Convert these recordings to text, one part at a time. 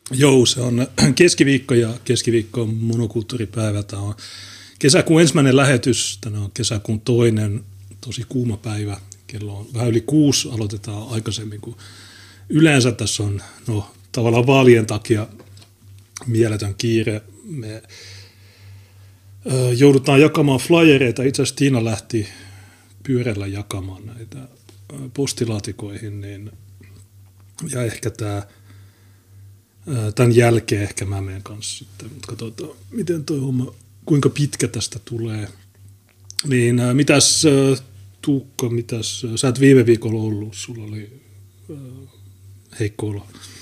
Joo, se on keskiviikko ja keskiviikko on monokulttuuripäivä. Tämä on kesäkuun ensimmäinen lähetys, tänään on kesäkuun toinen, tosi kuuma päivä. Kello on vähän yli 6, aloitetaan aikaisemmin kuin yleensä. Tässä on tavallaan vaalien takia mieletön kiire. Me joudutaan jakamaan flyereita. Itse asiassa Tiina lähti pyörällä jakamaan näitä postilaatikoihin. Ja ehkä tämän jälkeen ehkä mä menen kanssa sitten. Mutta katsotaan, miten toi homma, kuinka pitkä tästä tulee. Niin mitäs Tuukka, sä et viime viikolla ollut, sulla oli heikko olo.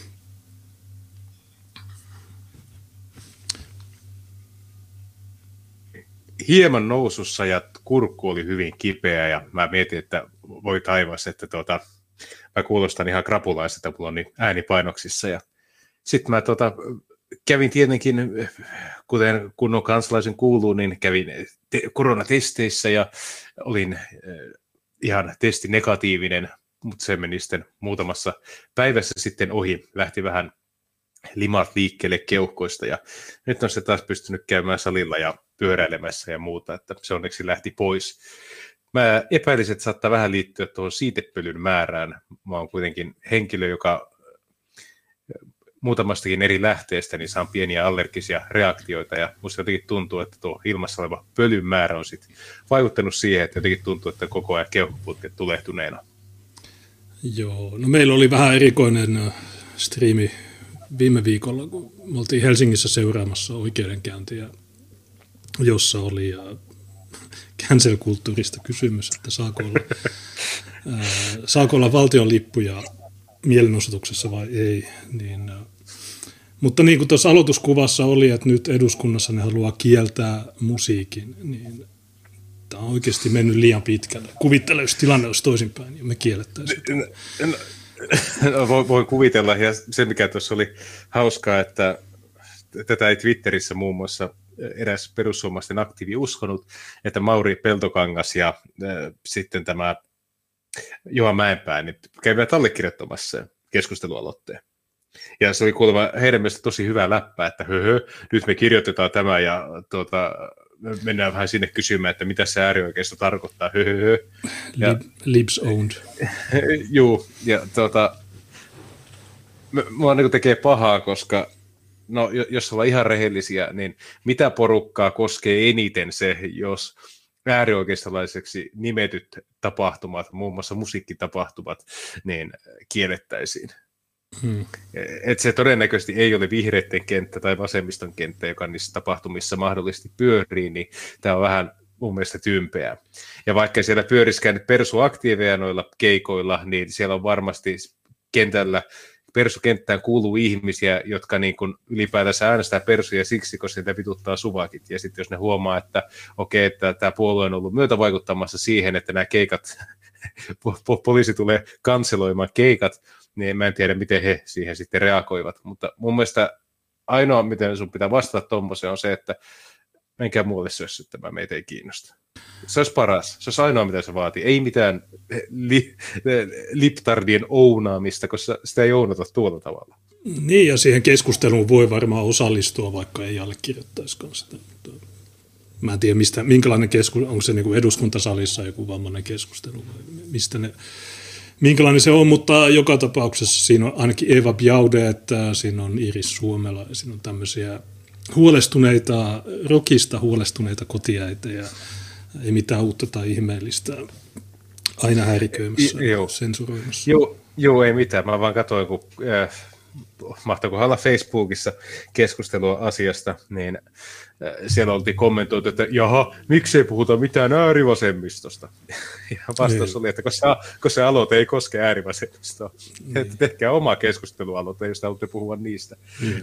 Hieman nousussa ja kurkku oli hyvin kipeä ja mä mietin, että voi taivas, että mä kuulostan ihan krapulaiselta, mulla on niin äänipainoksissa ja sitten mä kävin tietenkin, kuten kunnon kansalaisen kuuluu, niin kävin koronatesteissä ja olin ihan testinegatiivinen, mutta se meni sitten muutamassa päivässä sitten ohi, lähti vähän limat liikkeelle keuhkoista ja nyt on se taas pystynyt käymään salilla ja pyöräilemässä ja muuta, että se onneksi lähti pois. Mä epäilisin, että saattaa vähän liittyä tuohon siitepölyn määrään. Mä oon kuitenkin henkilö, joka muutamastakin eri lähteestä niin saan pieniä allergisia reaktioita ja musta jotenkin tuntuu, että tuo ilmassa oleva pölyn määrä on sitten vaikuttanut siihen, että jotenkin tuntuu, että koko ajan keuhkoputket tulehtuneena. Joo, no meillä oli vähän erikoinen striimi viime viikolla, kun me oltiin Helsingissä seuraamassa oikeudenkäyntiä, jossa oli cancel-kulttuurista kysymys, että saako olla valtion lippuja mielenosoituksessa vai ei. Mutta niin kuin tuossa aloituskuvassa oli, että nyt eduskunnassa ne haluaa kieltää musiikin, niin tämä on oikeasti mennyt liian pitkälle. Kuvittele, jos tilanne olisi toisinpäin, ja me kiellettäisiin. Voin kuvitella, ja se mikä tuossa oli hauskaa, että tätä ei Twitterissä muun muassa eräs perussuomalaisten aktiivi uskonut, että Mauri Peltokangas ja sitten tämä Juha Mäenpää niin kävivät allekirjoittamassa keskustelualoitteen. Ja se oli kuulemma heidän mielestä tosi hyvä läppä, että nyt me kirjoitetaan tämä ja mennään vähän sinne kysymään, että mitä se äärioikeisto tarkoittaa. Libs owned. Juu, ja mua niin tekee pahaa, koska jos ollaan ihan rehellisiä, niin mitä porukkaa koskee eniten se, jos äärioikeistolaiseksi nimetyt tapahtumat, muun muassa musiikkitapahtumat, niin kiellettäisiin. Että se todennäköisesti ei ole vihreiden kenttä tai vasemmiston kenttä, joka niissä tapahtumissa mahdollisesti pyörii, niin tämä on vähän mun mielestä tympeää. Ja vaikka siellä pyöriskään nyt persuaktiiveja noilla keikoilla, niin siellä on varmasti kentällä, persukenttään kuuluu ihmisiä, jotka niin kuin ylipäätänsä äänestää persuja siksi, koska niitä vituttaa suvakit. Ja sitten jos ne huomaa, että okei, että tämä puolue on ollut myötävaikuttamassa siihen, että nämä keikat, poliisi tulee kanseloimaan keikat, niin mä en tiedä, miten he siihen sitten reagoivat. Mutta mun mielestä ainoa, miten sun pitää vastata tuommoiseen, on se, että menkää muualle sössyttämään, meitä ei kiinnosta. Se olisi paras. Se olisi ainoa, mitä se vaatii. Ei mitään liptardien ounaamista, koska sitä ei ounata tuolla tavalla. Niin, ja siihen keskusteluun voi varmaan osallistua, vaikka ei allekirjoittaisikaan sitä. Mä en tiedä, minkälainen keskustelu, onko se niin kuin eduskuntasalissa joku vammainen keskustelu, vai minkälainen se on, mutta joka tapauksessa siinä on ainakin Eva Biaudet, että siinä on Iris Suomela, ja siinä on tämmöisiä rockista huolestuneita kotiäitä, ja ei mitään uutta tai ihmeellistä aina häiriköimässä, sensuroimassa. Joo, ei mitään. Mä vaan katsoin, kun mahtoiko olla Facebookissa keskustelua asiasta, niin siellä oltiin kommentoitu, että jaha, miksei puhuta mitään äärivasemmistosta. Ja vastaus oli, että kun se aloite ei koske äärivasemmistoa, että tehkää oma keskustelualoite, jos haluatte puhua niistä.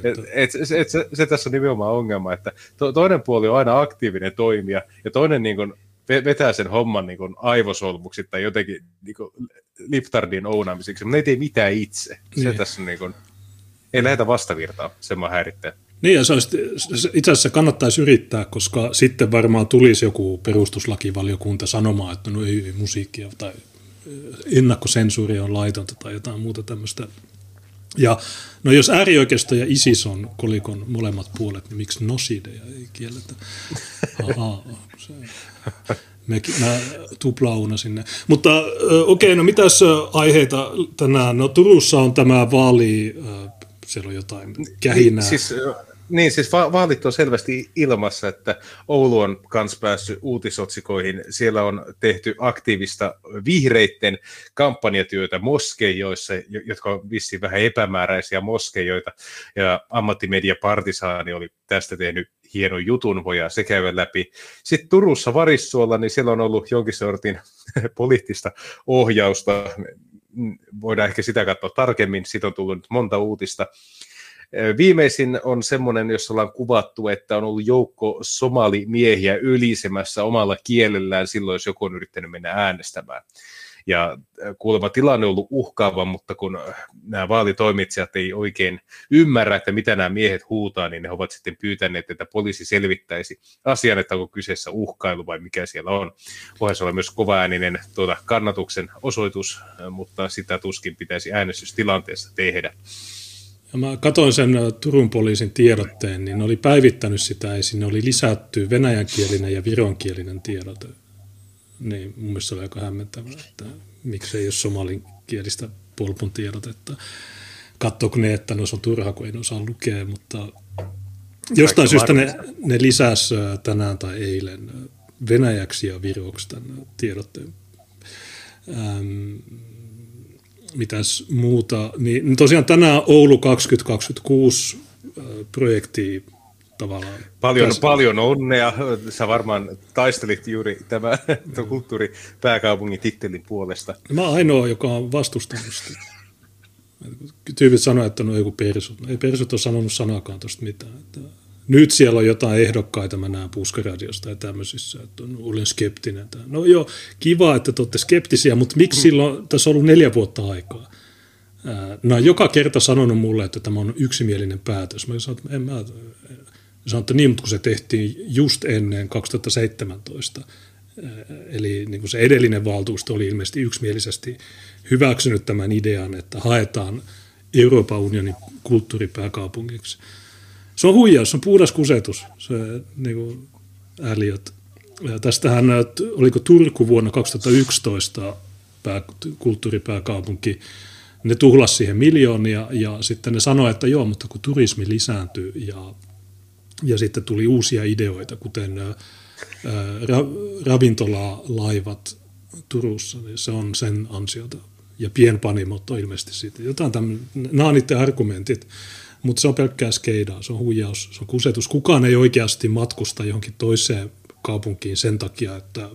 Se tässä on nimenomaan ongelma, että toinen puoli on aina aktiivinen toimija, ja toinen niin kuin vetää sen homman niin kuin aivosolmuksi tai jotenkin niin kuin liptardien ounaamiseksi, mutta ne ei tee mitään itse. Se tässä on niin kuin, ei lähetä vastavirtaa, se mä häirittää. Niin, ja itse asiassa kannattaisi yrittää, koska sitten varmaan tulisi joku perustuslakivaliokunta sanomaan, että no ei musiikkia tai ennakkosensuuri on laitonta tai jotain muuta tämmöistä Ja no jos äärioikeisto ja ISIS on kolikon molemmat puolet, niin miksi nosideja ei kielletä? Mä tuplauna sinne. Mutta okei, no mitäs aiheita tänään? No Turussa on tämä vaali, siellä on jotain kähinää. Siis vaalit on selvästi ilmassa, että Oulu on myös päässyt uutisotsikoihin. Siellä on tehty aktiivista vihreitten kampanjatyötä moskeijoissa, jotka on vissiin vähän epämääräisiä moskeijoita. Ja ammattimedia Partisaani oli tästä tehnyt hienon jutun, voidaan se käydä läpi. Sitten Turussa Varissuolla, niin siellä on ollut jonkin sortin poliittista ohjausta. Voidaan ehkä sitä katsoa tarkemmin, siitä on tullut nyt monta uutista. Viimeisin on semmoinen, jossa ollaan kuvattu, että on ollut joukko somalimiehiä ylisemässä omalla kielellään silloin, jos joku on yrittänyt mennä äänestämään. Ja kuulemma tilanne on ollut uhkaava, mutta kun nämä vaalitoimitsijat ei oikein ymmärrä, että mitä nämä miehet huutaa, niin ne ovat sitten pyytäneet, että poliisi selvittäisi asian, että onko kyseessä uhkailu vai mikä siellä on. Voihan se olla myös kovaääninen kannatuksen osoitus, mutta sitä tuskin pitäisi äänestystilanteessa tehdä. Ja mä katsoin sen Turun poliisin tiedotteen, niin ne oli päivittänyt sitä ja sinne oli lisätty venäjänkielinen ja vironkielinen tiedote. Niin mun mielestä se oli aika hämmentävää, että miksei ole somalinkielistä polpun tiedotetta. Katsoiko ne, että se on turha, kun ei osaa lukea, mutta jostain syystä ne lisäsi tänään tai eilen venäjäksi ja viroksi tämän tiedotteen. Mitäs muuta, niin tosiaan tänään Oulu 2026 projekti tavallaan. Paljon onnea. Sä varmaan taistelit juuri tämän kulttuuripääkaupungin tittelin puolesta. Mä oon ainoa, joka on vastustanut sitä. Tyypit sanoivat, että no joku persut. Ei persut ole sanonut sanakaan tuosta mitään. Nyt siellä on jotain ehdokkaita, mä näen Puskaradiosta ja tämmöisissä, että olen skeptinen. No joo, kiva, että te olette skeptisiä, mutta miksi silloin, tässä on ollut 4 vuotta aikaa? No joka kerta sanonut mulle, että tämä on yksimielinen päätös. Mä sanoin, että niin, mutta kun se tehtiin just ennen 2017, eli niin kuin se edellinen valtuusto oli ilmeisesti yksimielisesti hyväksynyt tämän idean, että haetaan Euroopan unionin kulttuuripääkaupungiksi. Se on huijaus, se on puhdas kusetus, se niin kuin ääliöt. Ja tästähän, oliko Turku vuonna 2011 kulttuuripääkaupunki, ne tuhlasi siihen miljoonia ja sitten ne sanoi, että joo, mutta kun turismi lisääntyy ja sitten tuli uusia ideoita, kuten ravintolalaivat Turussa, niin se on sen ansiota. Ja pienpanimot on ilmeisesti siitä. Jotain nämä on niiden argumentit. Mutta se on pelkkää skeidaa, se on huijaus, se on kusetus. Kukaan ei oikeasti matkusta johonkin toiseen kaupunkiin sen takia, että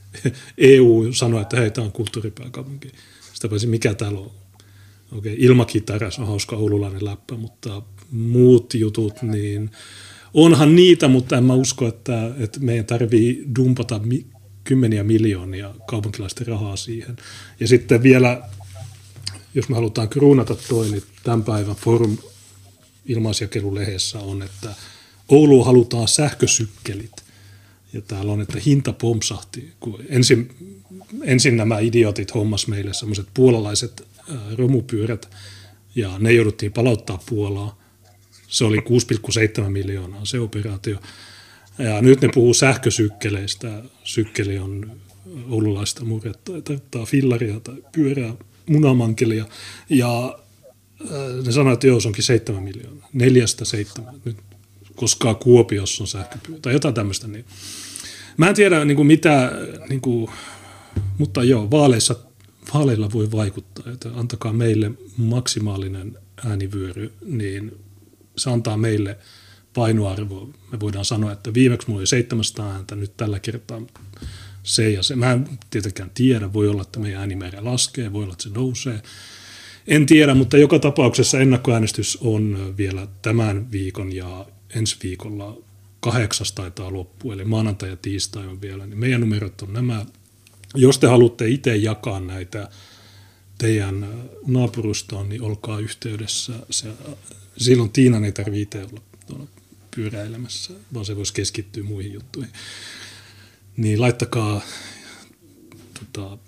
EU sanoo, että hei, tämä on kulttuuripääkaupunki. Sitä paitsi mikä täällä on. Okei, ilmakitaras on hauska oululainen läppä, mutta muut jutut, niin onhan niitä, mutta en mä usko, että meidän tarvii dumpata kymmeniä miljoonia kaupunkilaisten rahaa siihen. Ja sitten vielä, jos me halutaan kruunata toi, niin tämän päivän Forum ilmaisjakelulehdessä on, että Ouluun halutaan sähkösykkelit. Ja täällä on, että hinta pompsahti. Kun ensin nämä idiotit hommas meille semmoiset puolalaiset romupyörät, ja ne jouduttiin palauttaa Puolaan. Se oli 6,7 miljoonaa se operaatio. Ja nyt ne puhuu sähkösykkeleistä. Sykkeli on oululaista murretta, tai fillaria tai pyörää, munamankelia. Ja ne sanoo, että joo, se onkin 7 miljoonaa. 4-7. Nyt, koska Kuopiossa on sähköpyörä tai jotain tämmöistä. Niin. Mä en tiedä niin kuin mitä, niin kuin, mutta joo, vaaleilla voi vaikuttaa. Että antakaa meille maksimaalinen äänivyöry, niin se antaa meille painoarvoa. Me voidaan sanoa, että viimeksi mulla oli 700 ääntä, nyt tällä kertaa se ja se. Mä en tietenkään tiedä, voi olla, että meidän äänimäärä laskee, voi olla, että se nousee. En tiedä, mutta joka tapauksessa ennakkoäänestys on vielä tämän viikon ja ensi viikolla 8 taitaa loppu, eli maanantai ja tiistai on vielä. Niin meidän numerot on nämä. Jos te haluatte itse jakaa näitä teidän naapurustoon, niin olkaa yhteydessä. Silloin Tiinan ei tarvitse olla tuolla pyöräilemässä, vaan se voisi keskittyä muihin juttuihin. Niin laittakaa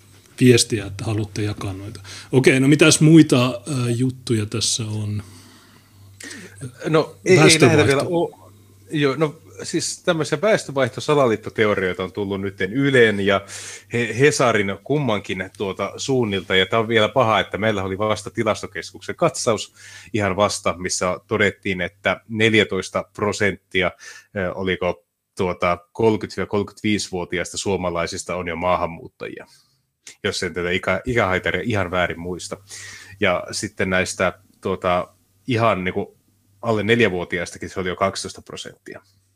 viestiä, että haluatte jakaa noita. Okei, no mitäs muita juttuja tässä on? No ei lähdetä vielä. Joo, no siis tämmöisiä väestövaihtosalaliittoteorioita on tullut nyt Ylen ja Hesarin kummankin suunnilta, ja tämä on vielä paha, että meillä oli vasta tilastokeskuksen katsaus ihan vasta, missä todettiin, että 14% oliko 30-35-vuotiaista suomalaisista on jo maahanmuuttajia, jos en tätä ikähaitaria ihan väärin muista. Ja sitten näistä ihan niin kuin alle 4-vuotiaistakin se oli jo 12%.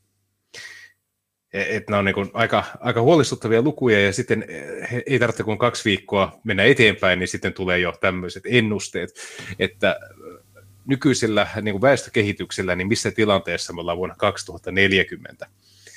Että nämä on niin kuin aika huolestuttavia lukuja, ja sitten ei tarvitse kuin 2 viikkoa mennä eteenpäin, niin sitten tulee jo tämmöiset ennusteet, että nykyisellä niin kuin väestökehityksellä, niin missä tilanteessa me ollaan vuonna 2040.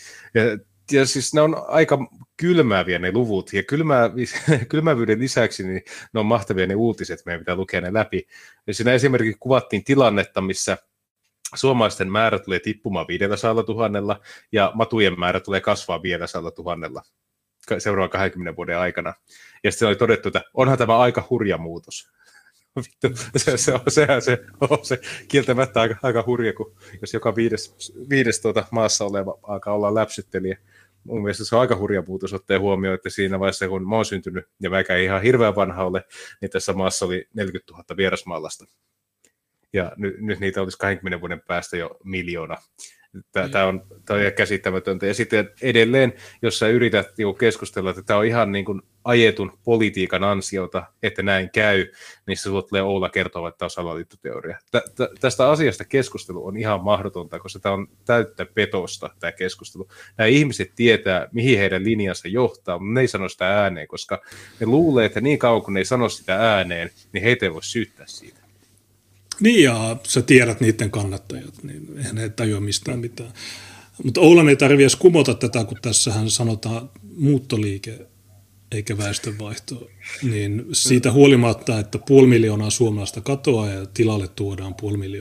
Ja siis ne on aika kylmääviä ne luvut, ja kylmävyyden lisäksi niin ne on mahtavia ne uutiset, meidän pitää lukea ne läpi. Ja siinä esimerkiksi kuvattiin tilannetta, missä suomalaisten määrä tulee tippumaan 500 000 ja matujen määrä tulee kasvaa 500 000 seuraavan 20 vuoden aikana. Ja sitten oli todettu, että onhan tämä aika hurja muutos. Vittu, se on kieltämättä aika hurja, kun jos joka viides maassa oleva alkaa olla läpsyttelijä. Mun mielestä se on aika hurja muutos ottaa huomioon, että siinä vaiheessa, kun mä oon syntynyt ja mä ei ihan hirveän vanha ole, niin tässä maassa oli 40 000 vierasmaalaista. Ja nyt niitä olisi 20 vuoden päästä jo 1 miljoona. Tämä on käsittämätöntä. Ja sitten edelleen, jos sä yrität keskustella, että tämä on ihan niin kuin ajetun politiikan ansiota, että näin käy, niin se sulla tulee Oula kertova, että tämä on salaliittoteoria. Tästä asiasta keskustelu on ihan mahdotonta, koska tämä on täyttä petosta, tämä keskustelu. Nämä ihmiset tietää, mihin heidän linjansa johtaa, mutta ne ei sano sitä ääneen, koska ne luulee, että niin kauan kun ne ei sano sitä ääneen, niin heitä ei voi syyttää siitä. Niin, ja sä tiedät niiden kannattajat, niin eihän ne tajua mistään mitään. Mutta Oulan ei tarvitse edes kumota tätä, kun tässähän sanotaan muuttoliike eikä väestönvaihto, niin siitä huolimatta, että 500 000 suomalaista katoaa ja tilalle tuodaan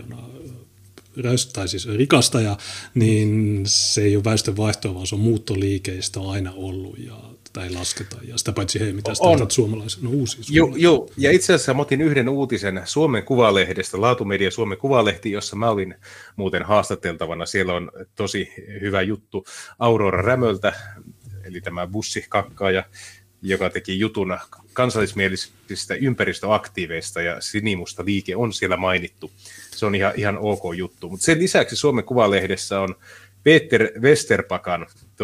500 000 siis rikastajaa, niin se ei ole väestönvaihtoa, vaan se on muuttoliikeistä on aina ollut ja tätä ei lasketa. Ja sitä paitsi mitä sitä on suomalaisia, no uusia suomalaisia. Joo, ja itse asiassa mä otin yhden uutisen Suomen Kuvalehdestä, Laatumedia Suomen Kuvalehti, jossa mä olin muuten haastateltavana. Siellä on tosi hyvä juttu Aurora Rämöltä, eli tämä bussikakkaaja, joka teki jutun kansallismielisistä ympäristöaktiiveista, ja Sinimusta liike on siellä mainittu. Se on ihan ok juttu. Mutta sen lisäksi Suomen Kuvalehdessä on Peter Westerpakan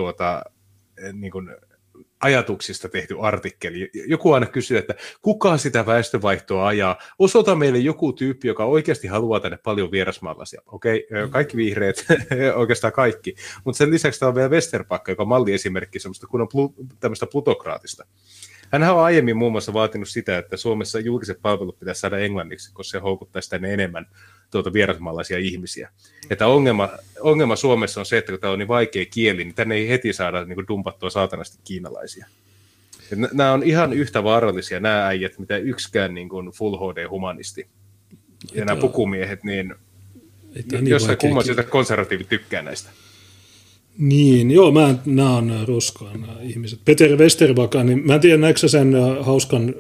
niin kuin ajatuksista tehty artikkeli. Joku aina kysyy, että kuka sitä väestövaihtoa ajaa? Osoita meille joku tyyppi, joka oikeasti haluaa tänne paljon vierasmaalaisia. Okei, kaikki vihreät, oikeastaan kaikki. Mutta sen lisäksi täällä on vielä Westerpakka, joka on malliesimerkki semmoista kunnon tämmöistä plutokraatista. Hänhän on aiemmin muun muassa vaatinut sitä, että Suomessa julkiset palvelut pitäisi saada englanniksi, koska se houkuttaisi tänne enemmän vierasmaalaisia ihmisiä. Että ongelma Suomessa on se, että kun tämä on niin vaikea kieli, niin tänne ei heti saada niin kuin dumpattua saatanasti kiinalaisia. Nämä on ihan yhtä vaarallisia nämä äijät, mitä yksikään niin kuin full HD-humanisti. Ja nämä pukumiehet, niin jossain kumman sieltä konservatiivit tykkää näistä. Niin, joo, nämä on roskaa nämä ihmiset. Peter Westerbakan, niin mä en tiedä, näetkö sen hauskan,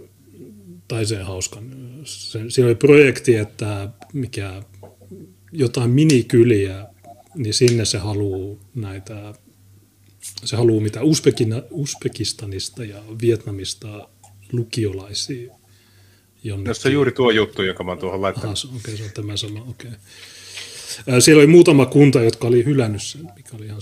siinä oli projekti, että jotain minikyliä, niin sinne se haluaa mitä Uzbekistanista ja Vietnamista lukiolaisia. No, se on juuri tuo juttu, jonka mä oon tuohon laittanut. Okei, se on tämä sama, okei. Siellä oli muutama kunta, jotka oli hylännyt sen, mikä oli ihan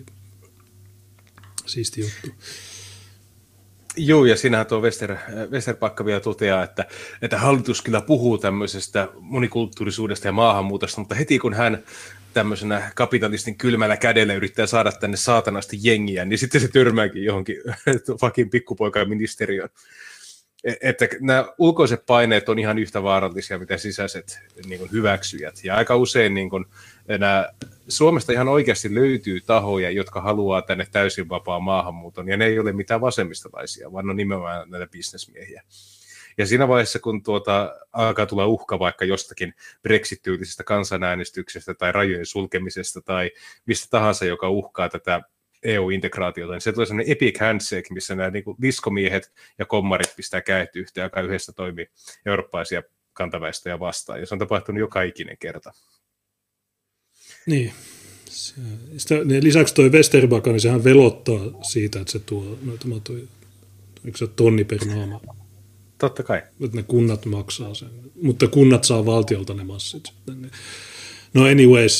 siisti juttu. Joo, ja siinähän tuo Westerpakka vielä toteaa, että hallitus kyllä puhuu tämmöisestä monikulttuurisuudesta ja maahanmuutosta, mutta heti kun hän tämmöisenä kapitalistin kylmällä kädellä yrittää saada tänne saatanasti jengiä, niin sitten se törmääkin johonkin fucking pikkupoikaministeriöön. Että nämä ulkoiset paineet on ihan yhtä vaarallisia, mitä sisäiset niin kuin hyväksyjät. Ja aika usein niin kuin, Suomesta ihan oikeasti löytyy tahoja, jotka haluaa tänne täysin vapaa maahanmuuton, ja ne ei ole mitään vasemmistolaisia, vaan on nimenomaan näitä bisnesmiehiä. Ja siinä vaiheessa, kun alkaa tulla uhka vaikka jostakin Brexit-tyylisestä kansanäänestyksestä tai rajojen sulkemisesta tai mistä tahansa, joka uhkaa tätä EU-integraatiota, niin se tulee sellainen epic handshake, missä nämä niin kuin diskomiehet ja kommarit pistää kädet yhteen, joka yhdessä toimii eurooppalaisia kantaväestöjä vastaan, ja se on tapahtunut joka ikinen kerta. Niin. Lisäksi tuo Vesterbacka, niin sehän velottaa siitä, että se tuo, eikö se tonni per naama? Totta kai. Että ne kunnat maksaa sen, mutta kunnat saa valtiolta ne massit sitten. No anyways,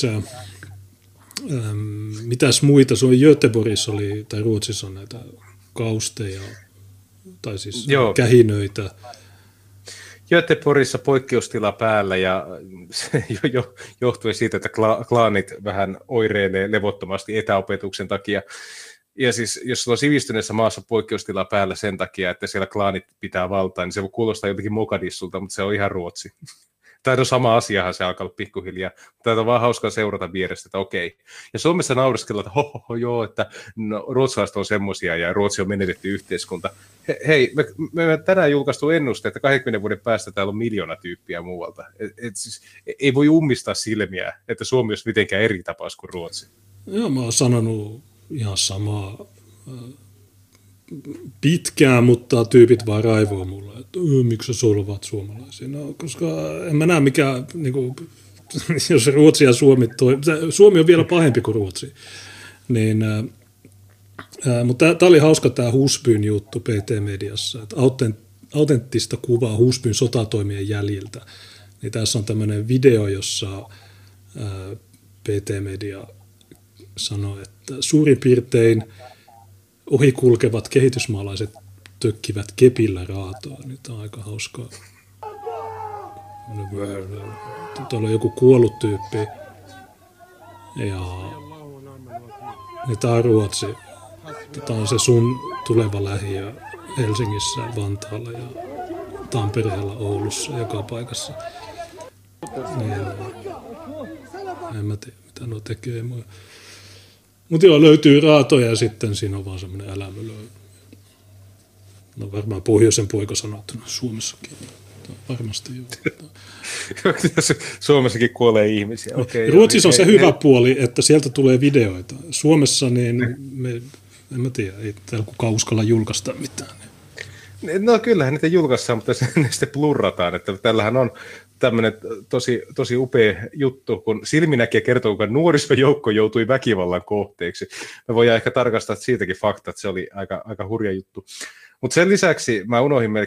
mitäs muita? Se on Göteborgissa oli, tai Ruotsissa on näitä kausteja, tai siis kähinöitä. Göteborgissa poikkeustila päällä, ja se johtui siitä, että klaanit vähän oireilee levottomasti etäopetuksen takia. Ja siis, jos sulla on sivistyneessä maassa poikkeustila päällä sen takia, että siellä klaanit pitää valtaa, niin se kuulostaa jotenkin Mogadissulta, mutta se on ihan Ruotsi. Tai no sama asiahan se alkaa olla pikkuhiljaa. Tämä on vaan hauskaa seurata vierestä, että okei. Ja Suomessa naureskellaan, että joo, että no, ruotsalaiset on semmoisia ja Ruotsi on menetetty yhteiskunta. Hei, me tänään julkaistu ennuste, että 20 vuoden päästä täällä on 1 miljoona tyyppiä muualta. Siis, ei voi ummistaa silmiä, että Suomi olisi mitenkään eri tapaus kuin Ruotsi. Joo, mä oon sanonut ihan samaa pitkään, mutta tyypit vaan raivoo mulle, että miksi sä solvaat suomalaisia. No, koska en mä näe mikään, niin kuin, jos Ruotsi ja Suomi on vielä pahempi kuin Ruotsi. Niin, mutta tämä oli hauska tämä Husbyn juttu PT-mediassa, että autenttista kuvaa Husbyn sotatoimien jäljiltä. Niin tässä on tämmöinen video, jossa PT-media sanoi, että suurin piirtein ohikulkevat kehitysmaalaiset tökkivät kepillä raatoa. Nyt on aika hauskaa. Tuolla on joku kuollut tyyppi. Ja niin tämä on Ruotsi. Tämä on se sun tuleva lähiö Helsingissä, Vantaalla ja Tampereella, Oulussa, joka paikassa. Niin, en mä tiedä, mitä nuo tekee. Mutta joo, löytyy raatoja ja sitten siinä on vaan semmoinen älämölö. No varmaan pohjoisen poika sanoo, että Suomessakin. Varmasti joo. Suomessakin kuolee ihmisiä. Okay, Ruotsissa on se hyvä puoli, että sieltä tulee videoita. Suomessa niin en mä tiedä, ei täällä kukaan uskalla julkaista mitään. No kyllähän niitä julkaistaan, mutta ne sitten blurrataan. Että tällähän on tämmöinen tosi upea juttu, kun silminäkijä kertoo, kuinka nuorisojoukko joutui väkivallan kohteeksi. Me voidaan ehkä tarkastaa siitäkin fakta, että se oli aika hurja juttu. Mutta sen lisäksi mä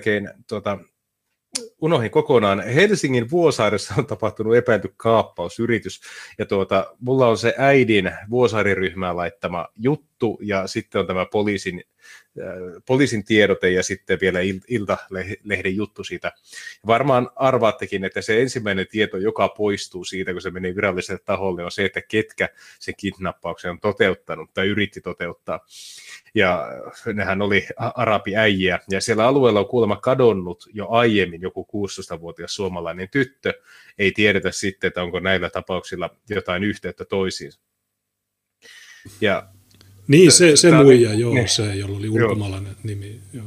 unohdin kokonaan. Helsingin Vuosaaressa on tapahtunut epäilty kaappausyritys, ja mulla on se äidin Vuosaariryhmään laittama juttu, ja sitten on tämä poliisin tiedote, ja sitten vielä Iltalehden juttu siitä. Varmaan arvaattekin, että se ensimmäinen tieto, joka poistuu siitä, kun se menee viralliselle taholle, on se, että ketkä sen kidnappauksen on toteuttanut tai yritti toteuttaa. Ja nehän oli arabiäijiä, ja siellä alueella on kuulemma kadonnut jo aiemmin joku 16-vuotias suomalainen tyttö. Ei tiedetä sitten, että onko näillä tapauksilla jotain yhteyttä toisiinsa. Ja niin, se muija, joo, se, jolla oli ulkomaalainen nimi. Joo.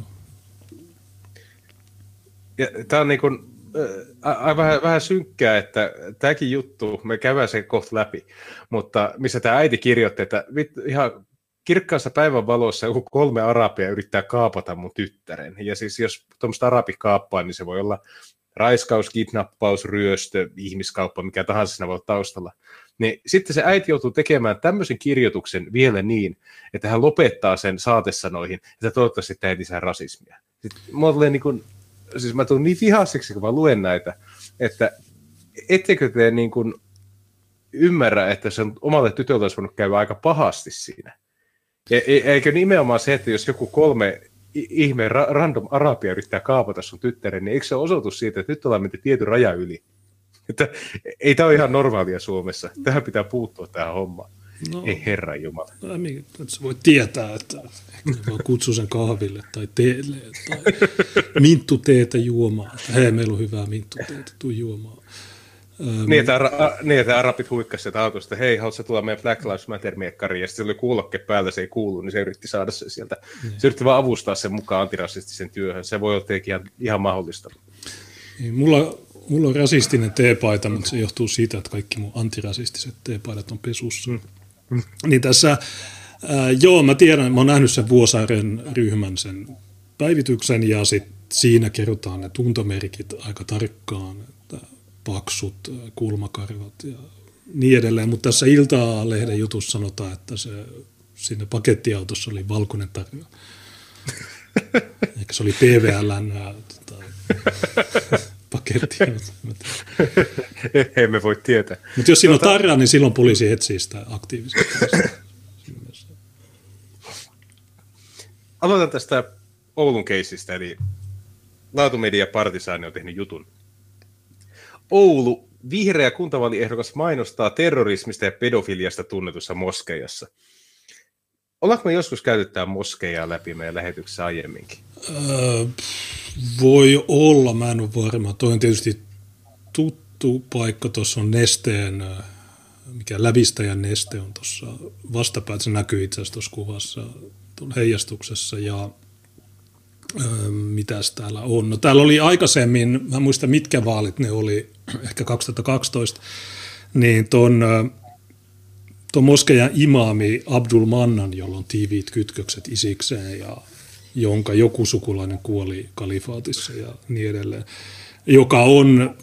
Ja tämä on niin kuin, vähän synkkää, että tämäkin juttu, me käydään sen kohta läpi, mutta missä tämä äiti kirjoitti, että ihan kirkkaassa päivän valossa joku 3 arabia yrittää kaapata mun tyttären. Ja siis jos tuommoista arabi kaappaa, niin se voi olla raiskaus, kidnappaus, ryöstö, ihmiskauppa, mikä tahansa siinä voi olla taustalla. Niin sitten se äiti joutuu tekemään tämmöisen kirjoituksen vielä niin, että hän lopettaa sen saatesanoihin, että toivottavasti tämä ei lisää rasismia. Siis mä tulen niin vihaiseksi, kun mä luen näitä, että ettekö te niin kuin ymmärrä, että sen omalle tytölle olisi voinut käydä aika pahasti siinä. Eikö nimenomaan se, että jos joku 3 ihmeen random arabia yrittää kaapata sun tyttären, niin eikö se osoitus siitä, että nyt ollaan menty tietyn raja yli? Että ei tämä ole ihan normaalia Suomessa. Tähän pitää puuttua tähän hommaan. No, ei herranjumala. Sä voit tietää, että ehkä voi kutsua sen kahville tai teelle tai minttuteetä juomaan. Hei, meillä on hyvää minttuteetä, tuu juomaan. Niin, että arabit huikkasivat sieltä autosta, hei, haluatko sä tulla meidän Black Lives Matter-miekkariin, ja sitten se oli kuulokke päällä, se ei kuulu, niin se yritti saada sen sieltä. Se yritti vaan avustaa sen mukaan antirasistisen työhön. Se voi olla ihan mahdollista. Niin, mulla on rasistinen teepaita, mutta se johtuu siitä, että kaikki mun antirasistiset teepaidat on pesussa. Niin tässä Joo, mä tiedän, mä oon nähnyt sen Vuosaaren ryhmän sen päivityksen ja siinä kerrotaan ne tuntomerkit aika tarkkaan, että paksut, kulmakarvat ja niin edelleen, mutta tässä Iltalehden jutussa sanotaan, että siinä pakettiautossa oli valkoinen tarjoa. Eikä se oli PVL:n pakettiauto. Emme voi tietää. Mutta jos siinä on tarra, niin silloin poliisi etsii sitä aktiivisesti. Aloitan tästä Oulun keissistä, eli Laatumedia Partisaani on tehnyt jutun. Oulu, vihreä kuntavaaliehdokas mainostaa terrorismista ja pedofiliasta tunnetussa moskeijassa. Ollaanko me joskus käytetään moskeijaa läpi meidän lähetyksessä aiemminkin? Voi olla, mä en ole varma. Toi on tietysti tuttu paikka, tuossa on Nesteen, mikä lävistäjän Neste on tuossa vastapäätä, se näkyy itse asiassa tuossa kuvassa, tuolla heijastuksessa, ja mitäs täällä on? No täällä oli aikaisemmin, mä en muista mitkä vaalit ne oli, ehkä 2012, niin tuon moskeijan imaami Abdul Mannan, jolla on tiiviit kytkökset Isikseen ja jonka joku sukulainen kuoli kalifaatissa ja niin edelleen, joka on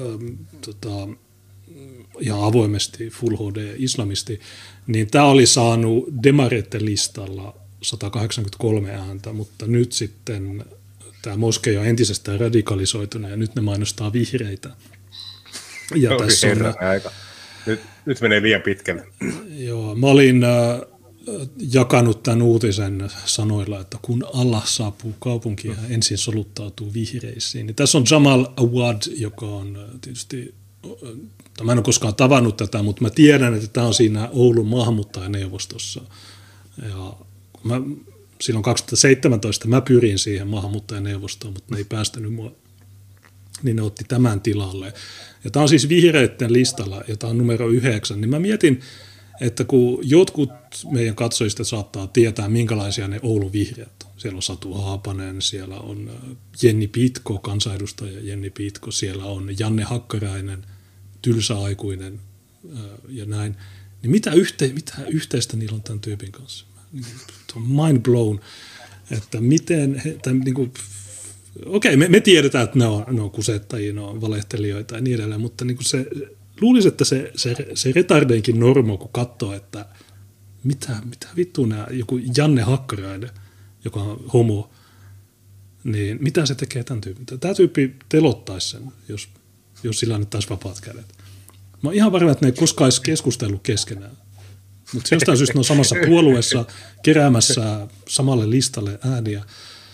ihan avoimesti full HD-islamisti, niin tämä oli saanut demareiden listalla 183 ääntä, mutta nyt sitten tämä moskeija on entisestään radikalisoitunut ja nyt ne mainostaa vihreitä. Ja tässä on, aika. Nyt menee liian pitkälle. Joo, mä olin jakanut tämän uutisen sanoilla, että kun Allah saapuu kaupunkiin, hän ensin soluttautuu vihreisiin. Niin tässä on Jamal Awad, joka on tietysti, mä en ole koskaan tavannut tätä, mutta mä tiedän, että tämä on siinä Oulun maahanmuuttajaneuvostossa. Ja silloin 2017 mä pyrin siihen maahanmuuttajaneuvostoon, mutta ne ei päästänyt mua. Niin ne otti tämän tilalle. Ja tämä on siis vihreiden listalla, ja tämä on numero 9. Niin mä mietin, että kun jotkut meidän katsojista saattaa tietää, minkälaisia ne Oulun vihreät on. Siellä on Satu Haapanen, siellä on Jenni Pitko, kansanedustaja Jenni Pitko, siellä on Janne Hakkarainen, tylsä aikuinen ja näin. Niin mitä yhteistä niillä on tämän tyypin kanssa? On mind blown, että miten okei, me tiedetään, että ne on kusettajia, ne on valehtelijoita ja niin edelleen, mutta niin kuin luulisi, että se retardeinkin normo, kun katsoo, että mitä vittua nämä, joku Janne Hakkarainen, joka on homo, niin mitä se tekee tämän tyypin? Tämä tyyppi telottaisi sen, jos sillä nyt taas vapaat kädet. Mä oon ihan varma, että ne ei koskaan edes keskustellut keskenään. Mutta jostain syystä ne on samassa puolueessa keräämässä samalle listalle ääniä.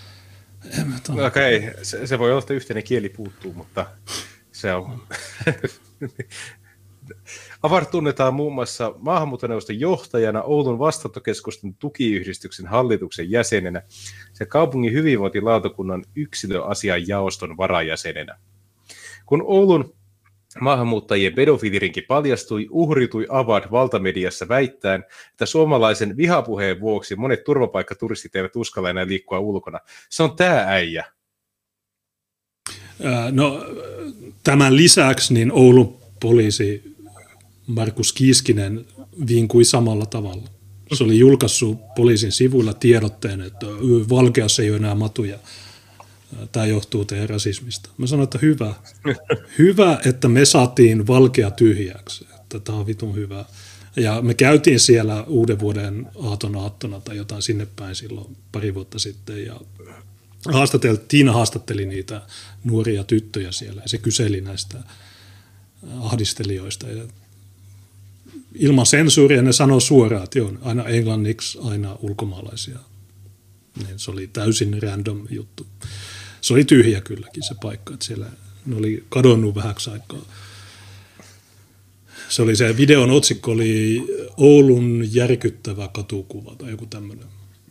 Okei, se voi olla, että yhteinen kieli puuttuu, mutta se on. Avar tunnetaan muun muassa maahanmuuttoneuvoston johtajana, Oulun vastaanottokeskusten tukiyhdistyksen hallituksen jäsenenä ja kaupungin hyvinvointilautakunnan yksilöasian jaoston varajäsenenä. Kun Oulun maahanmuuttajien pedofilirinki paljastui, uhritui Avad valtamediassa väittäen, että suomalaisen vihapuheen vuoksi monet turvapaikkaturistit eivät uskalla enää liikkua ulkona. Se on tää äijä. No, tämän lisäksi niin Oulun poliisi Markus Kiiskinen vinkui samalla tavalla. Se oli julkaissut poliisin sivuilla tiedotteen, että Valkeassa ei ole enää matuja. Tämä johtuu teidän rasismista. Mä sanoin, että hyvä, että me saatiin Valkea tyhjäksi. Että tämä on vitun hyvä. Ja me käytiin siellä uuden vuoden aattona tai jotain sinne päin silloin pari vuotta sitten. Ja Tiina haastatteli niitä nuoria tyttöjä siellä ja se kyseli näistä ahdistelijoista. Ja ilman sensuuria ne sanoi suoraan, että joo, aina englanniksi, aina ulkomaalaisia. Niin se oli täysin random juttu. Se oli tyhjä kylläkin se paikka, että siellä ne oli kadonnut vähäksi aikaa. Se oli se videon otsikko oli Oulun järkyttävä katukuva tai joku tämmöinen.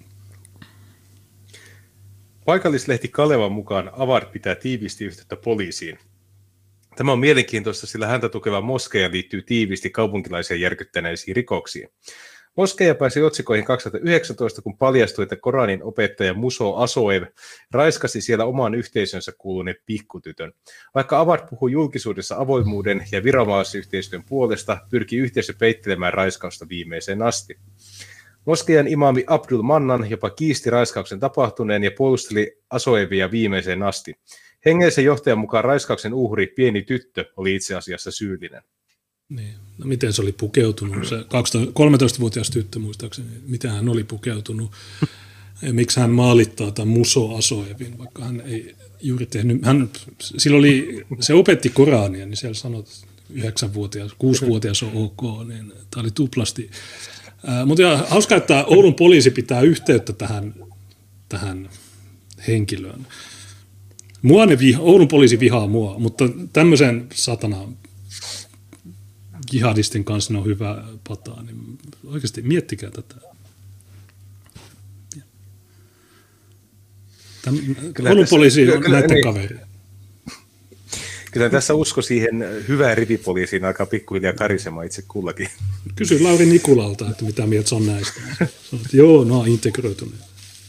Paikallislehti Kalevan mukaan Avar pitää tiiviisti yhteyttä poliisiin. Tämä on mielenkiintoista, sillä häntä tukeva moskeija liittyy tiiviisti kaupunkilaisia järkyttäneisiin rikoksiin. Moskeija pääsi otsikoihin 2019, kun paljastui, että Koranin opettaja Muso Asoev raiskasi siellä omaan yhteisönsä kuuluneen pikkutytön. Vaikka Avar puhui julkisuudessa avoimuuden ja viranomaisyhteistyön puolesta, pyrki yhteisö peittelemään raiskausta viimeiseen asti. Moskeijan imaami Abdul Mannan jopa kiisti raiskauksen tapahtuneen ja puolusteli Azoevia viimeiseen asti. Hengellisen johtajan mukaan raiskauksen uhri, pieni tyttö, oli itse asiassa syyllinen. Niin. No miten se oli pukeutunut? Se 13-vuotias tyttö muistaakseni, miten hän oli pukeutunut? Ja miksi hän maalittaa tämän Muso Azoevin, vaikka hän ei juuri tehnyt. Se opetti Korania, niin siellä sanoi, että 9-vuotias, 6-vuotias on ok, niin tämä oli tuplasti. Mutta hauska, että Oulun poliisi pitää yhteyttä tähän henkilöön. Oulun poliisi vihaa mua, mutta tämmöisen satana jihadistin kanssa ne on hyvä pataa, niin oikeasti miettikää tätä. Oulun poliisi on näiden kaveria. Kyllä tässä usko siihen hyvään rivipoliisiin alkaa pikkuhiljaa karisemaan itse kullakin. Kysy Lauri Nikulalta, että mitä mieltä se on näistä. Sanoit, joo, no integroituneet.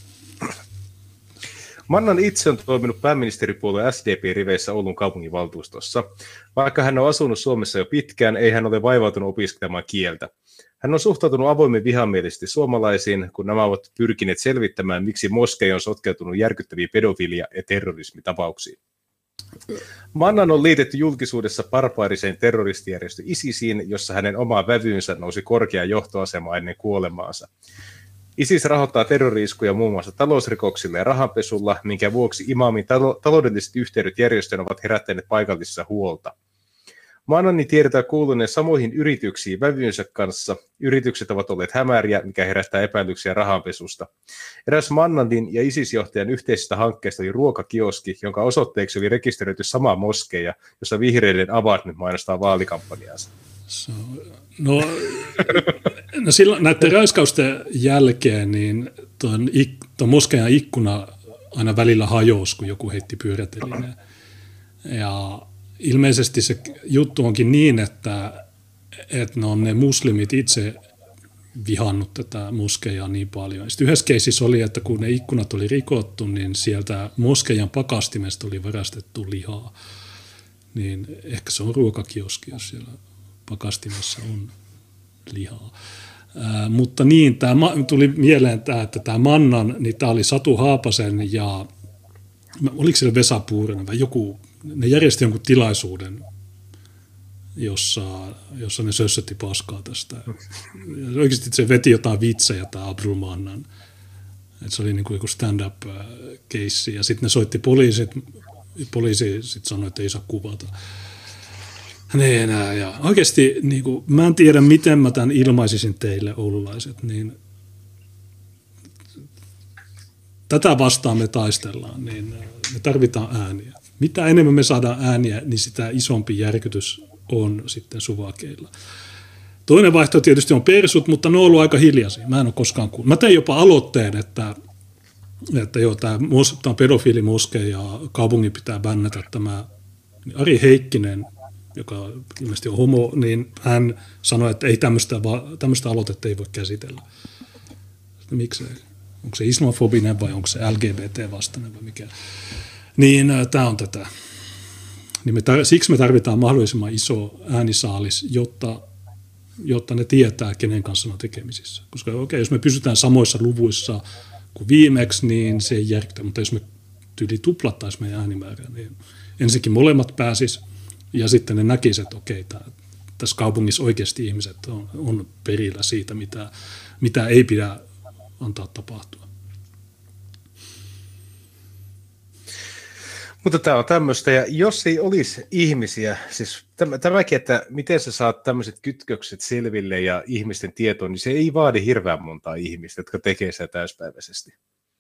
Mannan itse on toiminut pääministeripuolueen SDP-riveissä Oulun kaupunginvaltuustossa. Vaikka hän on asunut Suomessa jo pitkään, ei hän ole vaivautunut opiskelemaan kieltä. Hän on suhtautunut avoimen vihamielisesti suomalaisiin, kun nämä ovat pyrkineet selvittämään, miksi Moskeija on sotkeutunut järkyttäviin pedofilia- ja terrorismitapauksiin. Mannan on liitetty julkisuudessa barbaariseen terroristijärjestö ISISiin, jossa hänen oma vävyynsä nousi korkeaan johtoasemaan ennen kuolemaansa. ISIS rahoittaa terrori-iskuja muun muassa talousrikoksilla ja rahanpesulla, minkä vuoksi imaamin taloudelliset yhteydet järjestöön ovat herättäneet paikallisessa huolta. Mannanin tiedetään kuuluneen samoihin yrityksiin vävyynsä kanssa. Yritykset ovat olleet hämäriä, mikä herättää epäilyksiä rahanpesusta. Eräs Mannanin ja ISIS-johtajan yhteisestä hankkeesta oli ruokakioski, jonka osoitteeksi oli rekisteröity sama moskeija, jossa vihreiden Abad nyt mainostaa vaalikampanjaansa. No silloin näiden raiskausten jälkeen niin tuon moskeijan ikkuna aina välillä hajosi, kun joku heitti pyörätelineen. Ja ilmeisesti se juttu onkin niin, että ne muslimit itse vihannut tätä moskeijaa niin paljon. Sitten yhdessä keisissä oli, että kun ne ikkunat oli rikottu, niin sieltä moskeijan pakastimesta oli varastettu lihaa. Niin ehkä se on ruokakioski, jos siellä pakastimessa on lihaa. Mutta niin, tuli mieleen että tämä Mannan, niin tämä oli Satu Haapasen ja oliko siellä Vesa Puurinen vai joku, ne järjesti jonkun tilaisuuden, jossa ne sössötti paskaa tästä. Ja oikeasti se veti jotain vitsejä, tämä Abdul Mannan. Et se oli niin kuin joku stand-up-keissi. Ja sitten ne soitti poliisi sitten sanoi, että ei saa kuvata. Hän ei enää. Ja oikeasti niin kuin, mä en tiedä, miten mä tämän ilmaisisin teille, oululaiset. Niin tätä vastaan me taistellaan, niin me tarvitaan ääniä. Mitä enemmän me saadaan ääniä, niin sitä isompi järkytys on sitten suvakeilla. Toinen vaihtoehto tietysti on persut, mutta ne on ollut aika hiljaisia. Mä en ole koskaan kuullut. Mä tein jopa aloitteen, että joo, tämä on pedofiilimoskeija ja kaupungin pitää bännätä tämä Ari Heikkinen, joka ilmeisesti on homo, niin hän sanoi, että ei tämmöistä aloitetta ei voi käsitellä. Miksei? Onko se islamofobinen vai onko se LGBT-vastainen vai mikä? Niin tämä on tätä. Niin siksi me tarvitaan mahdollisimman iso äänisaalis, jotta ne tietää, kenen kanssa on tekemisissä. Koska jos me pysytään samoissa luvuissa kuin viimeksi, niin se ei järkytä. Mutta jos me tyyli tuplattaisiin meidän äänimäärää, niin ensinnäkin molemmat pääsis ja sitten ne näkisivät, että okei, tässä kaupungissa oikeasti ihmiset on perillä siitä, mitä ei pidä antaa tapahtua. Mutta tämä on tämmöistä, ja jos ei olisi ihmisiä, siis tämäkin, että miten sä saat tämmöiset kytkökset selville ja ihmisten tietoon, niin se ei vaadi hirveän montaa ihmistä, jotka tekee sitä täyspäiväisesti.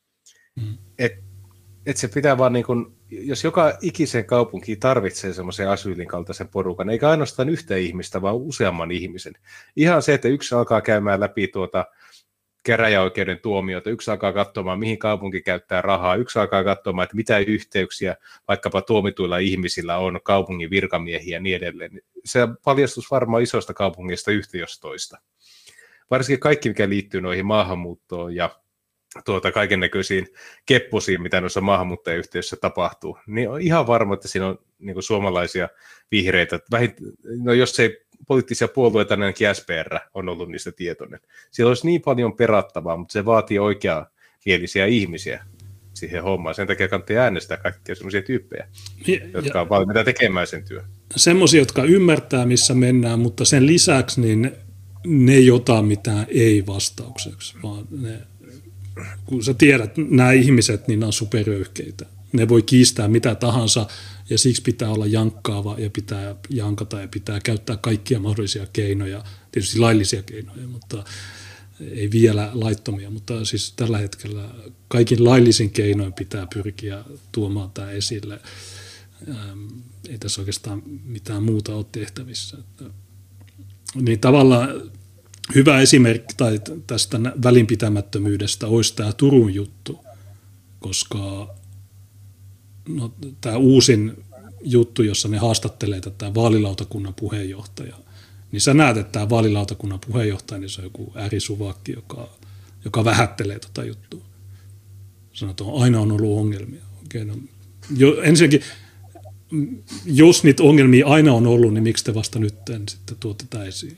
Et se pitää vaan niin kuin, jos joka ikisen kaupunkiin tarvitsee semmoisen asyylin kaltaisen porukan, eikä ainoastaan yhtä ihmistä, vaan useamman ihmisen. Ihan se, että yksi alkaa käymään läpi käräjäoikeuden tuomioita, yksi alkaa katsomaan, mihin kaupunki käyttää rahaa, yksi alkaa katsomaan, että mitä yhteyksiä vaikkapa tuomituilla ihmisillä on, kaupungin virkamiehiä ja niin edelleen. Se paljastus varmaan isoista kaupungeista yhtä jos toista. Varsinkin kaikki, mikä liittyy noihin maahanmuuttoon ja kaiken näköisiin kepposiin, mitä noissa maahanmuuttajayhteisöissä tapahtuu, niin on ihan varma, että siinä on niin kuin suomalaisia vihreitä. No jos ei poliittisia puolueita, ainakin SPR on ollut niistä tietoinen. Siellä olisi niin paljon perattavaa, mutta se vaatii oikeamielisiä ihmisiä siihen hommaan. Sen takia kannattaa äänestää kaikkia sellaisia tyyppejä, jotka on valmiita tekemään sen työn. Semmoisia, jotka ymmärtää, missä mennään, mutta sen lisäksi niin ne ei ota mitään ei-vastaukseksi, vaan kun sä tiedät, nämä ihmiset, niin nämä on superöyhkeitä. Ne voi kiistää mitä tahansa, ja siksi pitää olla jankkaava, ja pitää jankata, ja pitää käyttää kaikkia mahdollisia keinoja, tietysti laillisia keinoja, mutta ei vielä laittomia, mutta siis tällä hetkellä kaikin laillisin keinoin pitää pyrkiä tuomaan tämä esille. Ei tässä oikeastaan mitään muuta ole tehtävissä. Niin tavallaan hyvä esimerkki tai tästä välinpitämättömyydestä olisi tämä Turun juttu, koska tämä uusin juttu, jossa ne haastattelee tätä vaalilautakunnan puheenjohtajaa, niin sä näet, että tämä vaalilautakunnan puheenjohtaja, niin se on joku äärisuvakki, joka vähättelee tätä juttua. Sanotaan, että aina on ollut ongelmia. Okei, no, ensinnäkin, jos niitä ongelmia aina on ollut, niin miksi te vasta nyt sitten tuotte tätä esiin?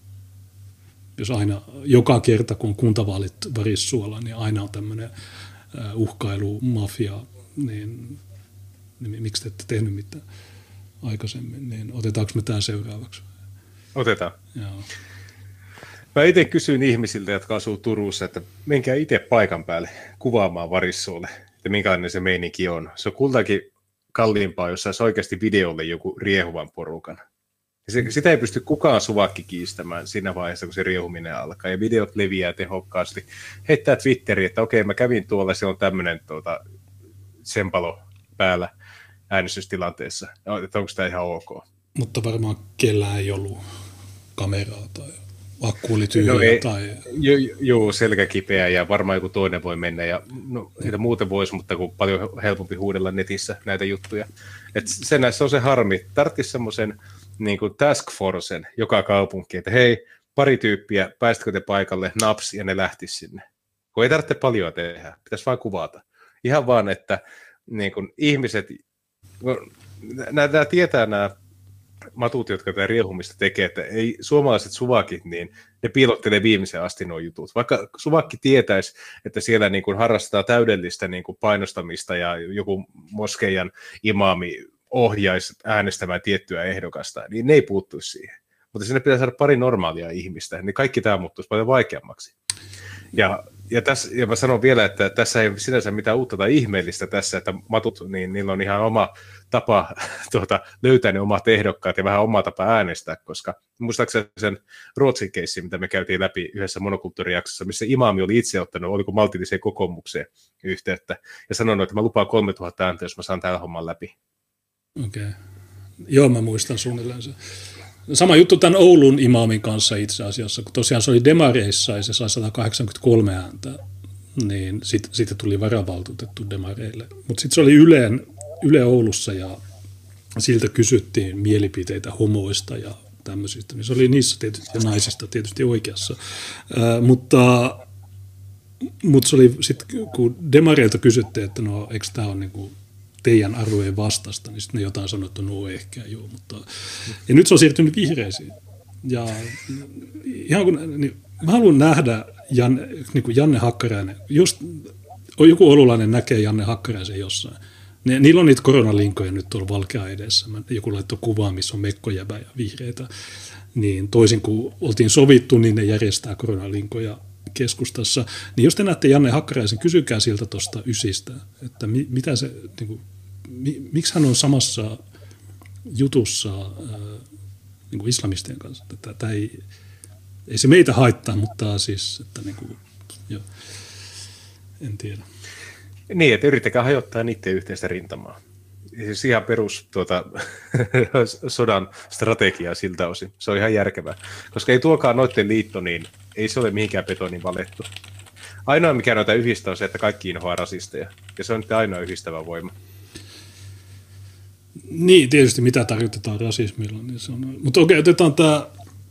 Jos aina, joka kerta kun kuntavaalit varissuolla, niin aina on tämmöinen uhkailu, mafia, niin miksi te ette tehnyt mitään aikaisemmin? Niin otetaanko me tämä seuraavaksi? Otetaan. Joo. Mä itse kysyin ihmisiltä, jotka asuu Turussa, että menkää itse paikan päälle kuvaamaan varissuolle, että minkälainen se meininki on. Se on kultakin kalliimpaa, jos saisi oikeasti videolle joku riehuvan porukan. Sitä ei pysty kukaan suvakki kiistämään siinä vaiheessa, kun se riehuminen alkaa, ja videot leviää tehokkaasti. Heittää Twitteriin, että okei, mä kävin tuolla, se on tämmöinen sempalo päällä äänestystilanteessa, että onko tämä ihan ok. Mutta varmaan kellään ei ollut kameraa tai akku oli tyhjä. Joo, selkä kipeä ja varmaan joku toinen voi mennä. Ja, no, heitä muuten voisi, mutta kun paljon helpompi huudella netissä näitä juttuja. Et se näissä on se harmi. Tarvitsisi semmoisen niin kuin task forcen joka kaupunki, että hei, pari tyyppiä, päästkö te paikalle, naps, ja ne lähtisi sinne. Kun ei tarvitse paljon tehdä, pitäisi vain kuvata. Ihan vaan, että niin kuin ihmiset, nämä tietää nämä matut, jotka tätä riehumista tekee, että ei suomalaiset suvakit, niin ne piilottelee viimeisen asti nuo jutut. Vaikka suvakki tietäisi, että siellä niin kuin harrastetaan täydellistä niin kuin painostamista ja joku moskeijan imaami ohjaisi äänestämään tiettyä ehdokasta, niin ne ei puuttuisi siihen. Mutta sinne pitää saada pari normaalia ihmistä, niin kaikki tämä muuttuisi paljon vaikeammaksi. Ja mä sanon vielä, että tässä ei sinänsä mitään uutta tai ihmeellistä tässä, että matut, niin niillä on ihan oma tapa löytää ne omat ehdokkaat ja vähän oma tapa äänestää, koska muistaakseni sen Ruotsin keissin, mitä me käytiin läpi yhdessä monokulttuurijaksossa, missä imaami oli itse ottanut, oliko maltilliseen kokoomukseen yhteyttä, ja sanonut, että mä lupaan 3000 ääntä, jos mä saan tämän homman läpi. Okei. Joo, mä muistan suunnilleen se. Sama juttu tämän Oulun imaamin kanssa itse asiassa, kun tosiaan se oli demareissa ja se sai 183 ääntä, niin siitä tuli varavaltuutettu demareille. Mutta sitten se oli Yle Oulussa ja siltä kysyttiin mielipiteitä homoista ja tämmöisistä, niin se oli niissä tietysti ja naisista tietysti oikeassa. Mutta se oli sitten, kun demareilta kysyttiin, että no eikö tämä ole niinku teidän arvojen vastasta, niin sitten ne jotain sanoi, että no ehkä joo, mutta ja nyt se on siirtynyt vihreisiin. Ja ihan kun, niin mä haluan nähdä Janne Hakkarainen, jos joku oululainen näkee Janne Hakkaraisen jossain, niillä on niitä koronalinkoja nyt tuolla Valkean edessä, joku laittoi kuvaa, missä on mekkojäbä ja vihreitä, niin toisin kuin oltiin sovittu, niin ne järjestää koronalinkoja keskustassa, niin jos te näette Janne Hakkaraisen, kysykää siltä tuosta ysistä, että mitä se, niin kuin, miksi hän on samassa jutussa niin kuin islamistien kanssa. Tämä ei se meitä haittaa, mutta siis, että niin kuin, jo, en tiedä. Niin, että yrittäkää hajottaa niiden yhteistä rintamaa. Siis ihan perus sodan strategiaa siltä osin. Se on ihan järkevää. Koska ei tuokaan noiden liitto, niin ei se ole mihinkään betonin valettu. Ainoa, mikä noita yhdistää, on se, että kaikki inhoaa rasisteja. Ja se on nyt ainoa yhdistävä voima. Niin, tietysti mitä tarkoitetaan rasismilla. Niin se on. Mutta okei, otetaan tämä.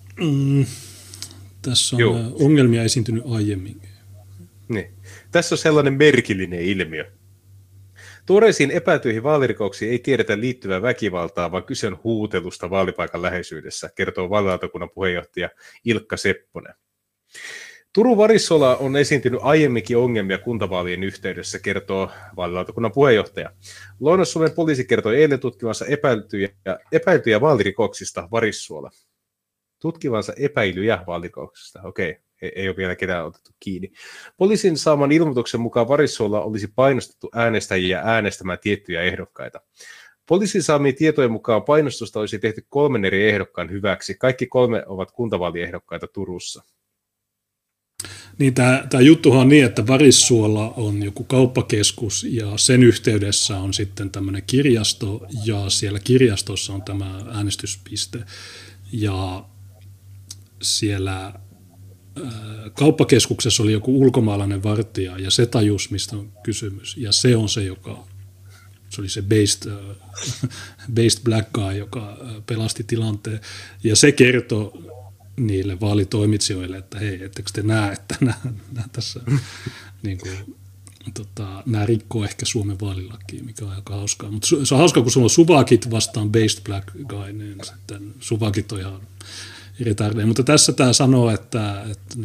Tässä on ongelmia esiintynyt aiemmin. Niin. Tässä on sellainen merkillinen ilmiö. Tuoreisiin epäiltyihin vaalirikoksiin ei tiedetä liittyvää väkivaltaa, vaan kyse on huutelusta vaalipaikan läheisyydessä, kertoo vaalilautakunnan puheenjohtaja Ilkka Sepponen. Turun Varissuolla on esiintynyt aiemminkin ongelmia kuntavaalien yhteydessä, kertoo vaalilautakunnan puheenjohtaja. Lounais-Suomen poliisi kertoi eilen tutkivansa epäiltyjä vaalirikoksista Varissuolla. Tutkivansa epäilyjä vaalirikoksista, okei. Ei ole vielä ketään otettu kiinni. Poliisin saaman ilmoituksen mukaan Varissuolla olisi painostettu äänestäjiä äänestämään tiettyjä ehdokkaita. Poliisin saamien tietojen mukaan painostusta olisi tehty 3 eri ehdokkaan hyväksi. Kaikki 3 ovat kuntavaaliehdokkaita Turussa. Niin, tämä juttuhan on niin, että Varissuolla on joku kauppakeskus ja sen yhteydessä on sitten tämmöinen kirjasto ja siellä kirjastossa on tämä äänestyspiste ja siellä kauppakeskuksessa oli joku ulkomaalainen vartija ja se tajusi, mistä on kysymys ja se on se, se oli se based black guy, joka pelasti tilanteen ja se kertoi niille vaalitoimitsijoille, että hei, ettekö te näe, että nämä tässä niin kuin, nämä rikkoo ehkä Suomen vaalilakia, mikä on aika hauskaa. Mutta se on hauskaa, kun sulla on suvakit vastaan based black guy, niin sitten suvakit on ihan retardeja. Mutta tässä tämä sanoo, että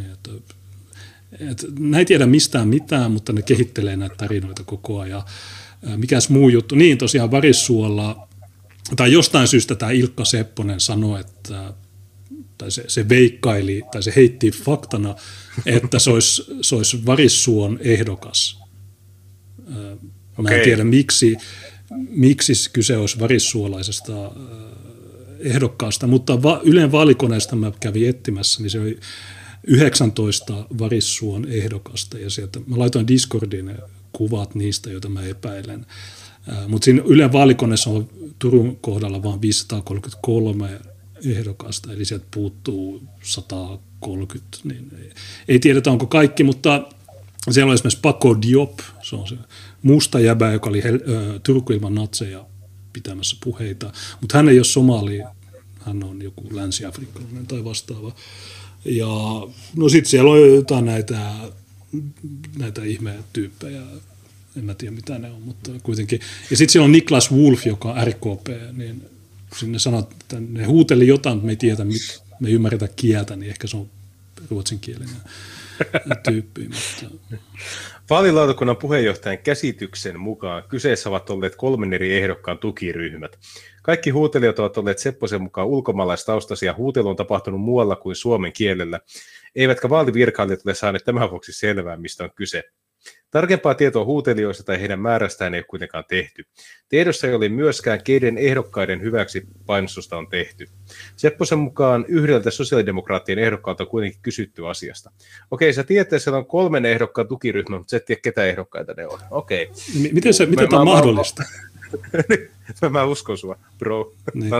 ne ei tiedä mistään mitään, mutta ne kehittelee näitä tarinoita koko ajan. Mikäs muu juttu? Niin tosiaan Varissuolla, tai jostain syystä tämä Ilkka Sepponen sanoi, että tai se veikkaili, tai se heitti faktana, että se olisi Varissuon ehdokas. Mä en tiedä, miksi kyse olisi varissuolaisesta ehdokkaasta, mutta Ylen vaalikoneesta mä kävin etsimässä, niin se oli 19 Varissuon ehdokasta, ja sieltä mä laitoin Discordiin ne kuvat niistä, joita mä epäilen. Mutta siinä Ylen vaalikoneessa on Turun kohdalla vain 533 ehdokasta, eli sieltä puuttuu 130, niin ei tiedetä onko kaikki, mutta siellä on esimerkiksi Paco Diop, se on se musta jäbä, joka oli Turku ilman natseja pitämässä puheita, mutta hän ei ole somali, hän on joku länsi-afrikkalainen tai vastaava. Ja no sitten siellä on jotain näitä ihme-tyyppejä, en mä tiedä mitä ne on, mutta kuitenkin. Ja sitten siellä on Niklas Wolf, joka on RKP, niin sinne sanot, että ne huuteli jotain, mutta me ei tiedä, me ei ymmärretä kieltä, niin ehkä se on ruotsinkielinen tyyppi. Mutta Vaalilautakunnan puheenjohtajan käsityksen mukaan kyseessä ovat olleet 3 eri ehdokkaan tukiryhmät. Kaikki huutelijat ovat olleet Sepposen mukaan ulkomaalaistaustaisia. Huutelu on tapahtunut muualla kuin suomen kielellä, eivätkä vaalivirkailijat ole saaneet tämän vuoksi selvää, mistä on kyse. Tarkempaa tietoa huutelijoista tai heidän määrästään ei ole kuitenkaan tehty. Tiedossa ei ole myöskään, keiden ehdokkaiden hyväksi painostusta on tehty. Sepposen mukaan yhdeltä sosiaalidemokraattien ehdokkaalta on kuitenkin kysytty asiasta. Okei, sä tiedät, että siellä on 3 ehdokkaan tukiryhmä, mutta sä et tiedä, ketä ehdokkaita ne on. Okei. Miten tämä on mahdollista? Mä uskon sua, bro. Niin.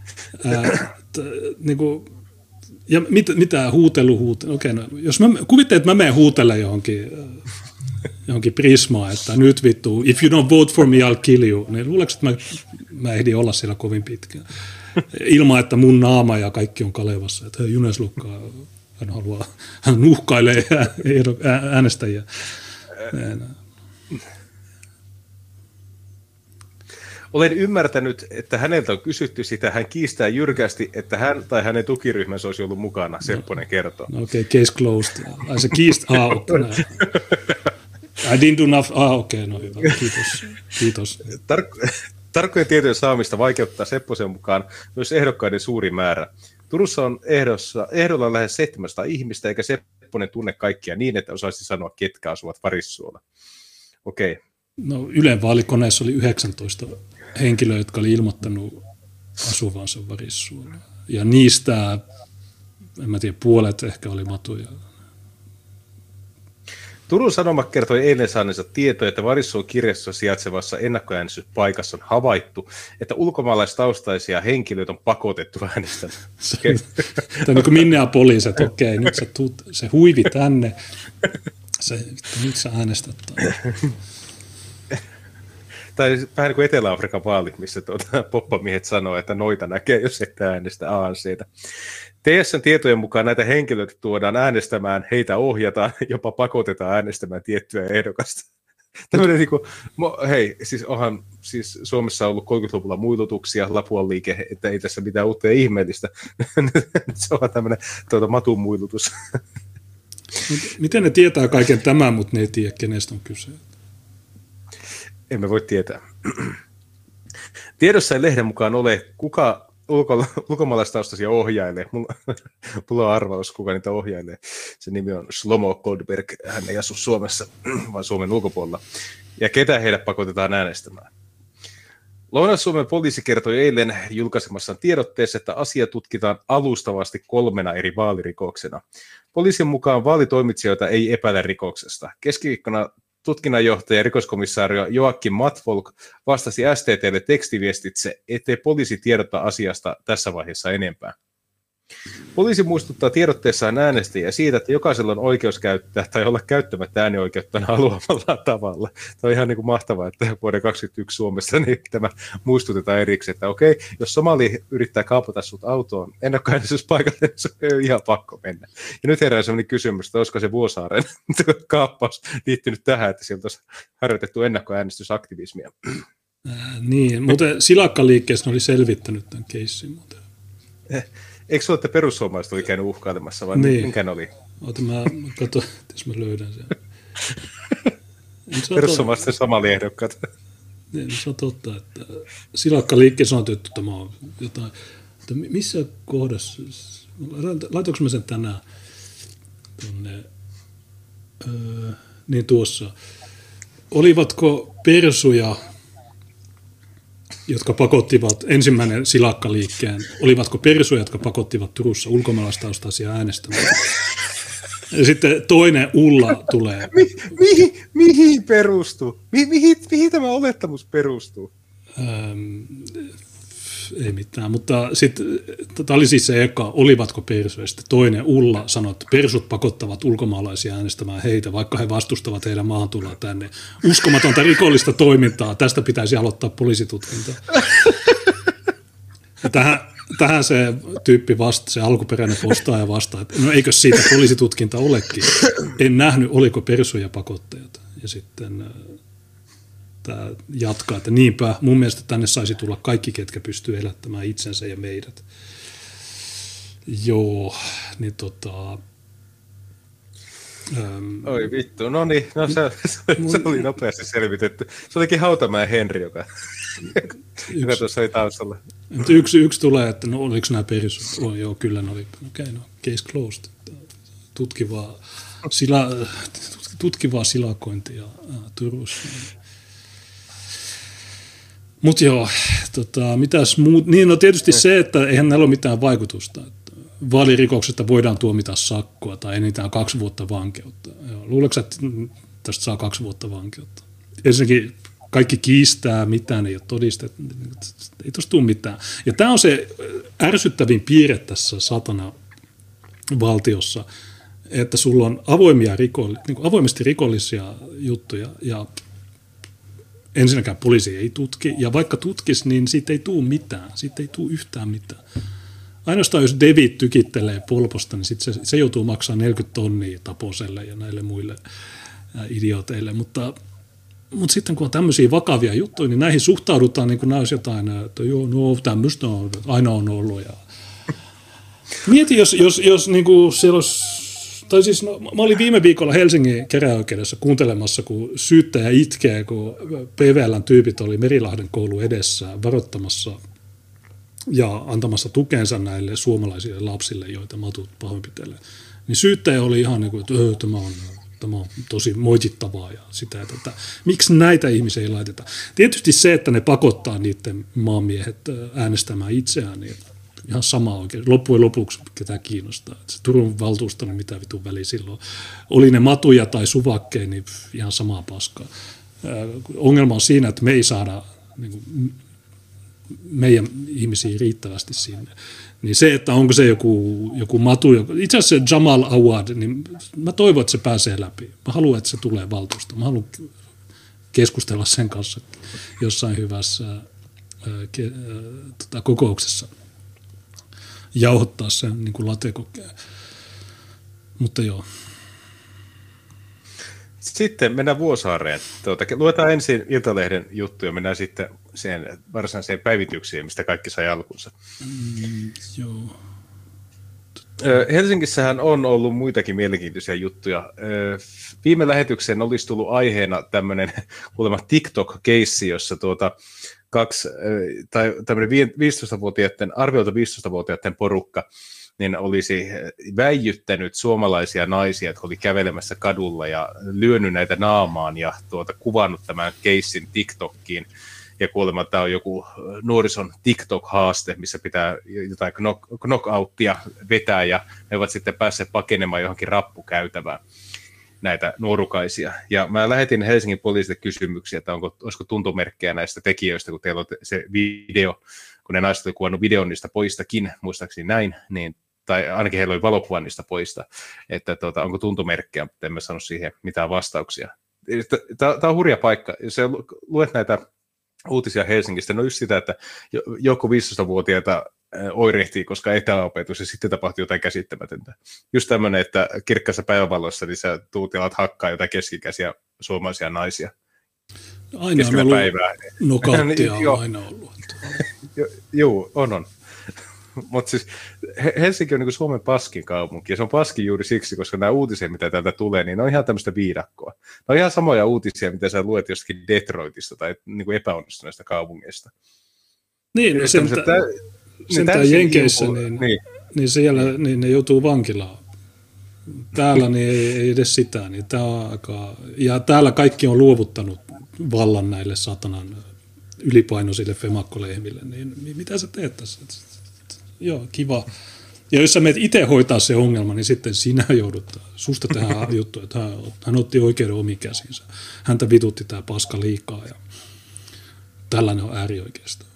Ja mitä huutelu? Okei, no, jos mä kuvittelen, että mä menen huutelemaan johonkin Prismaan, että nyt vittu, if you don't vote for me, I'll kill you, niin luuleeko, että mä ehdin olla siellä kovin pitkään? Ilman, että mun naama ja kaikki on Kalevassa, että Junes Lukka, hän uhkailee äänestäjiä. Olen ymmärtänyt, että häneltä on kysytty sitä, hän kiistää jyrkästi, että hän tai hänen tukiryhmänsä olisi ollut mukana, Sepponen kertoo. Okei, case closed. Ai se I didn't do enough. No hyvä, kiitos. Tarkkojen tietojen saamista vaikeuttaa Sepposen mukaan myös ehdokkaiden suuri määrä. Turussa on ehdolla lähes 700 ihmistä, eikä Sepponen tunne kaikkia niin, että osaisi sanoa, ketkä asuvat Varissuolla. Okei. No Ylen vaalikoneessa oli 19 henkilöä, jotka oli ilmoittanut asuvansa Varissuolla. Ja niistä, en mä tiedä, puolet ehkä oli matuja. Turun Sanomat kertoi eilen saaneensa tietoa, että Varissuon kirjastossa sijaitsevassa ennakkoäänestyspaikassa on havaittu, että ulkomaalaistaustaisia henkilöitä on pakotettu äänestämään. Okay. Tämä on niin kuin Minneapolis, että okei, nyt sä tuut, se huivi tänne, nyt sä äänestät. Tai vähän niin kuin Etelä-Afrikan vaalit, missä poppamiehet sanoo, että noita näkee, jos et äänestä ANC:tä. TSN tietojen mukaan näitä henkilöitä tuodaan äänestämään, heitä ohjataan, jopa pakotetaan äänestämään tiettyä ehdokasta. Tämmöinen niinku, hei, siis Suomessa on ollut 30-luvulla muilutuksia, Lapuan liike, että ei tässä mitään uutta ja ihmeellistä. Se on tämmöinen matun muilutus. Miten ne tietää kaiken tämän, mutta ne ei tiedä, kenestä on kyse? Emme voi tietää. Tiedossa ei lehden mukaan ole, kuka ulkomaalaistaustaisia ohjailee. Mulla on arvaus, kuka niitä ohjailee. Se nimi on Shlomo Goldberg. Hän ei asu Suomessa, vaan Suomen ulkopuolella. Ja ketä heidät pakotetaan äänestämään? Lounais-Suomen poliisi kertoi eilen julkaisemassaan tiedotteessa, että asia tutkitaan alustavasti 3 eri vaalirikoksena. Poliisin mukaan vaalitoimitsijoita ei epäillä rikoksesta. Keskiviikkona tutkinnanjohtaja ja rikoskomissaario Joakim Matfolk vastasi STT:lle tekstiviestitse, ettei poliisi tiedota asiasta tässä vaiheessa enempää. Poliisi muistuttaa tiedotteessaan äänestäjiä siitä, että jokaisella on oikeus käyttää tai olla käyttämättä äänioikeutta haluamalla tavalla. Tämä on ihan niin kuin mahtavaa, että vuoden 2021 Suomessa niin tämä muistutetaan erikseen, että okei, jos somali yrittää kaapata sut autoon ennakkoäänestyspaikalle, niin se on ihan pakko mennä. Ja nyt herää sellainen kysymys, että olisiko se Vuosaaren kaappaus liittynyt tähän, että sieltä olisi harjoitettu ennakkoäänestysaktivismia. Niin, mutta Silakka-liikkeessä oli selvittänyt tämän keissin muuten. Eikö se ole, että perussuomalaiset oli käynyt uhkailemassa, vai niin. Minkä ne oli? Ota, mä katson, jos mä löydän sen. Perussuomalaisten somaliehdokkaat. Niin, se on totta, että Silakka-liikkeessä on otettu tämä on jotain. Että missä kohdassa, laitoinko mä sen tänään tuonne, niin tuossa, olivatko persuja, jotka pakottivat, ensimmäinen Silakka-liikkeen, olivatko persuja, jotka pakottivat Turussa ulkomaalaistaustaisia äänestämään? Ja sitten toinen Ulla tulee. Mihin perustuu? Mihin tämä olettamus perustuu? Ei mitään, mutta sitten tämä oli siis se eka, olivatko persuja. Sitten toinen Ulla sanoi, että persut pakottavat ulkomaalaisia äänestämään heitä, vaikka he vastustavat heidän maahantuloa tänne. Uskomatonta rikollista toimintaa, tästä pitäisi aloittaa poliisitutkinta. Tähän se tyyppi vasta, se alkuperäinen postaaja vastaa, että no eikö siitä poliisitutkinta olekin. En nähnyt, oliko persuja pakottajat. Ja sitten tämä jatkaa, että niinpä mun mielestä tänne saisi tulla kaikki, ketkä pystyy elättämään itsensä ja meidät. Joo, niin oi vittu, no niin, no se oli nopeasti selvitetty. Se olikin Hautamäen Henri, joka tuossa oli taustalla. Yksi tulee, että no oliko nämä perusut? Oh, joo, kyllä ne oli. Okei, no case closed. Tutkivaa silakointia Turussa. Mutta joo, mitäs muut? Niin, no tietysti se, että eihän näillä ole mitään vaikutusta. Vaalirikoksesta voidaan tuomita sakkoa tai enintään 2 vuotta vankeutta. Luuletko, että tästä saa 2 vuotta vankeutta? Ensinnäkin kaikki kiistää, mitään ei ole todistettu, ei tuosta tule mitään. Ja tämä on se ärsyttävin piirre tässä satana valtiossa, että sulla on avoimesti rikollisia juttuja ja ensinnäkään poliisi ei tutki, ja vaikka tutkisi, niin siitä ei tule mitään, siitä ei tule yhtään mitään. Ainoastaan jos David tykittelee polposta, niin sitten se joutuu maksamaan 40 tonnia Taposelle ja näille muille idiooteille, mutta sitten kun on tämmöisiä vakavia juttuja, niin näihin suhtaudutaan niin kuin nämä olisi jotain, että joo, no tämmöistä on, aina on ollut. Ja mieti, jos niin kuin siellä olisi, tai siis no, mä olin viime viikolla Helsingin käräjäoikeudessa kuuntelemassa, kun syyttäjä itkee, kun PVL:n tyypit oli Merilahden koulu edessä varoittamassa ja antamassa tukensa näille suomalaisille lapsille, joita matut pahoinpitelee. Niin syyttäjä oli ihan niin kuin, että tämä on tosi moitittavaa ja sitä, että miksi näitä ihmisiä ei laiteta. Tietysti se, että ne pakottaa niiden maanmiehet äänestämään itseään, niin ihan sama oikein. Loppujen lopuksi ketään kiinnostaa. Se Turun valtuusto, niin mitä vitun väliä silloin. Oli ne matuja tai suvakkeja, niin ihan samaa paskaa. Ongelma on siinä, että me ei saada niin kuin, meidän ihmisiä riittävästi sinne. Niin se, että onko se joku matu, itse asiassa se Jamal Awad, niin mä toivon, että se pääsee läpi. Mä haluan, että se tulee valtuustoon. Mä haluan keskustella sen kanssa jossain hyvässä kokouksessa. Jauhottaa sen niin kuin latekokeen. Mutta joo. Sitten mennään Vuosaareen. Luetaan ensin Iltalehden juttuja, mennään sitten siihen varsinaiseen päivitykseen, mistä kaikki sai alkunsa. Joo. Helsingissähän on ollut muitakin mielenkiintoisia juttuja. Viime lähetykseen olisi tullut aiheena tämmöinen kuulemma TikTok-keissi, jossa tämmöinen 15-vuotiaiden, arviolta 15-vuotiaiden porukka niin olisi väijyttänyt suomalaisia naisia, jotka oli kävelemässä kadulla ja lyönyt näitä naamaan ja kuvannut tämän keissin TikTokkiin. Ja kuulemma tämä on joku nuorison TikTok-haaste, missä pitää jotain knockouttia vetää, ja ne ovat sitten päässeet pakenemaan johonkin rappukäytävään näitä nuorukaisia. Ja mä lähetin Helsingin poliisille kysymyksiä, että olisiko tuntomerkkejä näistä tekijöistä, kun teillä on se video, kun ne naiset oli kuvannut videon niistä poistakin, muistaakseni näin, niin, tai ainakin heillä oli valokuva niistä poista, että onko tuntomerkkejä, mutta en mä sano siihen mitään vastauksia. Tämä on hurja paikka. Jos luet näitä uutisia Helsingistä, no just sitä, että joku 15-vuotiaita oirehtii, koska etäopetus ja sitten tapahtuu jotain käsittämätöntä. Just tämmöinen, että kirkkaassa päivävalossa niin sä tuut ja alat hakkaa jotain keskikäisiä suomalaisia naisia. Aina on ollut nokauttia, on aina ollut. Joo, on. Mutta siis Helsinki on niin kuin Suomen paskin kaupunki, ja se on paskin juuri siksi, koska nämä uutiset, mitä täältä tulee, niin ne on ihan tämmöistä viidakkoa. Ne on ihan samoja uutisia, mitä sä luet jostakin Detroitista tai niin kuin epäonnistuneista kaupungeista. Niin, no sentään Jenkeissä, niin siellä niin ne joutuu vankilaan. Täällä niin ei edes sitä, niin tää on aika... Ja täällä kaikki on luovuttanut vallan näille satanan ylipainoisille femakkolehmille, niin mitä sä teet tässä? Joo, kiva. Ja jos sä menet itse hoitaa se ongelma, niin sitten sinä joudut. Susta tehdään juttu, että hän otti oikeuden omiin käsiinsä. Häntä vitutti tämä paska liikaa ja tällainen on äärioikeista.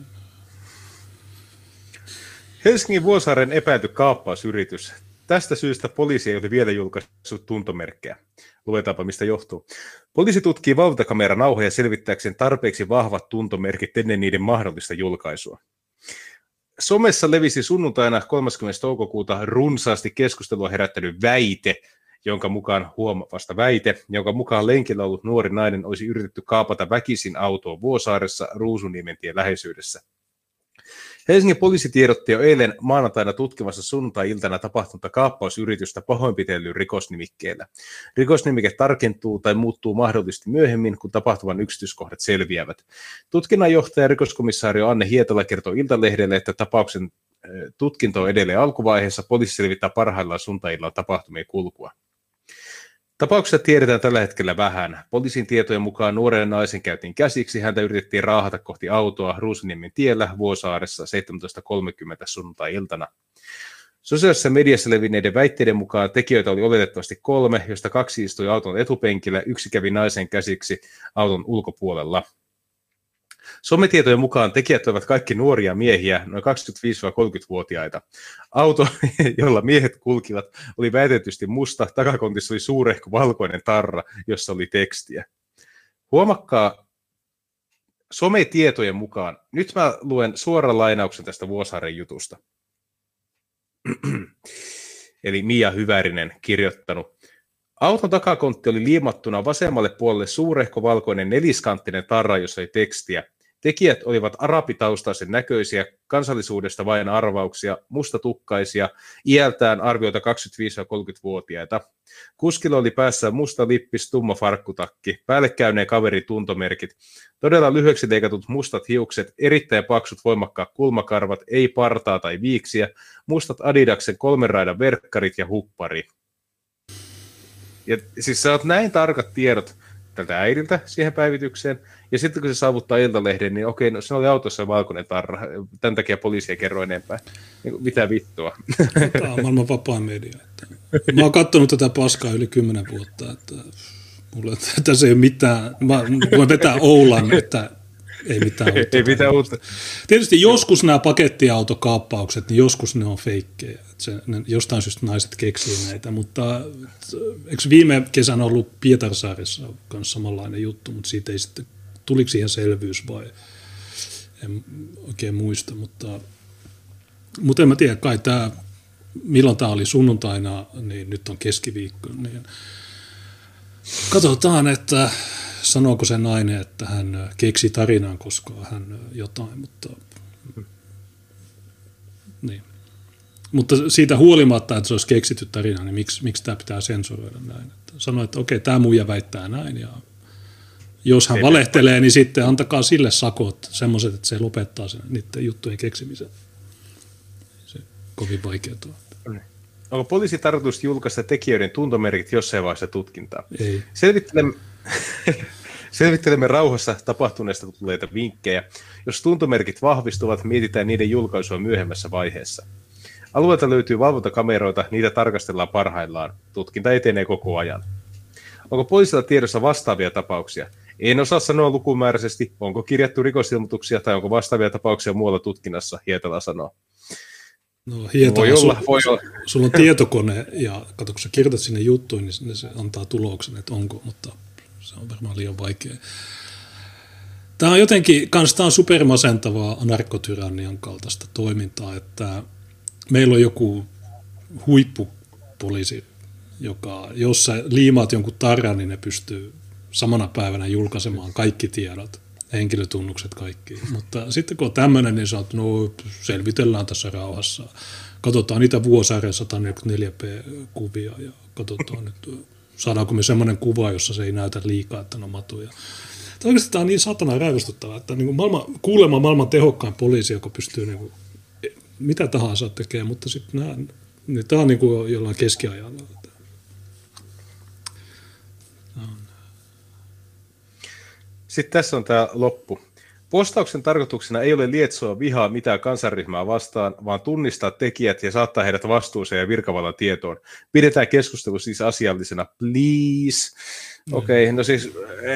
Helsingin Vuosaaren epäilty kaappausyritys. Tästä syystä poliisi ei ole vielä julkaissut tuntomerkkejä. Luetaanpa, mistä johtuu. Poliisi tutkii valvontakameranauhoja selvittääkseen tarpeeksi vahvat tuntomerkit ennen niiden mahdollista julkaisua. Somessa levisi sunnuntaina 30. toukokuuta runsaasti keskustelua herättänyt väite, jonka mukaan lenkillä ollut nuori nainen olisi yritetty kaapata väkisin autoa Vuosaaressa Ruusuniementien läheisyydessä. Helsingin poliisi tiedotti jo eilen maanantaina tutkimassa sunnuntai-iltana tapahtunutta kaappausyritystä pahoinpitellyn rikosnimikkeellä. Rikosnimike tarkentuu tai muuttuu mahdollisesti myöhemmin, kun tapahtuvan yksityiskohdat selviävät. Tutkinnanjohtaja rikoskomissario Anne Hietala kertoi Iltalehdelle, että tapauksen tutkinto on edelleen alkuvaiheessa. Poliisi selvittää parhaillaan sunnuntai-illalla tapahtumien kulkua. Tapauksessa tiedetään tällä hetkellä vähän. Poliisin tietojen mukaan nuoren naisen käytiin käsiksi. Häntä yritettiin raahata kohti autoa Ruusuniemen tiellä Vuosaaressa 17.30 sunnuntai-iltana. Sosiaalisessa mediassa levinneiden väitteiden mukaan tekijöitä oli oletettavasti 3, joista 2 istui auton etupenkillä, 1 kävi naisen käsiksi auton ulkopuolella. Sometietojen mukaan tekijät olivat kaikki nuoria miehiä, noin 25-30-vuotiaita. Auto, jolla miehet kulkivat, oli väitetysti musta, takakontissa oli suurehko valkoinen tarra, jossa oli tekstiä. Huomakkaa sometietojen mukaan, nyt mä luen suoran lainauksen tästä Vuosaaren jutusta. Eli Mia Hyvärinen kirjoittanut. Auton takakontti oli liimattuna vasemmalle puolelle suurehko valkoinen neliskanttinen tarra, jossa oli tekstiä. Tekijät olivat arabitaustaisen näköisiä, kansallisuudesta vain arvauksia, mustatukkaisia, iältään arvioita 25-30-vuotiaita. Kuskilla oli päässään musta lippis, tumma farkkutakki, päällekkäyneen kaverin tuntomerkit, todella lyhyeksi leikatut mustat hiukset, erittäin paksut voimakkaat kulmakarvat, ei partaa tai viiksiä, mustat Adidaksen 3 raidan verkkarit ja huppari. Ja siis sä oot näin tarkat tiedot tältä äidiltä siihen päivitykseen, ja sitten kun se saavuttaa Iltalehden, niin okei, no se oli autossa valkoinen tarra, tämän takia poliisi ei kerro enempää. Mitä vittua? Tämä on maailman vapaa media. Mä oon katsonut tätä paskaa yli 10 vuotta, että mulla tässä ei ole mitään, mä voin vetää Oulan, että ei mitään uutta. Ei mitään uutta. Tietysti joskus nämä pakettiautokaappaukset, niin joskus ne on feikkejä. Jostain syystä naiset keksii näitä, mutta eikö viime kesänä ollut Pietarsaaressa myös samanlainen juttu, mutta siitä ei sitten, tuliko siihen selvyys vai en oikein muista, mutta en mä tiedä, kai milloin tämä oli sunnuntaina, niin nyt on keskiviikko, niin Katsotaan, että sanooko se nainen, että hän keksi tarinan, koska hän jotain, mutta niin. Mutta siitä huolimatta, että se olisi keksitty tarina, niin miksi tämä pitää sensuroida näin? Sanoi, että okei, tämä muija väittää näin, ja jos hän valehtelee, niin sitten antakaa sille sakot semmoiset, että se lopettaa sen niiden juttujen keksimisen. Se kovin vaikeaa. Onko poliisi tarkoitus julkaista tekijöiden tuntomerkit jossain vaiheessa tutkintaa? Ei. Selvittelemme rauhassa tapahtuneesta tulleita vinkkejä. Jos tuntomerkit vahvistuvat, mietitään niiden julkaisua myöhemmässä vaiheessa. Alueelta löytyy valvontakameroita, niitä tarkastellaan parhaillaan. Tutkinta etenee koko ajan. Onko poliisilla tiedossa vastaavia tapauksia? En osaa sanoa lukumääräisesti, onko kirjattu rikosilmoituksia tai onko vastaavia tapauksia muualla tutkinnassa, Hietala sanoo. No Hietala, voi olla. Sulla on tietokone ja kato, kun sä kirjoitat sinne juttuun, niin se antaa tuloksen, että onko, mutta se on varmaan liian vaikea. Tämä on jotenkin, tämä on supermasentavaa anarkotyrannian kaltaista toimintaa, että meillä on joku huippupoliisi, jos sä liimaat jonkun tarran, niin ne pystyy samana päivänä julkaisemaan kaikki tiedot, henkilötunnukset kaikki. Mutta sitten kun on tämmöinen, niin saat, no selvitellään tässä rauhassa. Katsotaan niitä Vuosaaren 144p-kuvia ja katsotaan nyt, saadaanko me semmoinen kuva, jossa se ei näytä liikaa, että ne on matuja. Oikeasti tämä on niin satana raivostuttavaa, että niin kuulemma maailman tehokkain poliisi, joka pystyy niin kuin, mitä tahansa tekemään, mutta sitten tämä on niin kuin jollain keskiajalla. Sitten tässä on tämä loppu. Postauksen tarkoituksena ei ole lietsoa vihaa mitään kansanryhmää vastaan, vaan tunnistaa tekijät ja saattaa heidät vastuuseen ja virkavallan tietoon. Pidetään keskustelu siis asiallisena, please. Okei, no siis,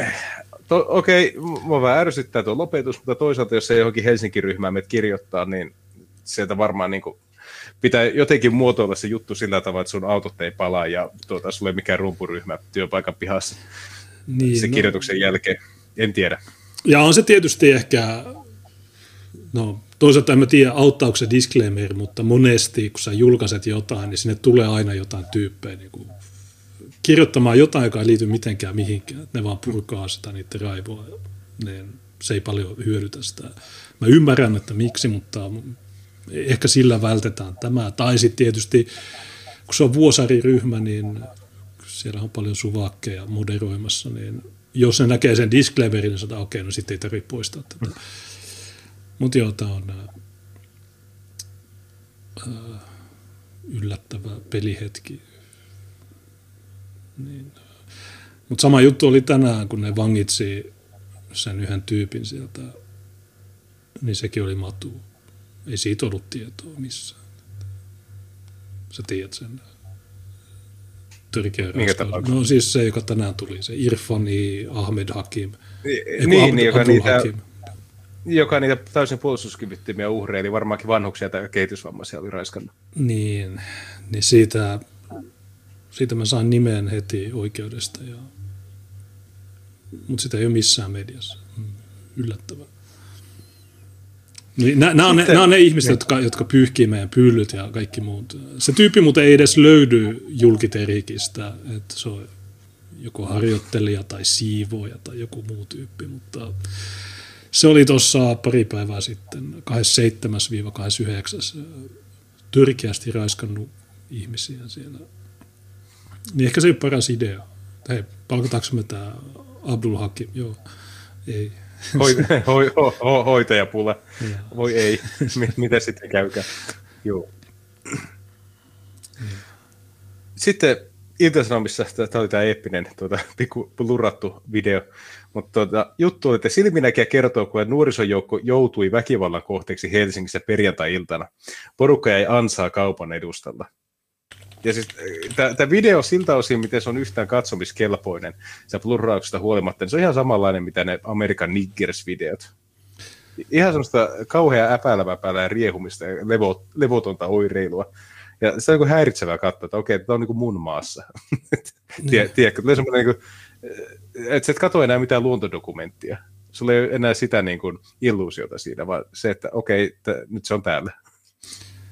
mua vähän ärsyttää tuo lopetus, mutta toisaalta jos ei johonkin Helsinki-ryhmään meidät kirjoittaa, niin sieltä varmaan niin kuin pitää jotenkin muotoilla se juttu sillä tavalla, että sun autot ei palaa ja sulla ei mikään rumpuryhmä työpaikan pihassa niin, kirjoituksen jälkeen. En tiedä. Ja on se tietysti ehkä, no toisaalta en mä tiedä auttaako se disclaimer, mutta monesti kun sä julkaiset jotain, niin sinne tulee aina jotain tyyppejä niin kuin kirjoittamaan jotain, joka ei liity mitenkään mihinkään. Ne vaan purkaa sitä niiden raivoa. Se ei paljon hyödytä sitä. Mä ymmärrän, että miksi, mutta ehkä sillä vältetään tämä. Tai sitten tietysti, kun se on Vuosari-ryhmä, niin siellä on paljon suvakkeja moderoimassa, niin jos ne näkee sen disclaimerin, niin sanotaan, okei, no sitten ei tarvitse poistaa tätä. Mutta joo, tämä on yllättävä pelihetki. Niin. Mutta sama juttu oli tänään, kun ne vangitsi sen yhden tyypin sieltä, niin sekin oli matu. Ei siitä ollut tietoa missään. Sä tiedät sen. Törkeä raskaus. No siis se, joka tänään tuli, se Irfani Ahmed Hakim. Joka niitä täysin puolustuskyvyttömiä uhreja, eli varmaankin vanhuksia tai kehitysvammaisia oli raiskannut. Niin siitä mä sain nimen heti oikeudesta, mutta sitä ei ole missään mediassa. Yllättävää. Niin, nämä on ne ihmiset, jotka pyyhkii meidän pyllyt ja kaikki muut. Se tyyppi muuten ei edes löydy julkiterikistä, että se on joko harjoittelija tai siivooja tai joku muu tyyppi, mutta se oli tuossa pari päivää sitten, 27-29, törkeästi raiskannut ihmisiä siellä. Niin ehkä se ei ole paras idea. Hei, palkataanko me tämä Abdul Hakim? Joo, ei. Hoitajapula. Voi ei. Mitä sitten käykään? Joo. Sitten Ilta-Sanomissa, tämä oli tämä eeppinen pikku lurattu video, mutta juttu oli, että silminäkijä kertoo, kun nuorisojoukko joutui väkivallan kohteeksi Helsingissä perjantai-iltana. Porukka jäi ansaa kaupan edustalla. Ja siis tämä video siltä osin, miten se on yhtään katsomiskelpoinen, se plurauksesta huolimatta, niin se on ihan samanlainen, mitä ne American Niggers-videot. Ihan semmoista kauheaa äpäiläväpäällä ja riehumista ja levotonta oireilua. Ja se on niin häiritsevää katsoa, että okei, tämä on niin kuin mun maassa. Tiedätkö, tulee semmoinen, niin kuin, että sä et katso enää mitään luontodokumenttia. Sulla ei ole enää sitä niin kuin illuusiota siinä, vaan se, että okei, nyt se on täällä.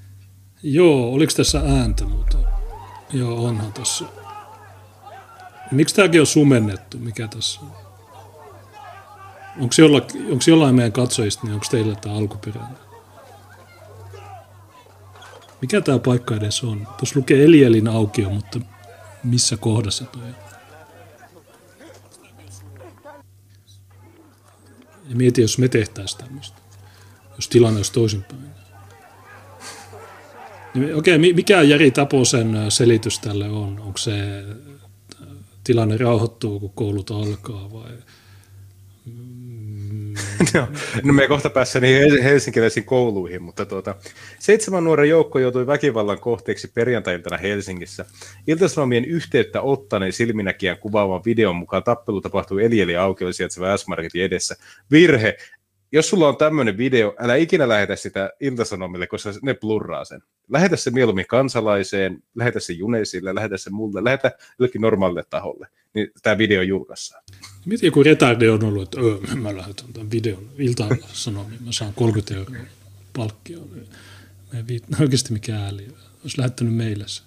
Joo, oliko tässä ääntä muuta? Joo, onhan tässä. Miksi tämäkin on sumennettu? Mikä tässä on? Onko jollain meidän katsojista, niin onko teillä tämä alkuperäinen? Mikä tämä paikka edes on? Tuossa lukee Elielin aukio, mutta missä kohdassa toi on? Ja mieti, jos me tehtäisiin tämmöistä. Jos tilanne olisi toisinpäin. Niin, okei, mikä Jari Taposen selitys tälle on? Onko se tilanne rauhoittuu, kun koulut alkaa vai... No me kohta päässä niin helsinkiläisiin kouluihin, mutta 7 nuoren joukko joutui väkivallan kohteeksi perjantai-iltana Helsingissä. Ilta-Sanomien yhteyttä ottaneen silminäkijän kuvaavan videon mukaan tappelu tapahtui Elielin aukiolla sijaitseva S-Marketin edessä. Virhe! Jos sulla on tämmöinen video, älä ikinä lähetä sitä Ilta-Sanomille, koska ne blurraa sen. Lähetä se mieluummin Kansalaiseen, lähetä se Junesille, lähetä se mulle, lähetä jollekin normaalille taholle. Niin tämä video julkaissaan. Miten joku retardi on ollut, että mä lähetän tämän videon Ilta-Sanomiin, mä saan 30 € palkkioon. Mä en oikeasti mikään ääli. Olisi lähettänyt meille se.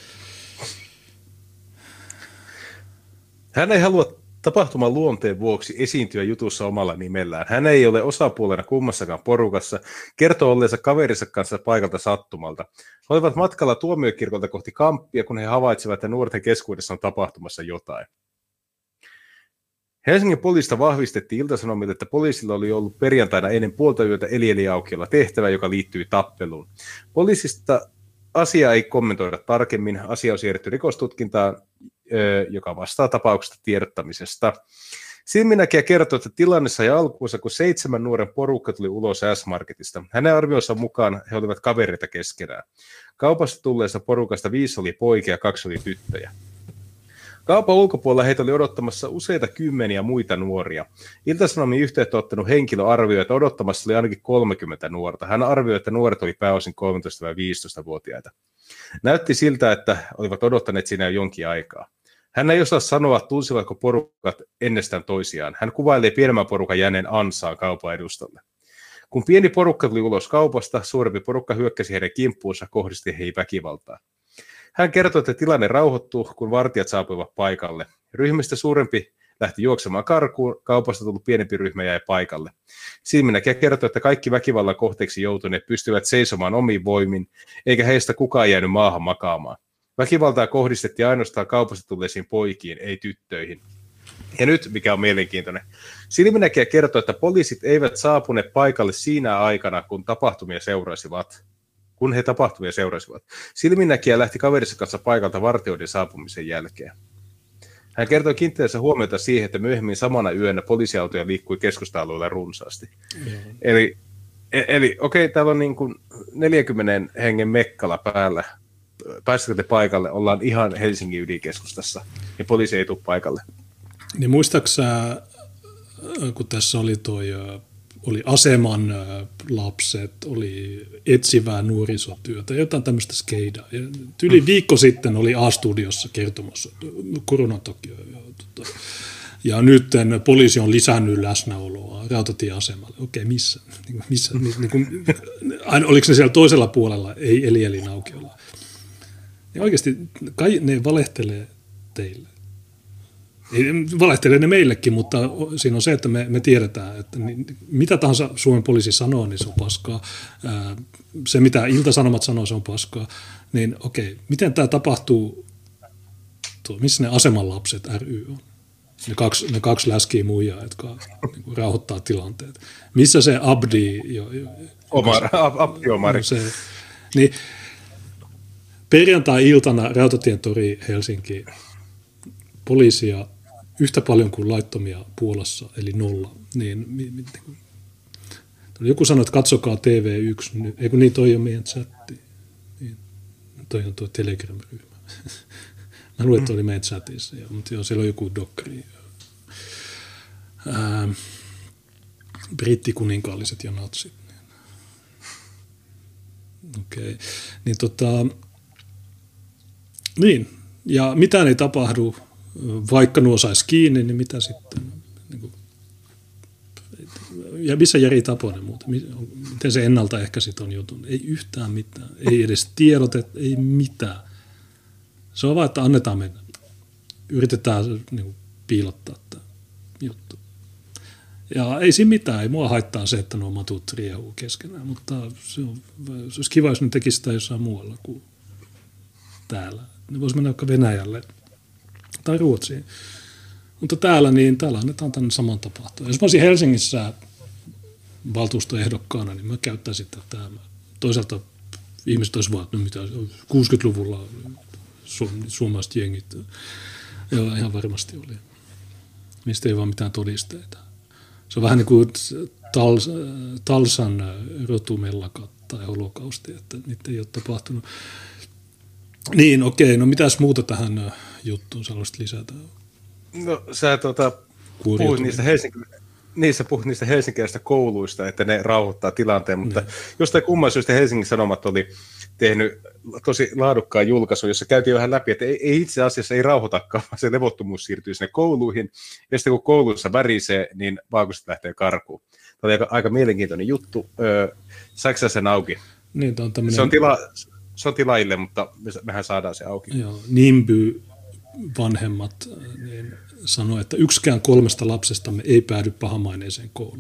Hän ei halua tapahtuman luonteen vuoksi esiintyä jutussa omalla nimellään. Hän ei ole osapuolena kummassakaan porukassa, kertoo olleensa kaverinsa kanssa paikalta sattumalta. He olivat matkalla tuomiokirkolta kohti Kamppia, kun he havaitsivat, että nuorten keskuudessa on tapahtumassa jotain. Helsingin poliisista vahvistettiin Ilta-Sanomille, että poliisilla oli ollut perjantaina ennen puolta yötä Elieli-aukiolla tehtävä, joka liittyi tappeluun. Poliisista asiaa ei kommentoida tarkemmin. Asia on siirretty rikostutkintaan, joka vastaa tapauksesta tiedottamisesta. Silminäkijä kertoo, että tilanne sai alkuunsa, kun 7 nuoren porukka tuli ulos S-Marketista. Hänen arvionsa mukaan he olivat kavereita keskenään. Kaupasta tulleesta porukasta 5 oli poikia ja 2 oli tyttöjä. Kaupan ulkopuolella heitä oli odottamassa useita kymmeniä muita nuoria. Ilta-Sanomien yhteyttä ottanut henkilö arvioi, että odottamassa oli ainakin 30 nuorta. Hän arvioi, että nuoret oli pääosin 13-15-vuotiaita. Näytti siltä, että olivat odottaneet siinä jo jonkin aikaa. Hän ei osaa sanoa, tunsivatko porukat ennestään toisiaan. Hän kuvailee pienemmän porukan jääneen ansaan kaupan edustalle. Kun pieni porukka tuli ulos kaupasta, suurempi porukka hyökkäsi heidän kimppuunsa, kohdisti heihin väkivaltaa. Hän kertoi, että tilanne rauhoittui, kun vartijat saapuivat paikalle. Ryhmistä suurempi lähti juoksemaan karkuun, kaupasta tullut pienempi ryhmä jäi paikalle. Silminäkijä kertoi, että kaikki väkivallan kohteeksi joutuneet pystyvät seisomaan omiin voimin, eikä heistä kukaan jäänyt maahan makaamaan. Väkivaltaa kohdistettiin ainoastaan kaupasta tulleisiin poikiin, ei tyttöihin. Ja nyt, mikä on mielenkiintoinen, silminäkijä kertoi, että poliisit eivät saapuneet paikalle siinä aikana, kun he tapahtumia seurasivat. Silminnäkijä lähti kaverinsa kanssa paikalta vartijoiden saapumisen jälkeen. Hän kertoi kiinnittäneensä huomiota siihen, että myöhemmin samana yönä poliisiautoja liikkui keskusta-alueella runsaasti. Eli okei, täällä on niin kuin 40 hengen mekkala päällä. Päästäkö te paikalle? Ollaan ihan Helsingin ydinkeskustassa ja poliisi ei tule paikalle. Niin muistaaksä, kun tässä oli aseman lapset, oli etsivää nuorisotyötä, jotain tämmöistä skeidaa. Yli viikko sitten oli A-studiossa kertomassa koronan takia. Ja nyt poliisi on lisännyt läsnäoloa rautatieasemalle. Okei, missä? Oliko ne siellä toisella puolella, ei Elielin aukiolla? Ja oikeasti ne valehtelee teille. Valehtelee ne meillekin, mutta siinä on se, että me tiedetään, että mitä tahansa Suomen poliisi sanoo, niin se on paskaa. Se, mitä Ilta-Sanomat sanoo, se on paskaa. Niin okei, miten tämä tapahtuu, missä ne asemanlapset ry on? Ne kaksi läskiä muijaa, jotka niin rauhoittaa tilanteet. Missä se Abdi? Abdi Omari. Niin, perjantai-iltana Rautatien tori Helsinki, poliisia yhtä paljon kuin laittomia Puolassa, eli 0. Joku sanoi, että katsokaa TV1, eikö niin, toi on meidän chatti. Niin, toi on tuo Telegram-ryhmä. Mä luulen, että oli meidän chatissa, mutta joo, siellä on joku dokkari. Brittikuninkaalliset ja natsit. Okei. Niin, ja mitään ei tapahdu, vaikka nuo saisi kiinni, niin mitä sitten? Ja missä Jari Taponen muuten? Miten se ennaltaehkäisi ton jutun? Ei yhtään mitään. Ei edes tiedotet, ei mitään. Se on vaan, että annetaan mennä. yritetään niin kuin piilottaa tämä juttu. Ja ei siinä mitään, ei mua haittaa se, että nuo matut riehuu keskenään, mutta se olisi kiva, jos ne tekisi sitä jossain muualla kuin täällä. Ne voisi mennä vaikka Venäjälle tai Ruotsiin. Mutta täällä annetaan tänne saman tapahtua. Jos mä olisin Helsingissä valtuustoehdokkaana, niin mä käyttäisin tätä. Toisaalta ihmiset olisivat vaan, että no mitä 60-luvulla suomalaiset jengit. Joo, ihan varmasti oli. Mistä ei vaan mitään todisteita. Se on vähän niin kuin Talsan rotumellakat tai holokausti, että niitä ei ole tapahtunut. Niin, okei. No mitäs muuta tähän juttuun sä haluaisit lisätä? No sä puhuit niistä helsinkiläisistä kouluista, että ne rauhoittaa tilanteen, mutta jostain kumman syystä Helsingin Sanomat oli tehnyt tosi laadukkaan julkaisun, jossa käytiin vähän läpi, että ei itse asiassa ei rauhoitakaan, vaan se levottomuus siirtyy sinne kouluihin, ja sitten kun kouluissa värisee, niin vaakuset lähtee karkuun. Tämä oli aika mielenkiintoinen juttu. Saiko sä sen auki? Niin, se on tilaajille, mutta mehän saadaan se auki. Joo, Nimby vanhemmat niin sanoi, että yksikään 3 lapsestamme ei päädy pahamaineiseen kouluun.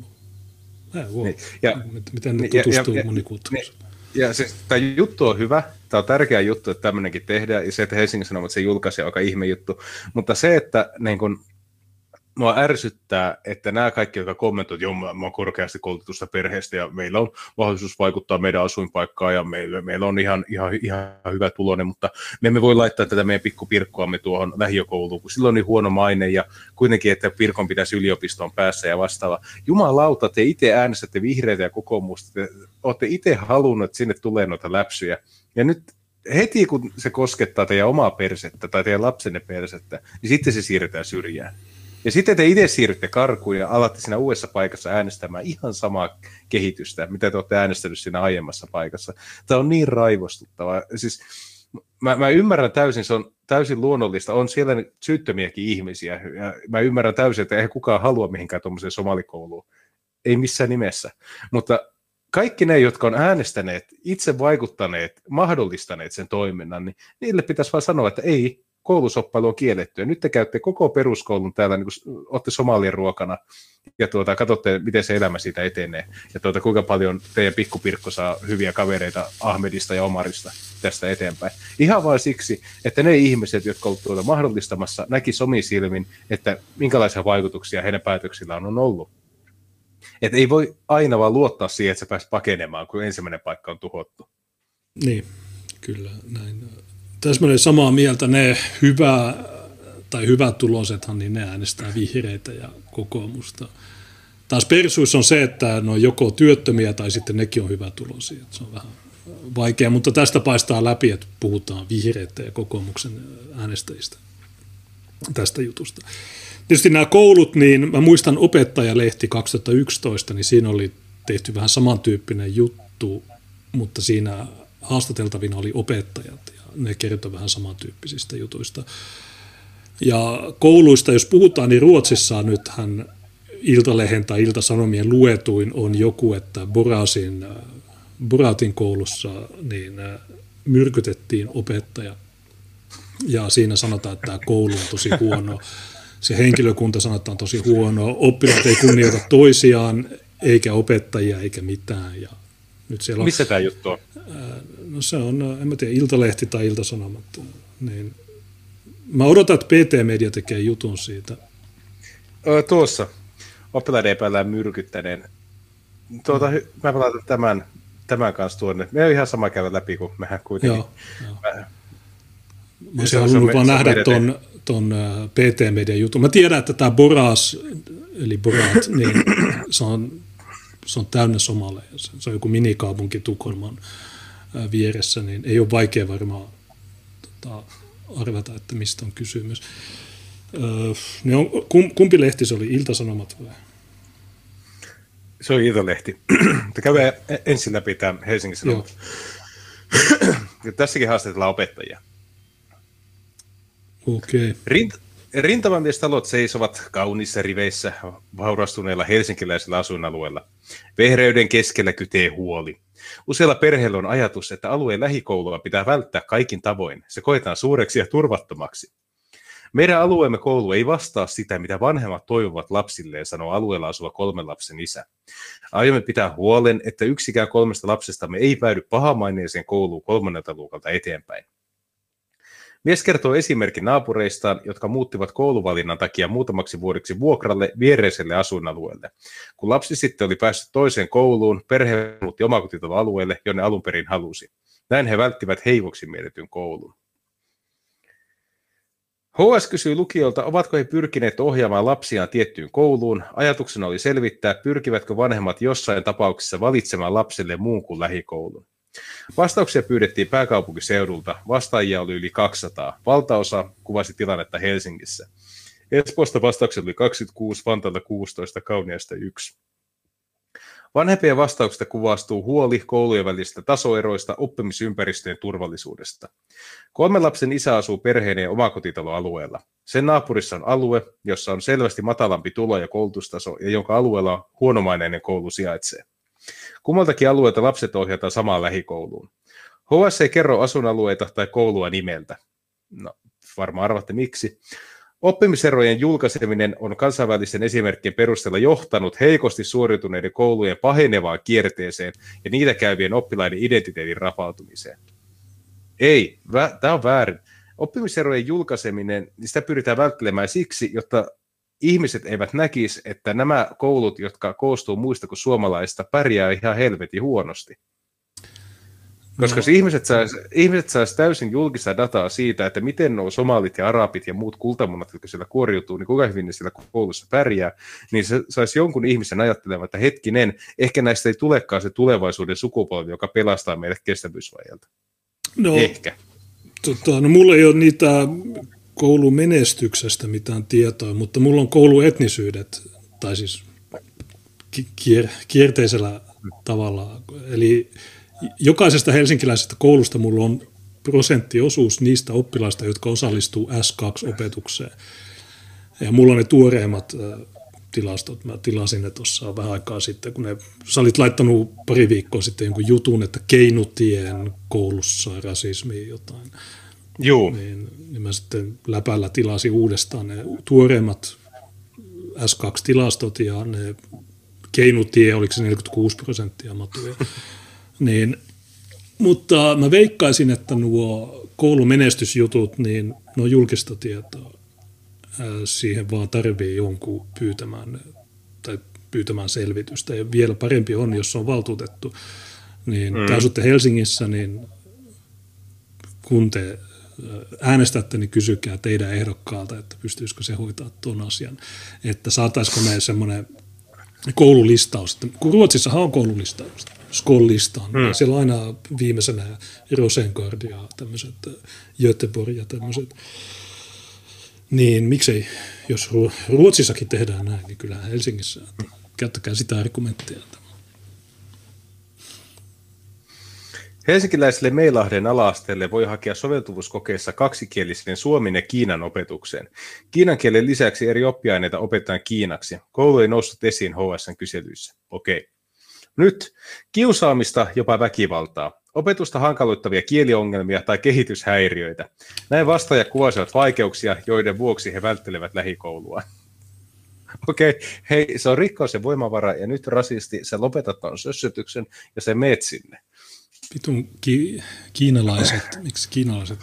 Niin. Miten ne tutustuu monikulttuurisuuteen? Ja siis tämä juttu on hyvä, tämä on tärkeä juttu, että tämmöinenkin tehdään, ja se, että Helsingin Sanomat se julkaisi, on aika ihme juttu, mutta se, että niin kun, mua ärsyttää, että nämä kaikki, jotka kommentoivat, että joo, mä oon korkeasti koulutetusta perheestä, ja meillä on mahdollisuus vaikuttaa meidän asuinpaikkaan, ja meillä on ihan hyvä tuloinen, mutta me emme voi laittaa tätä meidän pikkupirkkoamme tuohon lähiökouluun, kun silloin on niin huono maine, ja kuitenkin, että pirkon pitäisi yliopistoon päässä ja vastaava. Jumalauta, te itse äänestätte vihreitä ja kokoomusta, te olette itse halunneet, että sinne tulee noita läpsyjä, ja nyt heti kun se koskettaa teidän omaa persettä tai teidän lapsenne persettä, niin sitten se siirretään syrjään. Ja sitten te itse siirrytte karkuun ja alatte siinä uudessa paikassa äänestämään ihan samaa kehitystä, mitä te olette äänestänyt siinä aiemmassa paikassa. Tämä on niin raivostuttavaa. Siis, mä ymmärrän täysin, se on täysin luonnollista. On siellä syyttömiäkin ihmisiä. Ja mä ymmärrän täysin, että eihän kukaan halua mihinkään tuommoiseen somalikouluun. Ei missään nimessä. Mutta kaikki ne, jotka on äänestäneet, itse vaikuttaneet, mahdollistaneet sen toiminnan, niin niille pitäisi vaan sanoa, että ei, koulusoppailu on kielletty. Ja nyt te käytte koko peruskoulun täällä, niin kuin olette somalien ruokana, ja katsotte, miten se elämä siitä etenee. Ja kuinka paljon teidän pikkupirkko saa hyviä kavereita Ahmedista ja Omarista tästä eteenpäin. Ihan vain siksi, että ne ihmiset, jotka ovat mahdollistamassa, näki omin silmin, että minkälaisia vaikutuksia heidän päätöksillään on ollut. Että ei voi aina vaan luottaa siihen, että sä pääset pakenemaan, kun ensimmäinen paikka on tuhottu. Niin, kyllä näin. Täsmälleen samaa mieltä, ne hyvät tulosethan, niin ne äänestää vihreitä ja kokoomusta. Taas persuissa on se, että ne on joko työttömiä tai sitten nekin on hyvätuloisia. Se on vähän vaikea, mutta tästä paistaa läpi, että puhutaan vihreitä ja kokoomuksen äänestäjistä tästä jutusta. Tietysti nämä koulut, niin mä muistan Opettajalehti 2011, niin siinä oli tehty vähän samantyyppinen juttu, mutta siinä haastateltavina oli opettajat. Ne kertoo vähän samantyyppisistä jutuista. Ja kouluista, jos puhutaan, niin Ruotsissa nythän Iltalehden tai Ilta-Sanomien luetuin on joku, että Boratin koulussa niin myrkytettiin opettaja. Ja siinä sanotaan, että tämä koulu on tosi huono. Se henkilökunta sanotaan tosi huono. Oppilaat ei kunnioita toisiaan, eikä opettajia, eikä mitään. Ja nyt siellä on, missä tämä juttu on? No se on, en mä tiedä, Iltalehti tai Ilta-Sanomat. Niin. Mä odotan, että PT-media tekee jutun siitä. Tuossa. Oppilaiden epäillään myrkyttäneen. Mä pelatan tämän kanssa tuonne. Me on ihan sama käydä läpi kuin mehän kuitenkin. Joo. Mä olisin halunnut vaan nähdä ton PT-median jutun. Mä tiedän, että tämä Boras, eli Borat, niin se on täynnä somaleja. Se on joku minikaupunki Tukholman vieressä, niin ei ole vaikea varmaan arvata, että mistä on kysymys. Kumpi lehti se oli, Ilta-Sanomat vai? Se on Iltalehti. Käydään ensin läpi tämä Helsingin Sanomat. Tässäkin haastatellaan opettajia. Okei. Rintamamiestalot seisovat kauniissa riveissä vaurastuneilla helsinkiläisillä asuinalueilla. Vehreyden keskellä kytee huoli. Useilla perheillä on ajatus, että alueen lähikoulua pitää välttää kaikin tavoin. Se koetaan suureksi ja turvattomaksi. Meidän alueemme koulu ei vastaa sitä, mitä vanhemmat toivovat lapsilleen, sanoo alueella asuva 3 lapsen isä. Aiomme pitää huolen, että yksikään 3 lapsestamme ei päädy pahamaineeseen kouluun 3. luokalta eteenpäin. Mies kertoo esimerkin naapureistaan, jotka muuttivat kouluvalinnan takia muutamaksi vuodeksi vuokralle viereiselle asuinalueelle. Kun lapsi sitten oli päässyt toiseen kouluun, perhe muutti omakotitaloalueelle, jonne alun perin halusi. Näin he välttivät heikoksi mielletyn koulun. HS kysyi lukiolta, ovatko he pyrkineet ohjaamaan lapsiaan tiettyyn kouluun. Ajatuksena oli selvittää, pyrkivätkö vanhemmat jossain tapauksessa valitsemaan lapselle muun kuin lähikoulun. Vastauksia pyydettiin pääkaupunkiseudulta. Vastaajia oli yli 200. Valtaosa kuvasi tilannetta Helsingissä. Espoosta vastauksia oli 26, Vantaalta 16, Kauniaista 1. Vanhempien vastauksista kuvastuu huoli koulujen välisistä tasoeroista, oppimisympäristöjen turvallisuudesta. 3 lapsen isä asuu perheineen omakotitaloalueella. Sen naapurissa on alue, jossa on selvästi matalampi tulo- ja koulutustaso ja jonka alueella huonomaineinen koulu sijaitsee. Kummaltakin alueelta lapset ohjataan samaan lähikouluun. HS ei kerro asuinalueita tai koulua nimeltä. No, varmaan arvatte miksi. Oppimiserojen julkaiseminen on kansainvälisten esimerkkien perusteella johtanut heikosti suoriutuneiden koulujen pahenevaan kierteeseen ja niitä käyvien oppilaiden identiteetin rapautumiseen. Ei, tämä on väärin. Oppimiserojen julkaiseminen, niin sitä pyritään välttelemään siksi, jotta ihmiset eivät näkisi, että nämä koulut, jotka koostuu muista kuin suomalaista, pärjää ihan helvetin huonosti. Koska ihmiset sais täysin julkista dataa siitä, että miten nuo somalit ja arabit ja muut kultamunat, jotka siellä kuoriutuu, niin kuinka hyvin ne siellä koulussa pärjää, niin se saisi jonkun ihmisen ajattelemaan, että hetkinen, ehkä näistä ei tulekaan se tulevaisuuden sukupolvi, joka pelastaa meidät kestävyysvajelta. No, ehkä. No mulla ei ole niitä koulumenestyksestä mitään tietoa, mutta mulla on kouluetnisyydet, tai siis kierteisellä tavalla. Eli jokaisesta helsinkiläisestä koulusta mulla on prosenttiosuus niistä oppilaista, jotka osallistuu S2-opetukseen. Ja mulla on ne tuoreimmat tilastot. Mä tilasin ne tuossa vähän aikaa sitten, kun sä olit laittanut pari viikkoa sitten jonkun jutun, että Keinutien koulussa rasismi jotain. Joo. Niin mä sitten läpällä tilasin uudestaan ne tuoreimmat S2-tilastot ja ne Keinutie, oliko se 46% matuja. Niin, mutta mä veikkaisin, että nuo koulumenestysjutut, niin ne on julkista tietoa. Siihen vaan tarvii jonkun pyytämään selvitystä. Ja vielä parempi on, jos on valtuutettu. Niin te asutte Helsingissä, niin kun te äänestätte, niin kysykää teidän ehdokkaalta, että pystyisikö se hoitaa tuon asian. Että saataisiko me semmoinen koululistaus. Kun Ruotsissahan on koululistaus. Skoll-listaan. Siellä on aina viimeisenä Rosengård ja tämmöiset Göteborg ja tämmöiset. Niin miksei, jos Ruotsissakin tehdään näin, niin kyllähän Helsingissä. Käyttäkää sitä argumenttia. Helsinkiläiselle Meilahden ala-asteelle voi hakea soveltuvuuskokeessa kaksikieliseen suomen ja kiinan opetukseen. Kiinan kielen lisäksi eri oppiaineita opetetaan kiinaksi. Koulu ei noussut esiin HS:n kyselyissä. Okei. Nyt kiusaamista, jopa väkivaltaa, opetusta hankaloittavia kieliongelmia tai kehityshäiriöitä. Näin vastaajat kuvasivat vaikeuksia, joiden vuoksi he välttelevät lähikoulua. Okei, hei, se on rikkaus ja voimavara, ja nyt rasisti, sä lopetat tuon sössötyksen ja sä meet sinne. Vitun kiinalaiset, miksi kiinalaiset?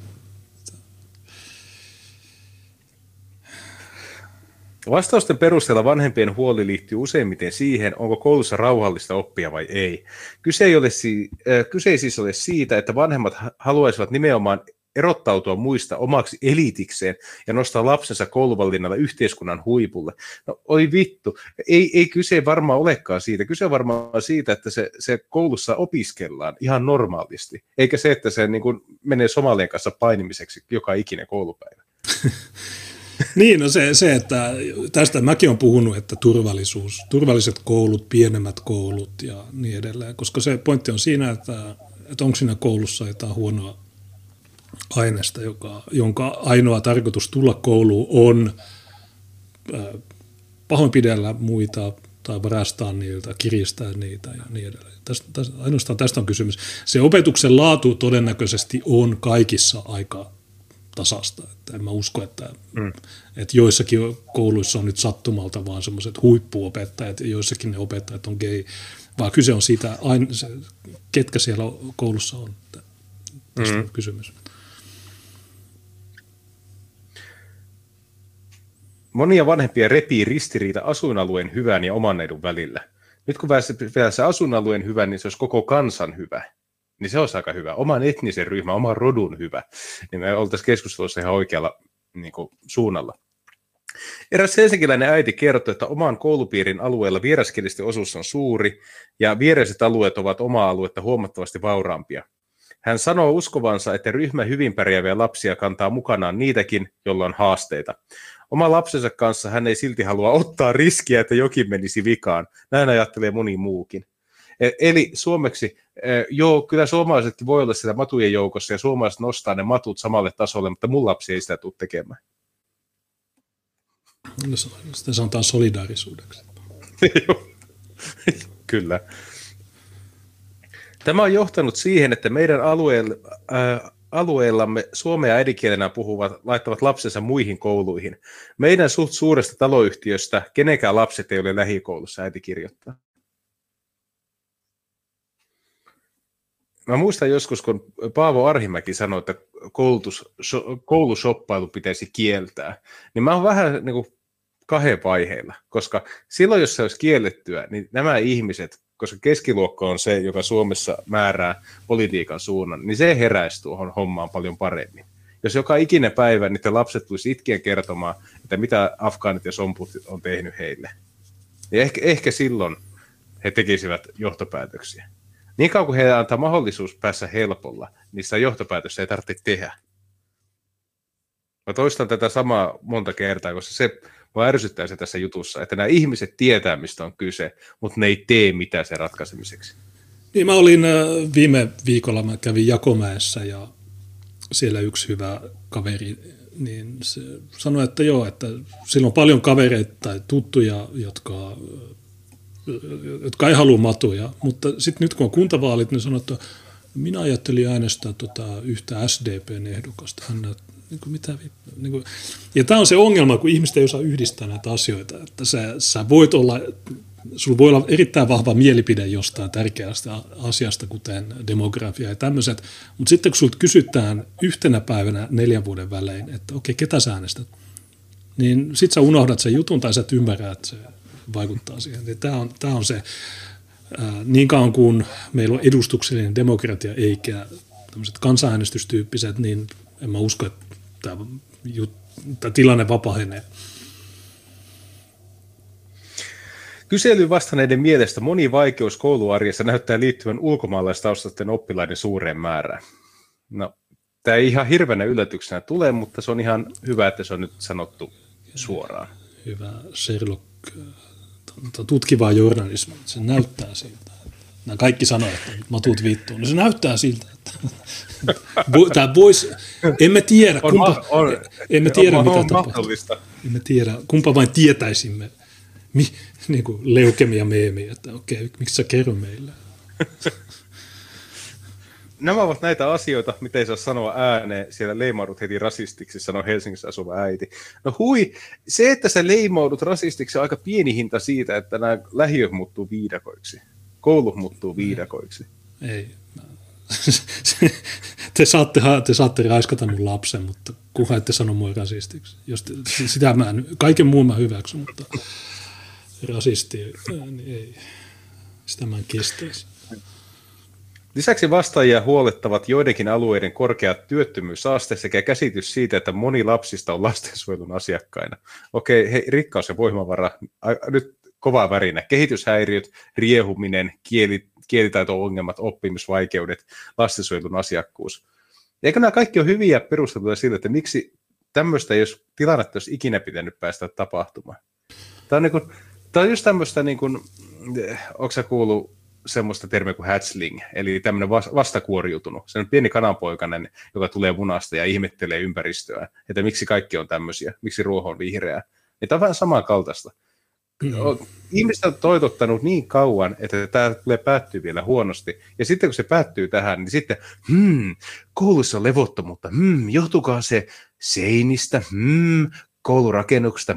Vastausten perusteella vanhempien huoli liittyy useimmiten siihen, onko koulussa rauhallista oppia vai ei. Kyse ei siis ole siitä, että vanhemmat haluaisivat nimenomaan erottautua muista omaksi eliitikseen ja nostaa lapsensa kouluvalinnalla yhteiskunnan huipulle. No oi vittu, ei kyse varmaan olekaan siitä. Kyse on varmaan siitä, että se koulussa opiskellaan ihan normaalisti, eikä se, että se niin kuin menee somalien kanssa painimiseksi joka ikinen koulupäivä. Niin, no se, että tästä mäkin olen puhunut, että turvalliset koulut, pienemmät koulut ja niin edelleen, koska se pointti on siinä, että onko siinä koulussa jotain huonoa aineesta, jonka ainoa tarkoitus tulla kouluun on pahoinpidellä muita tai varastaa niiltä, kiristää niitä ja niin edelleen. Ainoastaan tästä on kysymys. Se opetuksen laatu todennäköisesti on kaikissa aika tasasta. Että en mä usko, että joissakin kouluissa on nyt sattumalta vaan semmoiset huippuopettajat ja joissakin ne opettajat on gay, vaan kyse on siitä, ketkä siellä koulussa on. Tästä on kysymys. Monia vanhempia repii ristiriita asuinalueen hyvän ja oman edun välillä. Nyt kun vielä se asuinalueen hyvä, niin se olisi koko kansan hyvä. Niin se olisi aika hyvä. Oman etnisen ryhmän, oman rodun hyvä. Niin me oltaisiin keskustelussa ihan oikealla niin kuin, suunnalla. Eräs helsinkiläinen äiti kertoi, että oman koulupiirin alueella vieraskielisten osuus on suuri ja viereiset alueet ovat omaa aluetta huomattavasti vauraampia. Hän sanoo uskovansa, että ryhmä hyvin pärjääviä lapsia kantaa mukanaan niitäkin, joilla on haasteita. Oma lapsensa kanssa hän ei silti halua ottaa riskiä, että jokin menisi vikaan. Näin ajattelee moni muukin. Eli suomeksi, joo, kyllä suomalaisetkin voi olla sitä matujen joukossa ja suomalaiset nostaa ne matut samalle tasolle, mutta mun lapsi ei sitä tule tekemään. Sitä sanotaan solidaarisuudeksi. Kyllä. Tämä on johtanut siihen, että meidän alueellamme suomea äidinkielenä puhuvat laittavat lapsensa muihin kouluihin. Meidän suht suuresta taloyhtiöstä kenenkään lapset ei ole lähikoulussa, äiti kirjoittaa. Mä muistan joskus, kun Paavo Arhimäki sanoi, että koulushoppailu pitäisi kieltää, niin mä oon vähän niin kuin kahden vaiheilla, koska silloin, jos se olisi kiellettyä, niin nämä ihmiset, koska keskiluokka on se, joka Suomessa määrää politiikan suunnan, niin se heräisi tuohon hommaan paljon paremmin. Jos joka ikinen päivä niiden lapset tulisi itkien kertomaan, että mitä afgaanit ja somput on tehnyt heille, niin ehkä silloin he tekisivät johtopäätöksiä. Niin kauan kuin heille antaa mahdollisuus päässä helpolla, niin sitä johtopäätöstä ei tarvitse tehdä. Mä toistan tätä samaa monta kertaa, koska se mua ärsyttää se tässä jutussa, että nämä ihmiset tietää, mistä on kyse, mutta ne ei tee mitään sen ratkaisemiseksi. Niin mä olin viime viikolla, mä kävin Jakomäessä ja siellä yksi hyvä kaveri, niin se sanoi, että joo, että sillä on paljon kavereita tai tuttuja, jotka ei halua matuja, mutta sitten nyt kun on kuntavaalit, niin sanoo, että minä ajattelin äänestää yhtä SDPn ehdokasta. Hän ja tämä on se ongelma, kun ihmiset ei osaa yhdistää näitä asioita, että sä voit olla, sulla voi olla erittäin vahva mielipide jostain tärkeästä asiasta, kuten demografia ja tämmöiset, mutta sitten kun sulta kysytään yhtenä päivänä 4 vuoden välein, että okei, ketä sä äänestät, niin sit sä unohdat sen jutun tai sä et ymmärrä, että se vaikuttaa siihen. Tämä on se, niin kauan kuin meillä on edustuksellinen demokratia eikä tämmöiset kansanäänestystyyppiset, niin en mä usko, että tämä tilanne vapahenee. Kyselyyn vastanneiden mielestä moni vaikeus kouluarjessa näyttää liittyvän ulkomaalaistaustaisten oppilaiden suureen määrään. No, tämä ei ihan hirveänä yllätyksenä tule, mutta se on ihan hyvä, että se on nyt sanottu suoraan. Hyvä Sherlock, tutkivaa journalismia, se näyttää siltä. Nämä kaikki sanoo, että matut vittuun, niin se näyttää siltä, että tämä voisi, emme tiedä, mitä tapahtuu. Emme tiedä, kumpa vain tietäisimme, niin kuin leukemia-meemi, että okei, miksi sä kerro meille? Nämä ovat näitä asioita, mitä ei saa sanoa ääneen, siellä leimaudut heti rasistiksi, sanoi Helsingissä asuva äiti. No se, että sä leimaudut rasistiksi, on aika pieni hinta siitä, että nämä lähiöt muuttuu viidakoiksi. Koulut muuttuu viidakoiksi. Ei. Te saatte raiskata mun lapsen, mutta kunhan ette sano mua rasistiksi. Sitä kaiken muun mä hyväksyn, mutta rasisti, niin ei. Sitä mä en kestäisi. Lisäksi vastaajia huolettavat joidenkin alueiden korkeat työttömyysaste sekä käsitys siitä, että moni lapsista on lastensuojelun asiakkaina. Okei, hei, rikkaus ja voimavara, nyt kovaa värinä. Kehityshäiriöt, riehuminen, kielitaito-ongelmat, oppimisvaikeudet, lastensuojelun asiakkuus. Eikö nämä kaikki ole hyviä perusteluja sille, että miksi tämmöistä, jos tilannetta olisi ikinä pitänyt päästä tapahtumaan? Tämä on just tämmöistä, onko sä kuullut semmoista termiä kuin hatchling, eli tämmöinen vastakuoriutunut, sellainen pieni kananpoikainen, joka tulee munasta ja ihmettelee ympäristöä, että miksi kaikki on tämmöisiä, miksi ruoho on vihreää. Niin tämä on vähän samankaltaista. Ihmiset on toitottanut niin kauan, että tämä tulee päättyä vielä huonosti. Ja sitten kun se päättyy tähän, niin sitten, koulussa on levottomuutta, johtuukohan se seinistä, koulurakennuksesta,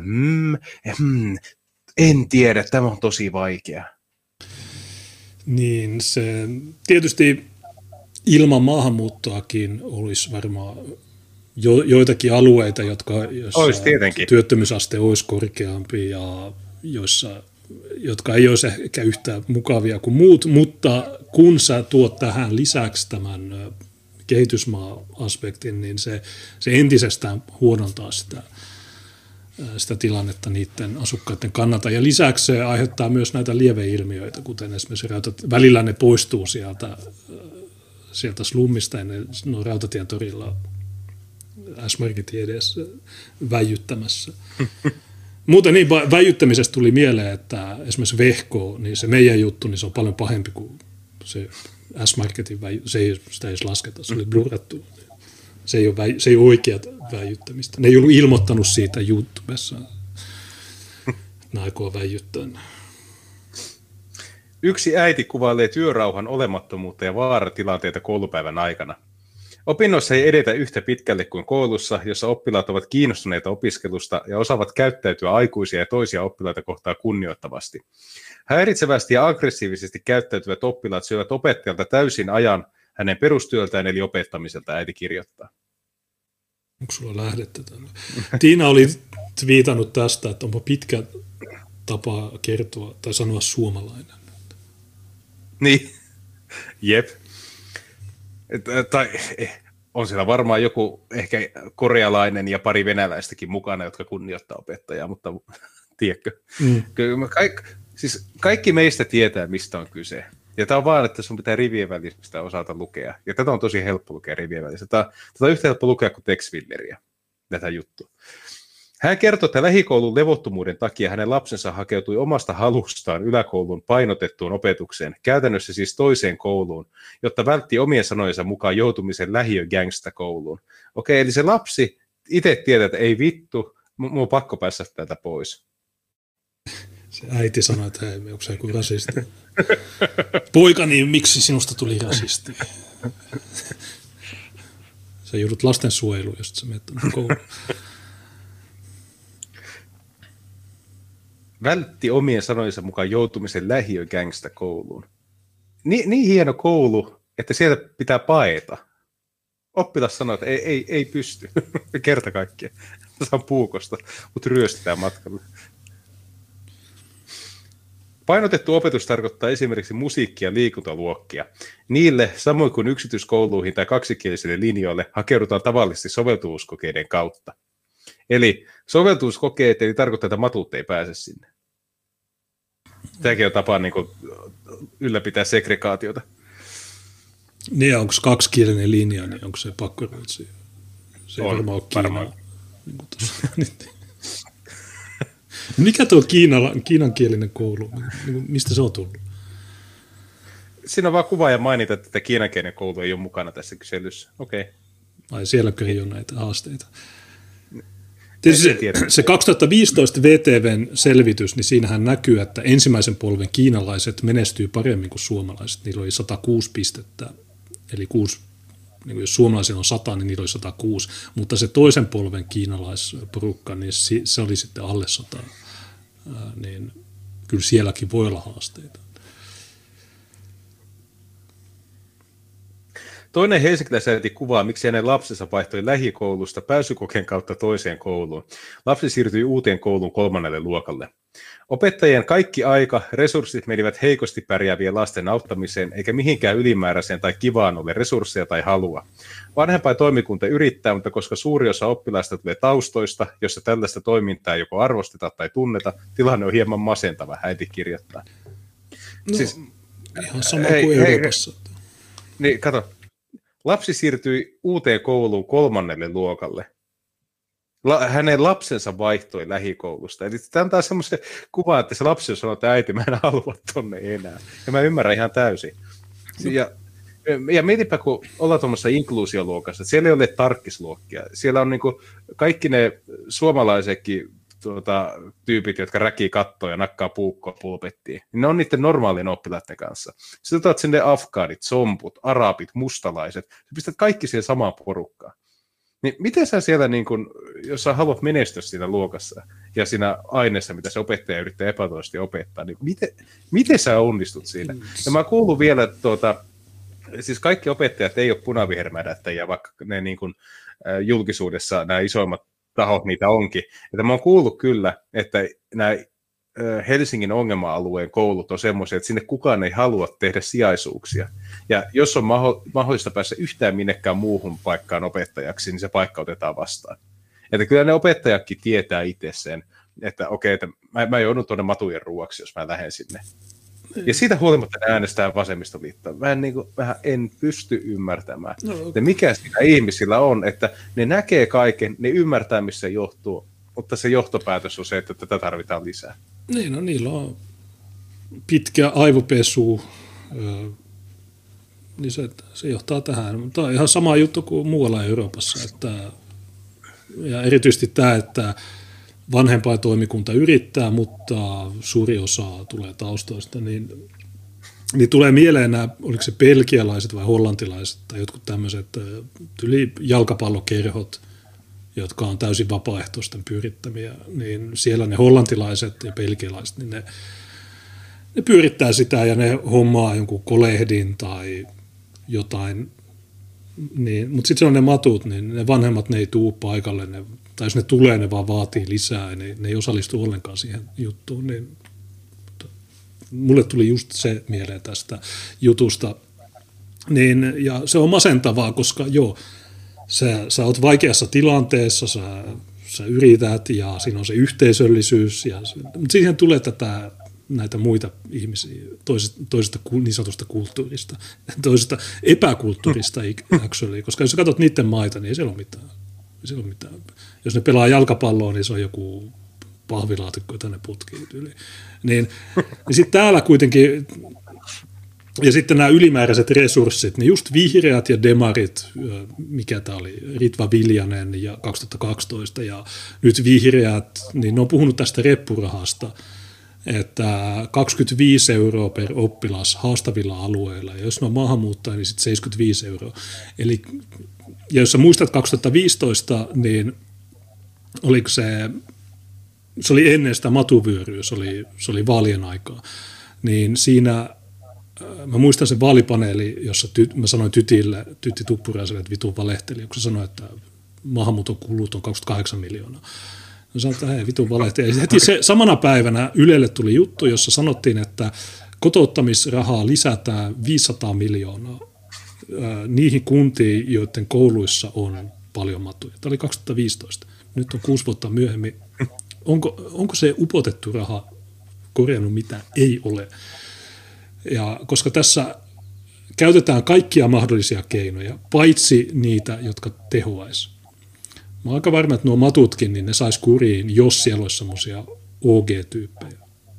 en tiedä, tämä on tosi vaikea. Niin, se tietysti ilman maahanmuuttoakin olisi varmaan joitakin alueita, joissa työttömyysaste olisi korkeampi ja jotka ei olisi ehkä yhtä mukavia kuin muut, mutta kun sä tuot tähän lisäksi tämän kehitysmaa-aspektin, niin se entisestään huonontaa sitä tilannetta niiden asukkaiden kannalta. Ja lisäksi se aiheuttaa myös näitä lieveilmiöitä, kuten esimerkiksi välillä ne poistuu sieltä slummista ja ne on Rautatien torilla S-marketin edessä väijyttämässä. Muuten niin väijyttämisestä tuli mieleen, että esimerkiksi Vehko, niin se meidän juttu, niin se on paljon pahempi kuin se S-marketin sitä ei edes lasketa, se oli blurrattu. Se ei ole oikeat väijyttämistä. Ne ei ollut ilmoittanut siitä YouTubessa, ne aikoo väijyttää. Yksi äiti kuvailee työrauhan olemattomuutta ja vaaratilanteita koulupäivän aikana. Opinnoissa ei edetä yhtä pitkälle kuin koulussa, jossa oppilaat ovat kiinnostuneita opiskelusta ja osaavat käyttäytyä aikuisia ja toisia oppilaita kohtaan kunnioittavasti. Häiritsevästi ja aggressiivisesti käyttäytyvät oppilaat syövät opettajalta täysin ajan hänen perustyöltään eli opettamiselta, äiti kirjoittaa. Onko sulla lähdettä tänne? Tiina oli twiitannut tästä, että onpa pitkä tapa kertoa tai sanoa suomalainen. Niin, jep. Tai on siellä varmaan joku ehkä korealainen ja pari venäläistäkin mukana, jotka kunnioittaa opettajaa, mutta tiedätkö? Kaikki meistä tietää, mistä on kyse. Ja tämä on vaan, että sun pitää rivien välistä osata lukea. Ja tätä on tosi helppo lukea rivien välissä. Tätä on yhtä helppo lukea kuin Tex Willeria, tätä juttua. Hän kertoi, että lähikoulun levottomuuden takia hänen lapsensa hakeutui omasta halustaan yläkoulun painotettuun opetukseen, käytännössä siis toiseen kouluun, jotta vältti omien sanojensa mukaan joutumisen lähiögangsta-kouluun. Okei, eli se lapsi itse tietää, että ei vittu, mun on pakko päästä täältä pois. Se äiti sanoi, että hei, onko se joku rasisti? Poika, niin miksi sinusta tuli rasisti? Sä joudut lastensuojeluun, jos sä menet kouluun. Vältti omien sanojensa mukaan joutumisen lähiögangsta-kouluun. Niin hieno koulu, että sieltä pitää paeta. Oppilas sanoo, että ei pysty. Kerta kaikkiaan. Saan puukosta, mutta ryöstetään matkalla. Painotettu opetus tarkoittaa esimerkiksi musiikki- ja liikuntaluokkia. Niille, samoin kuin yksityiskouluihin tai kaksikielisille linjoille, hakeudutaan tavallisesti soveltuvuuskokeiden kautta. Eli soveltuvuuskokeet, eli tarkoittaa, että matut ei pääse sinne. Tämäkin on tapa niin kuin ylläpitää segregaatiota. Niin, onko kaksikielinen linja, niin onko se pakkoruotsi? Se ei varmaan ole Kiinaa. Niin mikä tuo kiinankielinen koulu? Mistä se on tullut? Siinä on vaan kuva ja mainita, että kiinankielinen koulu ei ole mukana tässä kyselyssä. Okei. Ai sielläkö ei ole näitä haasteita? Se 2015 VTVn selvitys, niin siinähän näkyy, että ensimmäisen polven kiinalaiset menestyy paremmin kuin suomalaiset. Niillä oli 106 pistettä, eli 6, niin jos suomalaisilla on 100, niin niillä oli 106, mutta se toisen polven kiinalaisporukka, niin se oli sitten alle 100, niin kyllä sielläkin voi olla haasteita. Toinen helsinkiläisäiti kuvaa, miksi hänen lapsensa vaihtoi lähikoulusta pääsykokeen kautta toiseen kouluun. Lapsi siirtyi uuteen kouluun 3. luokalle. Opettajien kaikki aika, resurssit menivät heikosti pärjäävien lasten auttamiseen, eikä mihinkään ylimääräiseen tai kivaan ole resursseja tai halua. Vanhempain toimikunta yrittää, mutta koska suuri osa oppilaista tulee taustoista, jossa tällaista toimintaa joko arvosteta tai tunneta, tilanne on hieman masentava, äiti kirjoittaa. No, siis, ihan sama kuin Euroopassa. Niin, kato. Lapsi siirtyi uuteen kouluun 3. luokalle. Hänen lapsensa vaihtoi lähikoulusta. Eli tämä antaa semmoisen kuvan, että se lapsi sanoo, että äiti, mä en halua tonne enää. Ja mä ymmärrän ihan täysin. Ja mietipä, kun ollaan tuommoisessa inkluusioluokassa, siellä ei ole tarkkisluokkia. Siellä on niinku kaikki ne suomalaisetkin tyypit, jotka räkii kattoa ja nakkaa puukkoa pulpettiin, niin ne on niiden normaalien oppilaiden kanssa. Sitten otat sinne afgaanit, somput, arabit, mustalaiset, sä pistät kaikki siihen samaan porukkaan. Niin miten sä siellä, niin kun, jos sä haluat menestyä siinä luokassa ja siinä aineessa, mitä se opettaja yrittää epätoisesti opettaa, niin miten sä onnistut siinä? Ja mä kuulun vielä, että siis kaikki opettajat ei ole punavihermädättäjiä, vaikka ne niin kun, julkisuudessa nämä isoimmat tahot niitä onkin. Että mä oon kuullut kyllä, että nämä Helsingin ongelma-alueen koulut on semmoisia, että sinne kukaan ei halua tehdä sijaisuuksia. Ja jos on mahdollista päästä yhtään minnekään muuhun paikkaan opettajaksi, niin se paikka otetaan vastaan. Että kyllä ne opettajatkin tietää itse sen, että okei, että mä joudun tuonne matujen ruuaksi, jos mä lähden sinne. Ja siitä huolimatta ne äänestää vasemmistoliittoa. Vähän en pysty ymmärtämään, että mikä siinä ihmisillä on, että ne näkee kaiken, ne ymmärtää, missä se johtuu, mutta se johtopäätös on se, että tätä tarvitaan lisää. Niin, no niillä on pitkä aivopesu, niin se johtaa tähän. Mutta on ihan sama juttu kuin muualla Euroopassa, ja erityisesti tämä, että vanhempaintoimikunta yrittää, mutta suuri osa tulee taustoista, niin tulee mieleen nämä, oliko se belgialaiset vai hollantilaiset tai jotkut tämmöiset jalkapallokerhot, jotka on täysin vapaaehtoisten pyörittämiä, niin siellä ne hollantilaiset ja belgialaiset, niin ne pyörittää sitä ja ne hommaa jonkun kolehdin tai jotain. Niin, mutta sitten se on ne matut, niin ne vanhemmat ne ei tuu paikalle, tai jos ne tulee, ne vaan vaatii lisää, ne ei osallistu ollenkaan siihen juttuun. Niin, mulle tuli just se mieleen tästä jutusta. Niin, ja se on masentavaa, koska sä oot vaikeassa tilanteessa, sä yrität ja siinä on se yhteisöllisyys, mutta siihen tulee näitä muita ihmisiä toisesta niin sanotusta kulttuurista, toisesta epäkulttuurista actually, koska jos sä katsot niiden maita, niin ei siellä ole mitään. Jos ne pelaa jalkapalloa, niin se on joku pahvilaatikko, jota ne putkii yli. Niin sitten täällä kuitenkin, ja sitten nämä ylimääräiset resurssit, niin just vihreät ja demarit, mikä tämä oli, Ritva Viljanen ja 2012, ja nyt vihreät, niin ne on puhunut tästä reppurahasta, että 25 € per oppilas haastavilla alueilla, ja jos ne on maahanmuuttajia, niin sitten 75 €. Eli, ja jos sä muistat 2015, niin oliko se oli ennen sitä matuvyöryä, se oli vaalien aikaa, niin siinä, mä muistan sen vaalipaneeli, jossa mä sanoin Tytti Tuppuraiselle, että vitun valehteli, kun se sanoi, että maahanmuuton kulut on 28 miljoonaa. Mä sanoin, että hei, vitun valehteli. Ja heti samana päivänä Ylelle tuli juttu, jossa sanottiin, että kotouttamisrahaa lisätään 500 miljoonaa niihin kuntiin, joiden kouluissa on paljon matuja. Tämä oli 2015. Nyt on 6 vuotta myöhemmin. Onko se upotettu raha korjannut mitään? Ei ole. Ja koska tässä käytetään kaikkia mahdollisia keinoja, paitsi niitä, jotka tehoaisi. Mä oon aika varma, että nuo matutkin, niin ne sais kuriin, jos siellä olisi semmoisia OG-tyyppejä.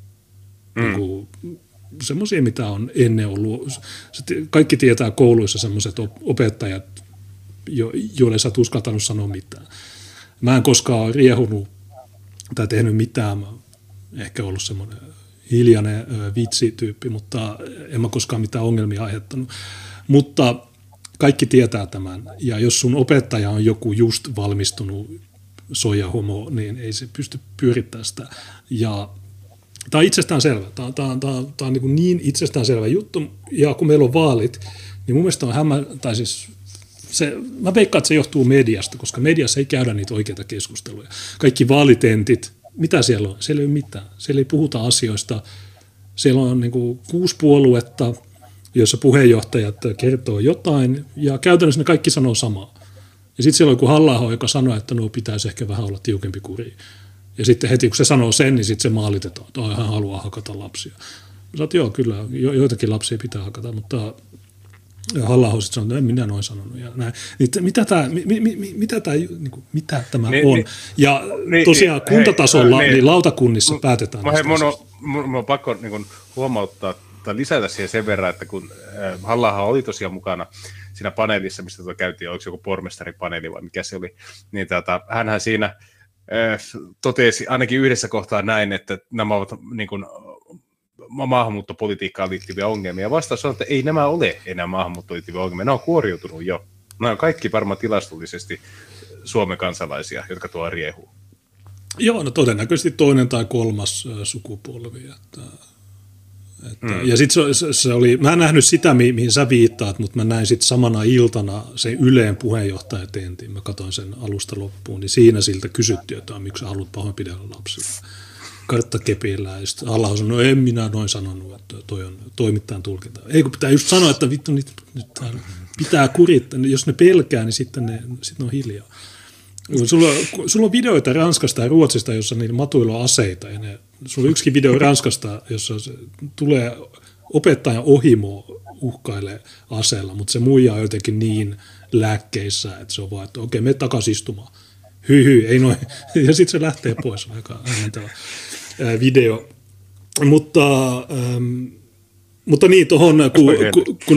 Semmoisia, mitä on ennen ollut. Kaikki tietää kouluissa semmoiset opettajat, joille sä et uskaltanut sanoa mitään. Mä en koskaan ole riehunut tai tehnyt mitään. Mä oon ehkä ollut semmoinen hiljainen vitsityyppi, mutta en mä koskaan mitään ongelmia aiheuttanut. Mutta kaikki tietää tämän, ja jos sun opettaja on joku just valmistunut soijahomo, niin ei se pysty pyörittämään sitä. Ja tämä on itsestäänselvä. Tämä on niin itsestäänselvä juttu, ja kun meillä on vaalit, niin mun mielestä on mä veikkaan, että se johtuu mediasta, koska mediassa ei käydä niitä oikeita keskusteluja. Kaikki vaalitentit, mitä siellä on? Siellä ei ole mitään. Siellä ei puhuta asioista. Siellä on 6 puoluetta, joissa puheenjohtajat kertoo jotain, ja käytännössä ne kaikki sanoo samaa. Ja sitten siellä on joku Halla-aho, joka sanoo, että pitäisi ehkä vähän olla tiukempi kuri. Ja sitten heti, kun se sanoo sen, niin sitten se maalitetaan, että hän haluaa hakata lapsia. Mä sanoin, joo, kyllä, joitakin lapsia pitää hakata, mutta Halla-aho sitten sanoo, että en minä noin sanonut. Ja näin. Mitä tämä on? Ja tosiaan kuntatasolla niin lautakunnissa päätetään. Mun on pakko huomauttaa tai lisätä siihen sen verran, että kun Halla-aho oli tosiaan mukana siinä paneelissa, mistä käytiin, oliko se joku pormestaripaneeli vai mikä se oli, niin hänhän siinä totesi ainakin yhdessä kohtaa näin, että nämä ovat niin kuin maahanmuuttopolitiikkaan liittyviä ongelmia. Vastaus on, että ei nämä ole enää maahanmuuttoon liittyviä ongelmia. Nämä on kuoriutunut jo. Nämä on kaikki varmaan tilastollisesti Suomen kansalaisia, jotka tuo riehuu. Joo, no todennäköisesti toinen tai kolmas sukupolvi. Ja sitten se oli, mä en nähnyt sitä, mihin sä viittaat, mutta mä näin sitten samana iltana sen Yleen puheenjohtajatentin. Mä katsoin sen alusta loppuun, niin siinä siltä kysyttiin, että miksi sä haluat pahoinpidellä lapsia. Karttakepillä, ja sitten Allah sanoi, no en minä noin sanonut, että toi on toimittajan tulkinta. Ei kun pitää just sanoa, että vittu nyt pitää kurittaa, jos ne pelkää, niin sitten ne on hiljaa. Sulla on videoita Ranskasta ja Ruotsista, jossa niillä matuilla on aseita. Ja sulla on yksikin video Ranskasta, jossa tulee opettajan ohimo uhkailee aseella, mutta se muija on jotenkin niin lääkkeissä, että se on vaan, että okei, mene takaisin istumaan. Hyi, ei noin. Ja sitten se lähtee pois, aika hämmentävä video. Mutta niin, tuohon, kun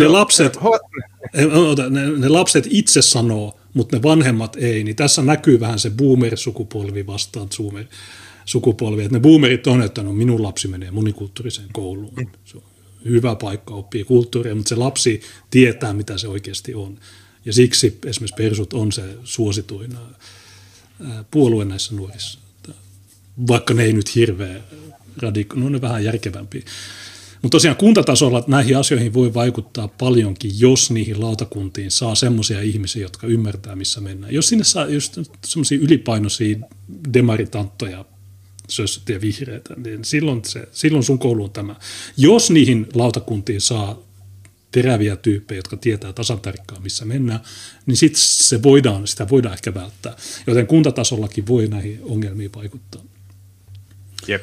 ne lapset itse sanoo, mutta ne vanhemmat ei, niin tässä näkyy vähän se boomer-sukupolvi vastaan zoomer-sukupolvi, että ne boomerit on, että no, minun lapsi menee monikulttuuriseen kouluun. Se on hyvä paikka oppia kulttuuria, mutta se lapsi tietää, mitä se oikeasti on. Ja siksi esimerkiksi persut on se suosituin puolue näissä nuorissa. Vaikka ne ei nyt hirveän no ne vähän järkevämpiä. Mutta tosiaan kuntatasolla näihin asioihin voi vaikuttaa paljonkin, jos niihin lautakuntiin saa semmoisia ihmisiä, jotka ymmärtää, missä mennään. Jos sinne saa just semmoisia ylipainoisia demaritanttoja, sössöt ja vihreitä, niin silloin sun koulu on tämä. Jos niihin lautakuntiin saa teräviä tyyppejä, jotka tietää tasan tarkkaan, missä mennään, niin sitä voidaan ehkä välttää. Joten kuntatasollakin voi näihin ongelmiin vaikuttaa. Jep.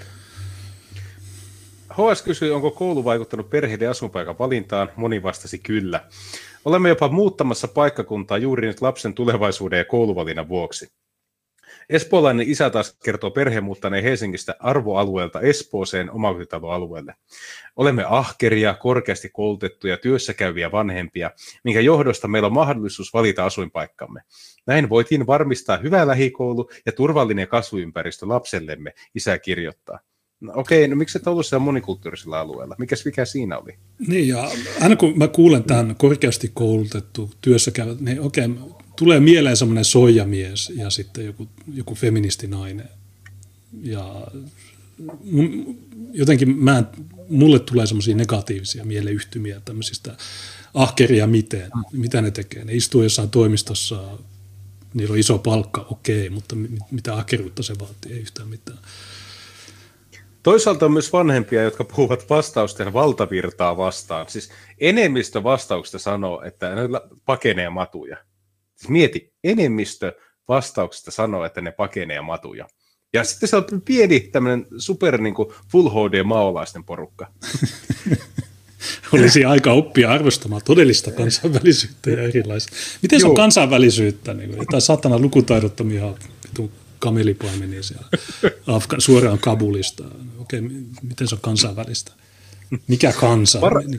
HS kysyi, onko koulu vaikuttanut perheiden asuinpaikan valintaan. Moni vastasi kyllä. Olemme jopa muuttamassa paikkakuntaa juuri nyt lapsen tulevaisuuden ja kouluvalinnan vuoksi. Espoolainen isä taas kertoo perheen muuttaneen Helsingistä arvoalueelta Espooseen omakotitaloalueelle. Olemme ahkeria, korkeasti koulutettuja, työssäkäyviä vanhempia, minkä johdosta meillä on mahdollisuus valita asuinpaikkamme. Näin voitiin varmistaa hyvä lähikoulu ja turvallinen kasvuympäristö lapsellemme, isä kirjoittaa. No, okei, no miksi et ollut siellä monikulttuurisella alueella? Mikä siinä oli? Niin, ja aina kun mä kuulen tämän korkeasti koulutettu työssäkäyvä, niin tulee mieleen semmoinen soijamies ja sitten joku feministinainen. Ja jotenkin mulle tulee semmoisia negatiivisia mieleyhtymiä tämmöisistä ahkeria mitä ne tekee. Ne istuu jossain toimistossa, niillä on iso palkka, okei, mutta mitä ahkeruutta se vaatii, ei yhtään mitään. Toisaalta on myös vanhempia, jotka puhuvat vastausten valtavirtaa vastaan. Siis enemmistö vastauksista sanoo, että ne pakenee matuja. Siis mieti, enemmistö vastauksista sanoo, että ne pakenee matuja. Ja sitten se on pieni tämmöinen super niin kuin full HD maolaisten porukka. Olisi aika oppia arvostamaan todellista kansainvälisyyttä ja erilaista. Miten se on kansainvälisyyttä? Niin jotain satana lukutaidottomia kamelipaimenia siellä suoraan Kabulista. Okei, miten se on kansainvälistä? Mikä kansa?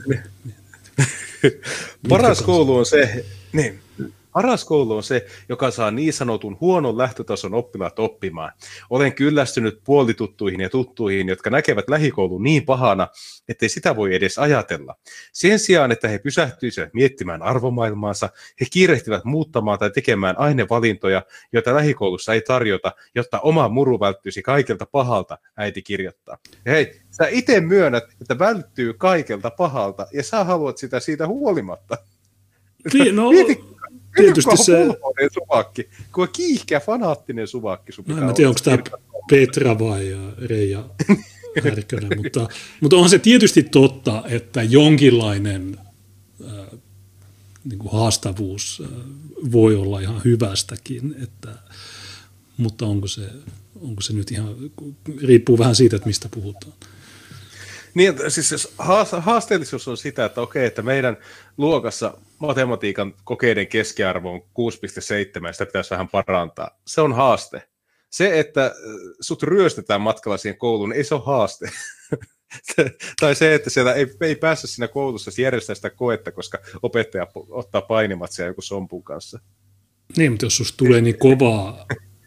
Paras koulu on se, niin. Paras koulu on se, joka saa niin sanotun huonon lähtötason oppilaat oppimaan. Olen kyllästynyt puolituttuihin ja tuttuihin, jotka näkevät lähikoulun niin pahana, ettei sitä voi edes ajatella. Sen sijaan, että he pysähtyisivät miettimään arvomaailmaansa, he kiirehtivät muuttamaan tai tekemään ainevalintoja, joita lähikoulussa ei tarjota, jotta oma muru välttyisi kaikelta pahalta, äiti kirjoittaa. Ja hei, sä itse myönnät, että välttyy kaikelta pahalta, ja sä haluat sitä siitä huolimatta. Niin, no, tietysti se suvakki, kuinka kiihkeä fanaattinen suvakki sun pitää olla. En tiedä, onko tämä Petra vai Reija Härkönen, mutta on se tietysti totta, että jonkinlainen niin kuin haastavuus voi olla ihan hyvästäkin, mutta onko se nyt ihan, riippuu vähän siitä, että mistä puhutaan. Niin, siis haasteellisuus on sitä, että okei, että meidän luokassa matematiikan kokeiden keskiarvo on 6,7 ja sitä pitäisi vähän parantaa. Se on haaste. Se, että sut ryöstetään matkalla siihen kouluun, ei se ole haaste. Tai se, että siellä ei päässä siinä koulussa järjestää sitä koetta, koska opettaja ottaa painimat siellä joku sompun kanssa. Niin, mutta jos susta tulee niin kovaa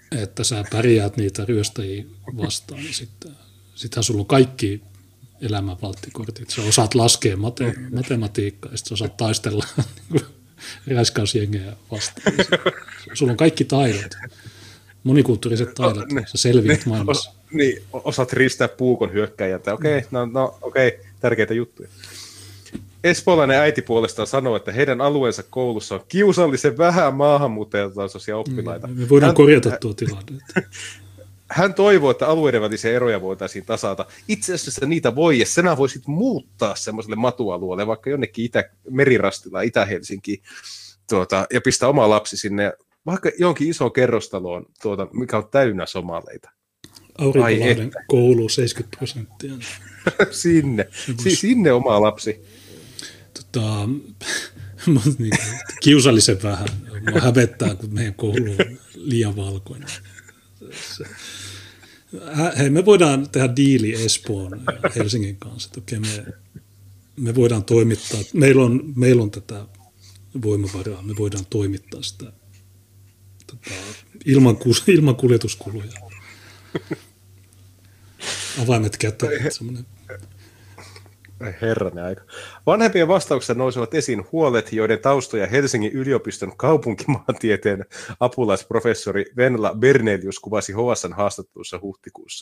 että sä pärjäät niitä ryöstäjiä vastaan, niin sittenhän sulla on kaikki elämän valttikortit. Sä osaat laskea matematiikkaa, ja sitten sä osaat taistella raiskausjengejä vastaan. Sulla on kaikki taidot, monikulttuuriset taidot, sä selviät maailmassa. Niin, osaat riistää puukon hyökkäjältä. Okei, tärkeitä juttuja. Espoolainen äiti puolestaan sanoo, että heidän alueensa koulussa on kiusallisen vähän maahanmuuttajatasoisia oppilaita. Me voidaan korjata tuo tilanne. Hän toivoo, että alueiden välisiä eroja voitaisiin tasata. Itse asiassa niitä voi, ja senä voisit muuttaa semmoiselle matualueelle, vaikka jonnekin Merirastilaan, Itä-Helsinkiin, ja pistää oma lapsi sinne, vaikka jonkin isoon kerrostaloon, mikä on täynnä somaleita. Aurinkolahden koulu 70%. Sinne oma lapsi. Kiusallisen vähän. Mua hävettää, kun meidän koulu on liian valkoinen. Hei, me voidaan tehdä diili Espoon ja Helsingin kanssa. Okei, me voidaan toimittaa, meillä on tätä voimavaraa, me voidaan toimittaa sitä ilman kuljetuskuluja. Avaimet käteen. Herranen aika. Vanhempien vastauksessa nousevat esiin huolet, joiden taustoja Helsingin yliopiston kaupunkimaantieteen apulaisprofessori Venla Bernelius kuvasi HSN haastattelussa huhtikuussa.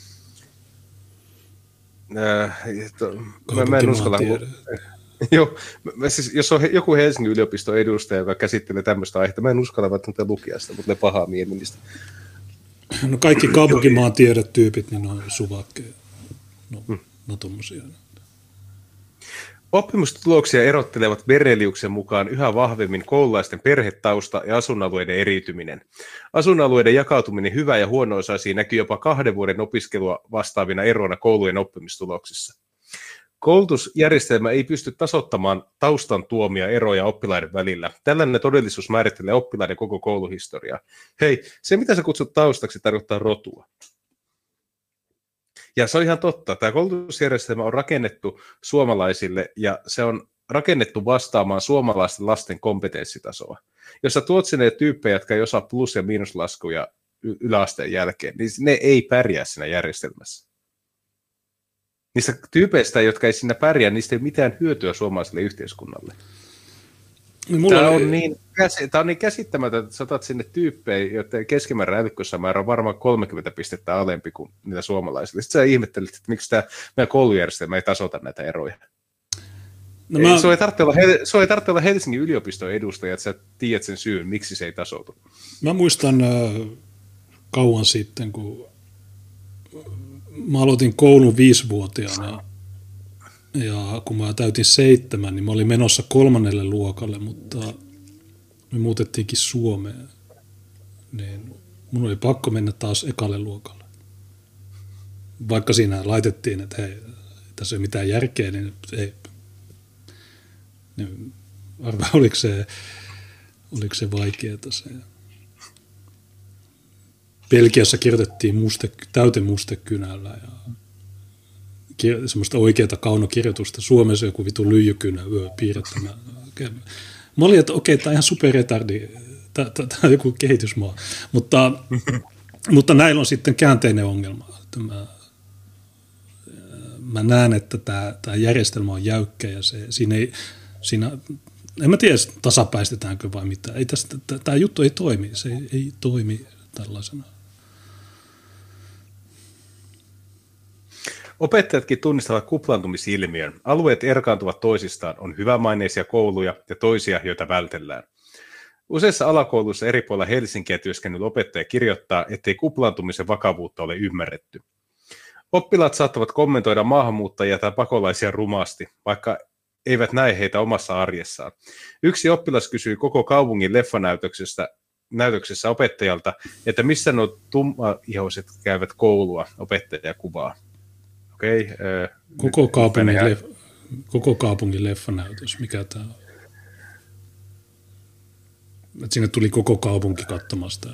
Mä en uskalla. Joo, siis jos on joku Helsingin yliopiston edustaja, joka käsittelee tämmöistä aihetta, mä en uskalla välttämättä lukea sitä, mutta ne pahaa miemillistä. No kaikki kaupunkimaantiedetyypit, niin on suvakkeja. No tommosia. Oppimistuloksia erottelevat Berneliuksen mukaan yhä vahvemmin koululaisten perhetausta ja asuinalueiden eriytyminen. Asuinalueiden jakautuminen hyvä- ja huono-osaisiin näkyy jopa 2 vuoden opiskelua vastaavina eroina koulujen oppimistuloksissa. Koulutusjärjestelmä ei pysty tasoittamaan taustan tuomia eroja oppilaiden välillä. Tällainen todellisuus määrittelee oppilaiden koko kouluhistoriaa. Hei, se mitä sä kutsut taustaksi tarkoittaa rotua. Ja se on ihan totta. Tämä koulutusjärjestelmä on rakennettu suomalaisille ja se on rakennettu vastaamaan suomalaisten lasten kompetenssitasoa. Jos sä tuot sinne tyyppejä, jotka ei osaa plus- ja miinuslaskuja yläasteen jälkeen, niin ne ei pärjää siinä järjestelmässä. Niistä tyypeistä, jotka ei siinä pärjää, niistä ei ole mitään hyötyä suomalaiselle yhteiskunnalle. Tämä on niin käsittämätöntä, että sä otat sinne tyyppejä, joiden keskimäärin älykkössä määrä on varmaan 30 pistettä alempi kuin niitä suomalaisille. Sitten sä ihmettelit, että miksi tämä meidän koulujärjestelmä ei tasoita näitä eroja. No se ei tarvitse olla Helsingin yliopiston edustaja, että sä tiedät sen syyn, miksi se ei tasoutu. Mä muistan kauan sitten, kun mä aloitin koulun 5-vuotiaana. Ja kun mä täytin 7, niin mä olin menossa 3. luokalle, mutta me muutettiinkin Suomeen. Niin mun oli pakko mennä taas 1. luokalle. Vaikka siinä laitettiin, että hei, tässä ei ole mitään järkeä, niin ei. Niin arvaa, oliko se vaikeaa se. Belgiassa kirjoitettiin täytemustekynällä ja semmoista oikeaa kaunokirjoitusta. Suomessa joku vitu lyijykynä piirrettämä. Mä olin, että okei, tämä on ihan superretardi. Tämä on joku kehitysmaa. Mutta näillä on sitten käänteinen ongelma. Mä näen, että tämä järjestelmä on jäykkä ja siinä en mä tiedä, tasapäistetäänkö vai mitä. Tämä juttu ei toimi. Se ei toimi tällaisena. Opettajatkin tunnistavat kuplaantumisilmiön. Alueet erkaantuvat toisistaan, on hyvämaineisia kouluja ja toisia, joita vältellään. Useissa alakouluissa eri puolilla Helsinkiä työskennellyt opettaja kirjoittaa, ettei kuplaantumisen vakavuutta ole ymmärretty. Oppilaat saattavat kommentoida maahanmuuttajia tai pakolaisia rumasti, vaikka eivät näe heitä omassa arjessaan. Yksi oppilas kysyi koko kaupungin leffanäytöksessä opettajalta, että missä nuo tummaihoiset käyvät koulua, opettaja kuvaa. Okei, koko kaupungin leffanäytös, mikä tämä on? Että sinne tuli koko kaupunki katsomasta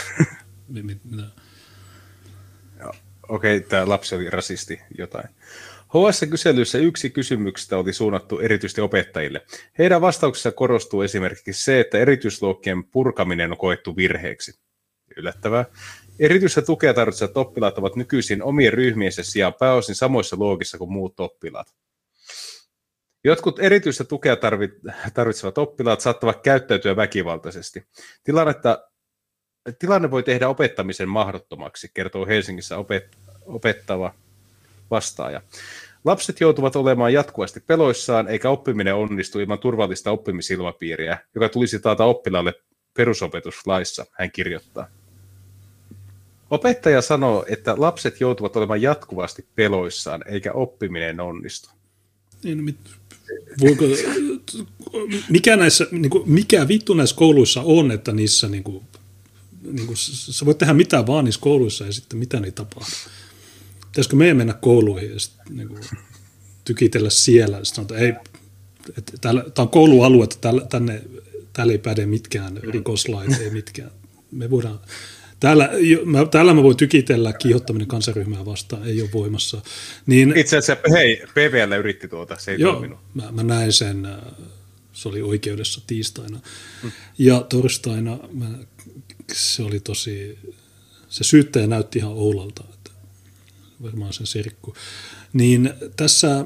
Okei, tämä lapsi oli rasisti jotain. HS-kyselyissä yksi kysymyksistä oli suunnattu erityisesti opettajille. Heidän vastauksessa korostuu esimerkiksi se, että erityisluokkien purkaminen on koettu virheeksi. yllättävää. Erityistä tukea tarvitsevat oppilaat ovat nykyisin omien ryhmiensä sijaan pääosin samoissa luokissa kuin muut oppilaat. Jotkut erityistä tukea tarvitsevat oppilaat saattavat käyttäytyä väkivaltaisesti. Tilanne voi tehdä opettamisen mahdottomaksi, kertoo Helsingissä opettava vastaaja. Lapset joutuvat olemaan jatkuvasti peloissaan, eikä oppiminen onnistu ilman turvallista oppimisilmapiiriä, joka tulisi taata oppilaalle perusopetuslaissa, hän kirjoittaa. Opettaja sanoo, että lapset joutuvat olemaan jatkuvasti peloissaan, eikä oppiminen onnistu. Mikä vittu näissä kouluissa on, että niissä sä voit tehdä mitään vaan niissä kouluissa ja sitten mitä ei tapahdu. Pitäisikö meidän mennä kouluihin ja sitten tykitellä siellä. Sanotaan, tämä on koulualue, että täällä ei päde mitkään rikoslait, ei mitkään. Me voidaan... Täällä mä voin tykitellä, kiihottaminen kansanryhmää vastaan ei ole voimassa. Niin, itse asiassa, hei, PVL yritti tuota, se ei toiminut. Mä näin sen, se oli oikeudessa tiistaina. Ja torstaina se oli se syyttäjä näytti ihan oulalta, että varmaan sen serkku. Niin tässä,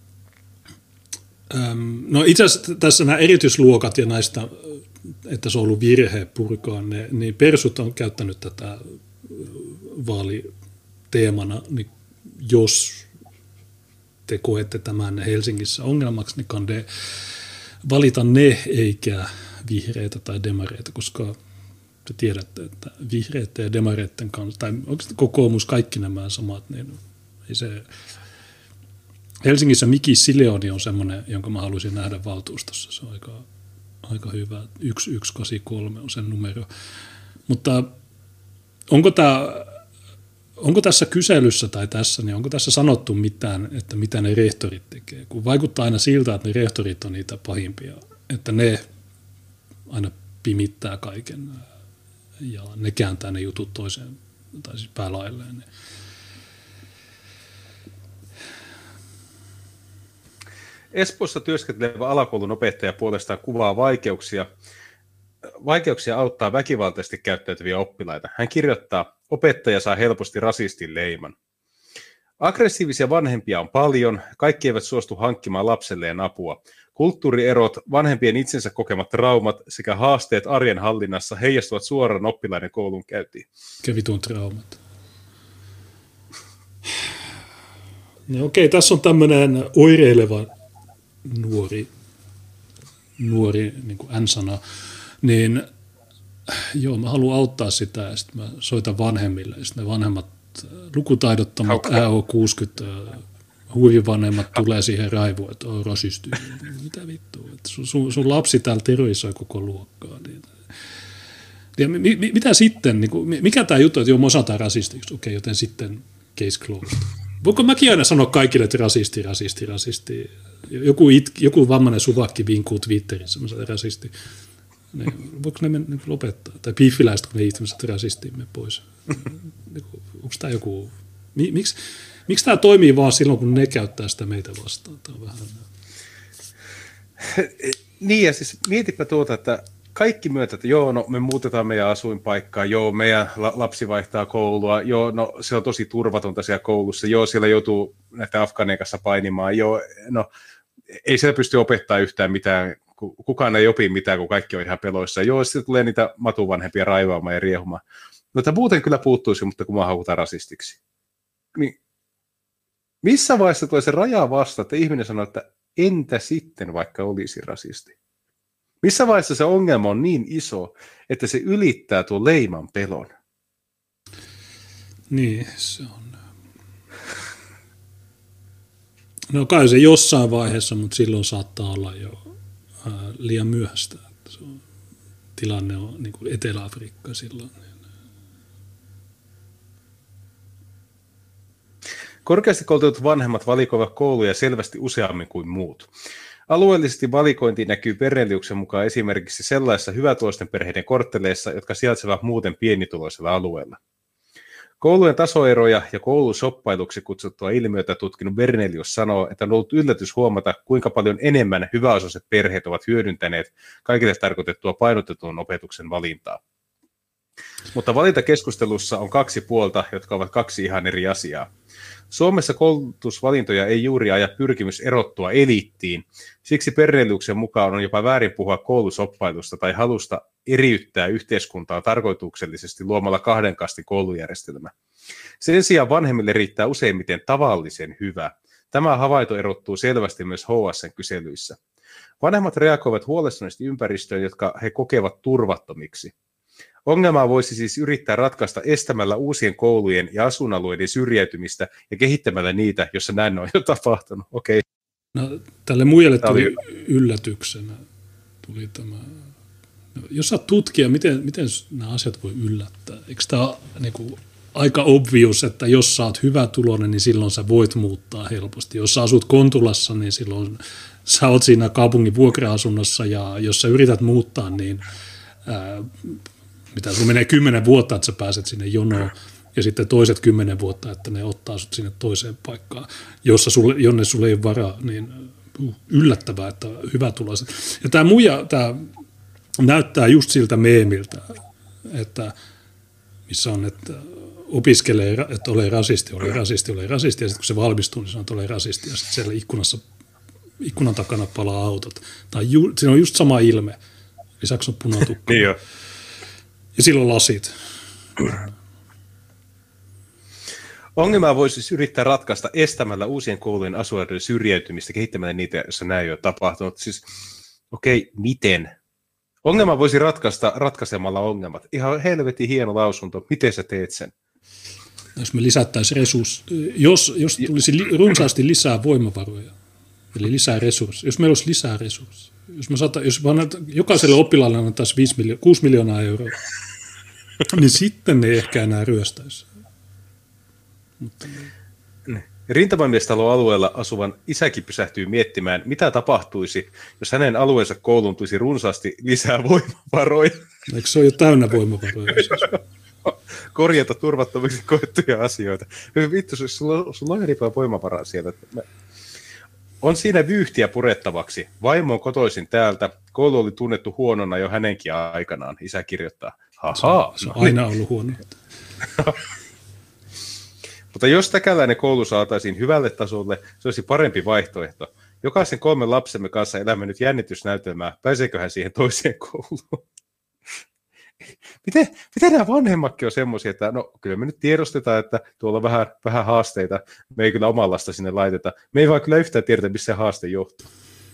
no itse asiassa tässä nämä erityisluokat ja näistä, että se on ollut virhe purkaa, niin persut on käyttänyt tätä vaaliteemana, niin jos te koette tämän Helsingissä ongelmaksi, niin kande valita ne eikä vihreitä tai demareita, koska te tiedätte, että vihreiden ja demareiden kanssa, tai oikeasti kokoomus, kaikki nämä samat, niin ei se... Helsingissä Miki Sileoni on semmoinen, jonka mä haluaisin nähdä valtuustossa, se on aika hyvä, 1183 on sen numero. Mutta onko tässä kyselyssä tai tässä, niin onko tässä sanottu mitään, että mitä ne rehtorit tekee? Kun vaikuttaa aina siltä, että ne rehtorit on niitä pahimpia, että ne aina pimittää kaiken ja ne kääntää ne jutut toiseen, tai siis päälailleen. Espoossa työskentelevä alakoulun opettaja puolestaan kuvaa vaikeuksia auttaa väkivaltaisesti käyttäytyviä oppilaita. Hän kirjoittaa, opettaja saa helposti rasistin leiman. Aggressiivisia vanhempia on paljon, kaikki eivät suostu hankkimaan lapselleen apua. Kulttuurierot, vanhempien itsensä kokemat traumat sekä haasteet arjen hallinnassa heijastuvat suoraan oppilaiden koulun käyntiin. Vitun traumat. No okei, tässä on tämmöinen oireileva nuori niin kuin N-sana, niin joo, mä haluan auttaa sitä ja sitten mä soitan vanhemmille ja sitten ne vanhemmat lukutaidottomat AO60 huivivanhemmat tulee siihen raivoon, että on rasisti. Mitä vittua, että sun lapsi täällä terrorisoi koko luokkaa. Ja mitä sitten, niin kuin, mikä tämä juttu, että joo, me osataan rasistiksi, okei, joten sitten case closed. Voinko mäkin aina sanoa kaikille, että rasisti. Joku vammainen suvakki vinkuu Twitterissä, mä sanon rasisti. Voiko ne lopettaa? Tai piffiläiset, kun ne ihmiset rasistimme pois. Onko tämä joku... Miksi tämä toimii vaan silloin, kun ne käyttää sitä meitä vastaan? Tämä on vähän... Niin, ja siis mietipä tuota, että kaikki myötä, että joo, no me muutetaan meidän asuinpaikkaa, joo, meidän lapsi vaihtaa koulua, joo, no se on tosi turvatonta siellä koulussa, joo, siellä joutuu näiden afgaanien kanssa painimaan, joo, no ei siellä pysty opettamaan yhtään mitään, kukaan ei opi mitään, kun kaikki on ihan peloissa, joo, sitten tulee niitä matuvanhempia raivaamaan ja riehumaan. No tämä muuten kyllä puuttuisi, mutta kun mä halutaan rasistiksi. Niin missä vaiheessa tulee se raja vasta, että ihminen sanoo, että entä sitten vaikka olisi rasisti? Missä vaiheessa se ongelma on niin iso, että se ylittää tuon leiman pelon? Niin, se on. No kai se jossain vaiheessa, mutta silloin saattaa olla jo liian myöhäistä. Tilanne on niin kuin Etelä-Afrikka silloin. Korkeasti koulutetut vanhemmat valikoivat kouluja selvästi useammin kuin muut. Alueellisesti valikointi näkyy Pereliuksen mukaan esimerkiksi sellaisissa hyvätuloisten perheiden kortteleissa, jotka sijaitsevat muuten pienituloisella alueella. Koulujen tasoeroja ja koulusoppailuksi kutsuttua ilmiötä tutkinut Bernelius sanoo, että on ollut yllätys huomata, kuinka paljon enemmän hyväosaiset perheet ovat hyödyntäneet kaikille tarkoitettua painotetun opetuksen valintaa. Mutta valintakeskustelussa on kaksi puolta, jotka ovat kaksi ihan eri asiaa. Suomessa koulutusvalintoja ei juuri aja pyrkimys erottua eliittiin, siksi Berneliuksen mukaan on jopa väärin puhua koulusoppailusta tai halusta eriyttää yhteiskuntaa tarkoituksellisesti luomalla kahden kastin koulujärjestelmä. Sen sijaan vanhemmille riittää useimmiten tavallisen hyvä. Tämä havainto erottuu selvästi myös HS:n kyselyissä. Vanhemmat reagoivat huolestuneesti ympäristöön, jotka he kokevat turvattomiksi. Ongelmaa voisi siis yrittää ratkaista estämällä uusien koulujen ja asuinalueiden syrjäytymistä ja kehittämällä niitä, jossa näin on jo tapahtunut. Okei. No, tälle muijalle tuli yllätyksenä. Tuli tämä. No, jos saat tutkia, miten nämä asiat voi yllättää. Eikö tämä ole niin aika obvious, että jos sä oot hyvätuloinen, niin silloin sä voit muuttaa helposti. Jos sä asut Kontulassa, niin silloin sä oot siinä kaupungin vuokra-asunnossa, ja jos sä yrität muuttaa, niin mitä sulla menee 10 vuotta, että sä pääset sinne jonoon, ja sitten toiset 10 vuotta, että ne ottaa sut sinne toiseen paikkaan, jonne sulle ei ole varaa, niin yllättävää, että hyvätuloiset. Ja tämä muija, tämä näyttää just siltä meemiltä, että missä on, että opiskelee, että ole rasisti, ja sitten kun se valmistuu, niin sanoo, että ole rasisti, ja sitten siellä ikkunan takana palaa autot. Siinä on just sama ilme. Lisäksi on punatukka. Niin jo. Ja silloin lasit. Ongelmaa voisi siis yrittää ratkaista estämällä uusien koulujen asukkaiden syrjäytymistä, kehittämällä niitä, joissa näin ei ole tapahtunut. Siis, miten? Ongelma voisi ratkaista ratkaisemalla ongelmat. Ihan helvetin hieno lausunto. Miten sä teet sen? Jos me lisättäisiin jos tulisi runsaasti lisää voimavaroja, eli lisää resursseja, jos meillä olisi lisää resursseja, jos jokaiselle oppilaalle annettaisiin 6 miljoonaa euroa, niin sitten ne ehkä enää ryöstäisi. Mutta Rintamamiestalon alueella asuvan isäkin pysähtyy miettimään, mitä tapahtuisi, jos hänen alueensa kouluun tulisi runsaasti lisää voimavaroja. Eikö se ole jo täynnä voimavaroja? Korjata turvattomiksi koettuja asioita. Vittu, sulla on eri paljon voimavaraa siellä. On siinä vyyhtiä purettavaksi. Vaimo on kotoisin täältä. Koulu oli tunnettu huonona jo hänenkin aikanaan, isä kirjoittaa. Se on aina ollut huono. Mutta jos täkäläinen koulu saataisiin hyvälle tasolle, se olisi parempi vaihtoehto. Jokaisen 3 lapsemme kanssa elämme nyt jännitysnäytelmää. Pääseekö hän siihen toiseen kouluun? Miten nämä vanhemmatkin on semmoisia, että no kyllä me nyt tiedostetaan, että tuolla on vähän haasteita. Me ei kyllä omanlaista sinne laiteta. Me ei vaan kyllä yhtään tiedetä, missä se haaste johtuu.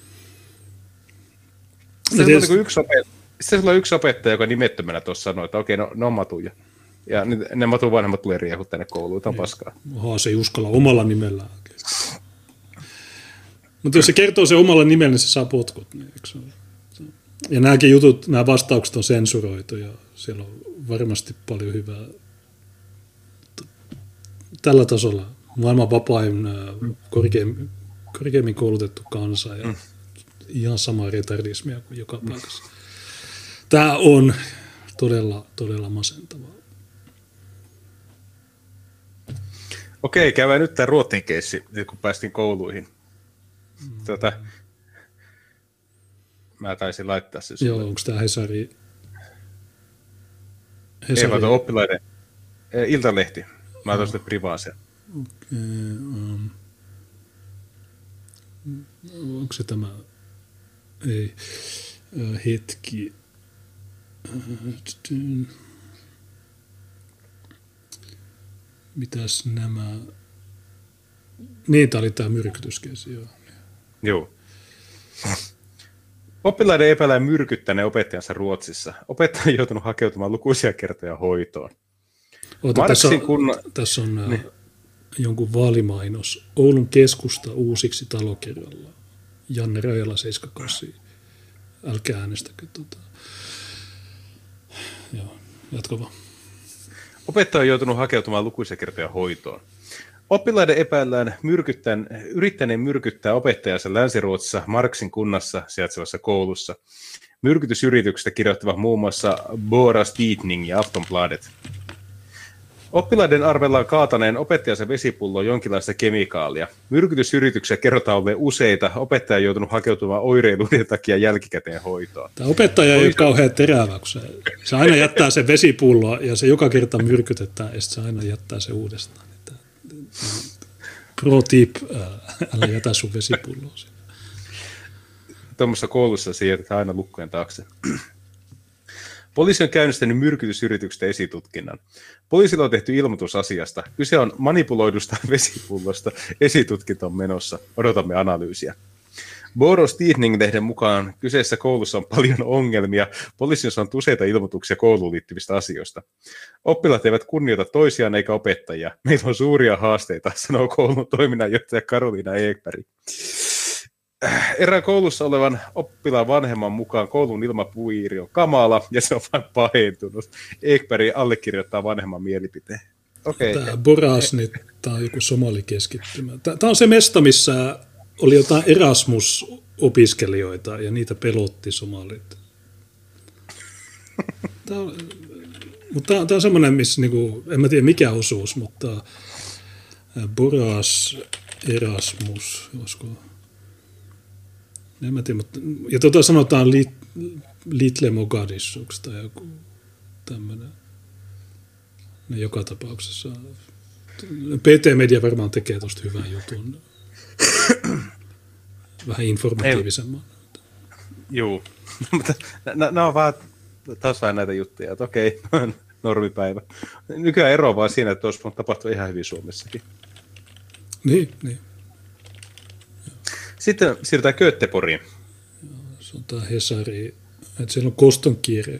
Sitten sulla on yksi opettaja, joka nimettömänä tuossa sanoi, että okei, ne on matuja. Ja ne matun vanhemmat tulee riehut tänne kouluun, tämä on paskaa. Se ei uskalla omalla nimellään. Mutta jos se kertoo se omalla nimellä, niin se saa potkut. Niin, ja nämäkin jutut, nämä vastaukset on sensuroitu ja siellä on varmasti paljon hyvää. Tällä tasolla maailman vapain, korkeimmin koulutettu kansa ja ihan samaa retardismia kuin joka paikassa. Tämä on todella, todella masentavaa. Okei, käydään nyt tämä Ruotsin keissi, kun päästiin kouluihin. Mä taisin laittaa se sulle. Joo, onko tämä Hesari? Ei, mä otan oppilaiden Iltalehti. Mä otan sitten privaaseen. Okei, onko se tämä? Ei. Hetki. Mitäs nämä? Niin, tämä oli tämä myrkytyskeissi, joo. Oppilaiden epäillään myrkyttäneen opettajansa Ruotsissa. Opettaja on joutunut hakeutumaan lukuisia kertoja hoitoon. Tässä on niin. Jonkun vaalimainos. Oulun keskusta uusiksi talokirjalla. Janne Rajala 78. Älkää äänestäkö. Joo, jatka vaan. Opettaja on joutunut hakeutumaan lukuisia kertoja hoitoon. Oppilaiden epäillään yrittäneen myrkyttää opettajansa Länsi-Ruotsissa Marksin kunnassa sijaitsevassa koulussa. Myrkytysyrityksestä kirjoittavat muun muassa Boras Tidning ja Aftonbladet. Oppilaiden arvellaan kaataneen opettajansa vesipulloon jonkinlaista kemikaalia. Myrkytysyrityksiä kerrotaan olleen useita. Opettaja on joutunut hakeutumaan oireiluiden takia jälkikäteen hoitoon. Tämä opettaja ei ole kauhean terävä, kun se aina jättää sen vesipulloa ja se joka kerta myrkytetään ja se aina jättää se uudestaan. Pro tip, älä jätä sun vesipulloa. Tuommoisessa koulussa se jätetään aina lukkojen taakse. Poliisi on käynnistänyt myrkytysyrityksestä esitutkinnan. Poliisilla on tehty ilmoitus asiasta. Kyse on manipuloidusta vesipullosta. Esitutkinta on menossa. Odotamme analyysiä. Borås Tidning-lehden mukaan kyseessä koulussa on paljon ongelmia. Poliisi on saanut useita ilmoituksia kouluun liittyvistä asioista. Oppilaat eivät kunnioita toisiaan eikä opettajia. Meillä on suuria haasteita, sanoo koulun toiminnanjohtaja Karoliina Ekberg. Erään koulussa olevan oppilaan vanhemman mukaan koulun ilmapiiri on kamala ja se on vain pahentunut. Ekberg allekirjoittaa vanhemman mielipiteen. Okay. Tämä Borås, niin tämä on joku somalikeskittymä. Tämä on se mesta, missä oli jotain Erasmus-opiskelijoita ja niitä pelotti somalit. Tämä on semmoinen, missä niinku, en mä tiedä mikä osuus, mutta Borås Erasmus, olisiko... En mä tiedä, mutta... Ja sanotaan Little Mogadishuksi tai joku tämmöinen. Ne joka tapauksessa. PT-media varmaan tekee tosta hyvän jutun. Vähän informatiivisemman. Joo, mutta nämä on vaan taas vähän näitä juttuja, että okei, normipäivä. Nykyään ero vaan siinä, että olisi tapahtua ihan hyvin Suomessakin. Niin. Sitten siirrytään Göteborgiin. Se on tämä Hesari, että siellä on kostonkiire.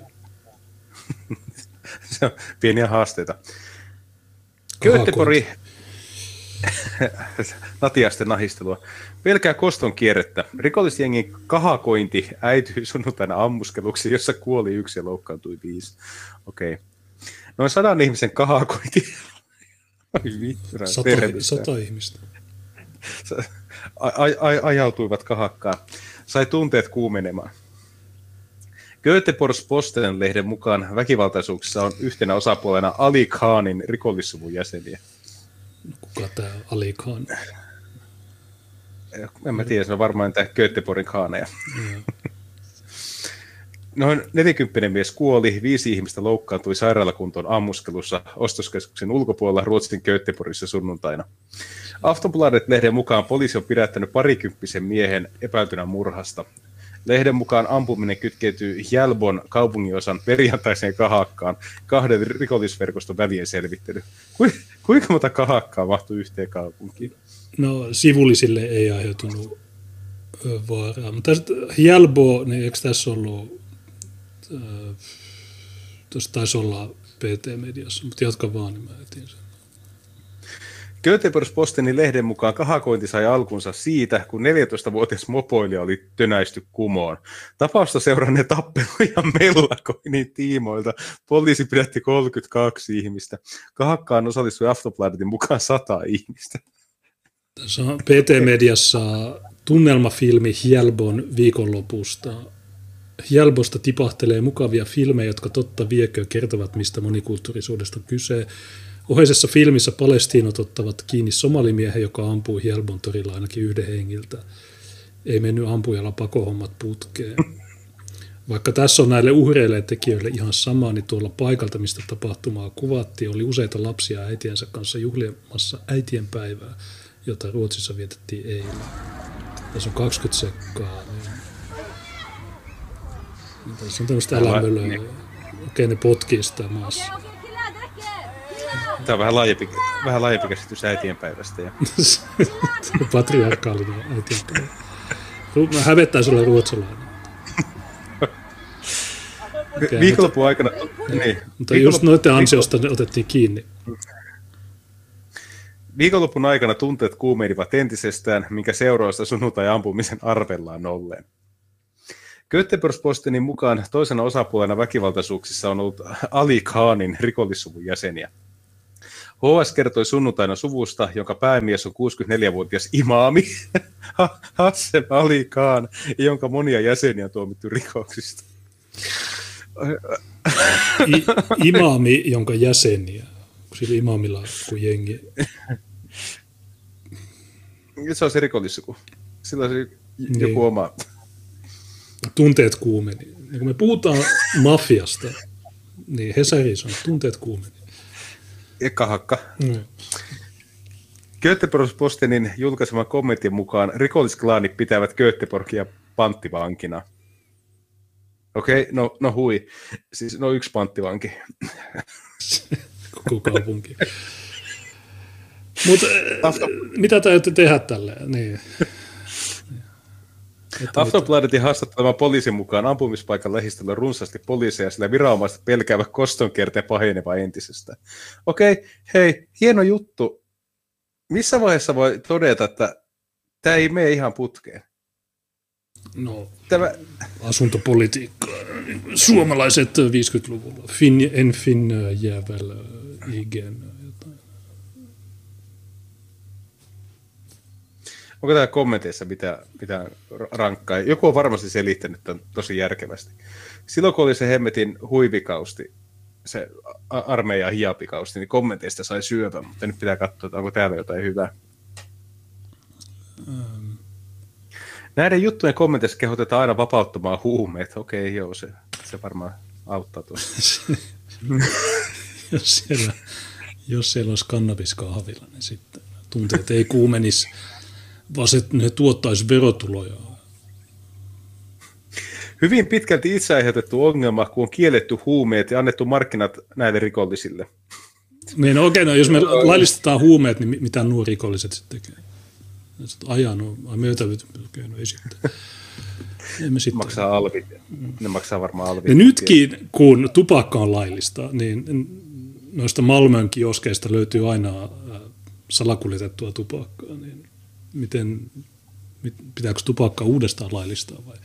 Se on pieniä haasteita. Göteborg, natiaisten nahistelua. Pelkää koston kierrettä. Rikollisjengin kahakointi äityi sunnuntaina ammuskeluksi, jossa kuoli 1 ja loukkaantui 5. Okei. Noin 100 ihmisen kahakointi. Sata ihmistä. Ajautuivat kahakkaan. Sai tunteet kuumenemaan. Göteborgs-Posten-lehden mukaan väkivaltaisuuksissa on yhtenä osapuolena Ali Khanin rikollissuvun jäseniä. Kuka tämä Ali Khan? En mä tiedä, se on varmaan tämä Göteborgin khaaneja. Noin 40 mies kuoli, 5 ihmistä loukkaantui sairaalakuntoon ammuskelussa ostoskeskuksen ulkopuolella Ruotsin Göteborgissa sunnuntaina. Aftonbladet-lehden mukaan poliisi on pidättänyt parikymppisen miehen epäiltynä murhasta. Lehden mukaan ampuminen kytkeytyy Hjällbon kaupunginosan perjantaiseen kahakkaan 2 rikollisverkoston välien selvittely. Kuinka monta kahakkaa mahtuu yhteen kaupunkiin? No sivullisille ei aiheutunut vaaraa. Mutta Hjällbo, niin eikö tässä ollut, tuossa taisi olla PT-mediassa, mutta jatka vaan, niin mä etin sen. Göteborgs-Postenin lehden mukaan kahakointi sai alkunsa siitä, kun 14-vuotias mopoilija oli tönäisty kumoon. Tapausta seuranneen tappelu ja mellakoinnin tiimoilta poliisi pidätti 32 ihmistä. Kahakkaan osallistui Aftonbladetin mukaan 100 ihmistä. Tässä on PT-mediassa tunnelmafilmi Hjällbon viikonlopusta. Hjällbosta tipahtelee mukavia filmejä, jotka totta viekö kertovat, mistä monikulttuurisuudesta on kyse. Oheisessa filmissä palestiinot ottavat kiinni somalimiehen, joka ampui Hjällbon torilla ainakin 1 hengiltä. Ei mennyt ampujalla pakohommat putkeen. Vaikka tässä on näille uhreille ja tekijöille ihan sama, niin tuolla paikalta, mistä tapahtumaa kuvattiin, oli useita lapsia äitiensä kanssa juhlimassa äitienpäivää, jota Ruotsissa vietettiin eilen. Tässä on 20 sekkaa. Niin tässä on tämmöistä älämölöä. Okei, ne potkii sitä maassa. Tämä on vähän laajempi käsitys äitienpäivästä. Ja... Patriarkaalinen äitienpäivä. Mä hävettäisi olla ruotsalainen. Okay, viikonlopun aikana... Mutta just noiden ansiosta ne otettiin kiinni. Viikonlopun aikana tunteet kuumeinivat entisestään, minkä seurausta sunnuntai-ampumisen arvellaan olleen. Göteborgs-Postenin mukaan toisena osapuolena väkivaltaisuuksissa on ollut Ali Khanin rikollissuvun jäseniä. HS kertoi sunnuntaina suvusta, jonka päämies on 64-vuotias imaami Hassem Ali Khan, jonka monia jäseniä on tuomittu rikoksista. Imaami, jonka jäseniä. sillä imamilla kuin jengi. Se on se rikollissuku. Sillä on se joku oma. Tunteet kuumeni. Ja kun me puhutaan mafiasta, niin Hesarissa on tunteet kuumeni. Kahakka. Göteborgs-Postenin julkaiseman kommentin mukaan rikollisklaanit pitävät Göteborgia panttivankina. Okei, no hui. Siis yksi panttivanki. Koko kaupunki. Mutta mitä täytyy tehdä tälleen? Niin. Aftonbladetin haastattelema poliisin mukaan ampumispaikan lähistöllä runsaasti poliiseja, sillä viranomaiset pelkäävät kostonkierteen paheneva entisestä. Okei, hei, hieno juttu. Missä vaiheessa voi todeta, että tämä ei mene ihan putkeen? No, asuntopolitiikka. Suomalaiset 50-luvulla. En jävel igen. Onko täällä kommenteissa mitään rankkaa? Joku on varmasti selittänyt tämän tosi järkevästi. Silloin kun oli se hemmetin huivikausti, se armeijan hiapikausti, niin kommenteista sai syövän, mutta nyt pitää katsoa, että onko täällä jotain hyvää. Näiden juttujen kommenteissa kehotetaan aina vapauttamaan huumeet. Okei, joo, se varmaan auttaa tuossa. jos siellä olisi kannabiskahvilla, niin sitten tunteet ei kuumenisi, vaan ne tuottaisi verotuloja. Hyvin pitkälti itse aiheutettu ongelma, kun on kielletty huumeet ja annettu markkinat näille rikollisille. Niin, okei, no jos me laillistetaan huumeet, niin mitä nuo rikolliset sitten tekee? Ei sitten. Maksaa alvit. Ne maksaa varmaan alvit. Ja nytkin, kun tupakka on laillista, niin noista Malmön kioskeista löytyy aina salakuljetettua tupakkaa. Niin pitääkö tupakka uudestaan laillistaa vai?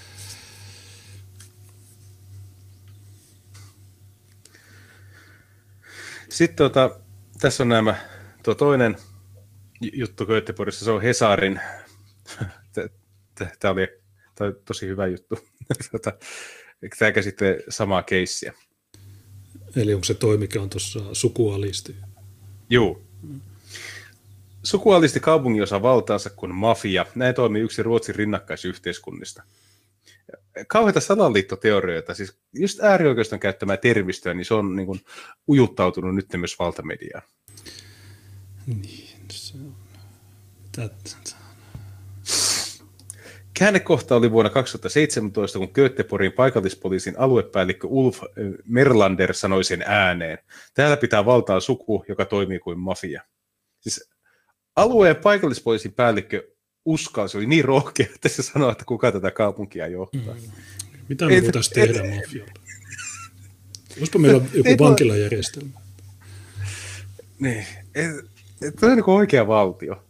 Sitten tässä on tuo toinen juttu Göteborgissa, se on Hesarin. Tämä oli tosi hyvä juttu. Tämä käsittelee samaa keissiä. Eli onko se toi, mikä on tuossa sukualisti? Joo. Sukualisti kaupunginosa valtaansa kuin mafia. Näin toimii yksi Ruotsin rinnakkaisyhteiskunnista. Kauheita salaliittoteorioita, siis just äärioikeiston käyttämää termistöä, niin se on niin kuin ujuttautunut nyt myös valtamediaan. Niin, se on. Käännekohta oli vuonna 2017, kun Göteborgin paikallispoliisin aluepäällikkö Ulf Merlander sanoi sen ääneen. Täällä pitää valtaa suku, joka toimii kuin mafia. Siis alueen paikallispoliisin päällikkö uskalsi, oli niin rohkea, että se sanoi, että kuka tätä kaupunkia johtaa. Mitä me voitaisiin tehdä mafialla? Olisipa meillä joku vankilajärjestelmä? Niin, tämä on niin kuin oikea valtio.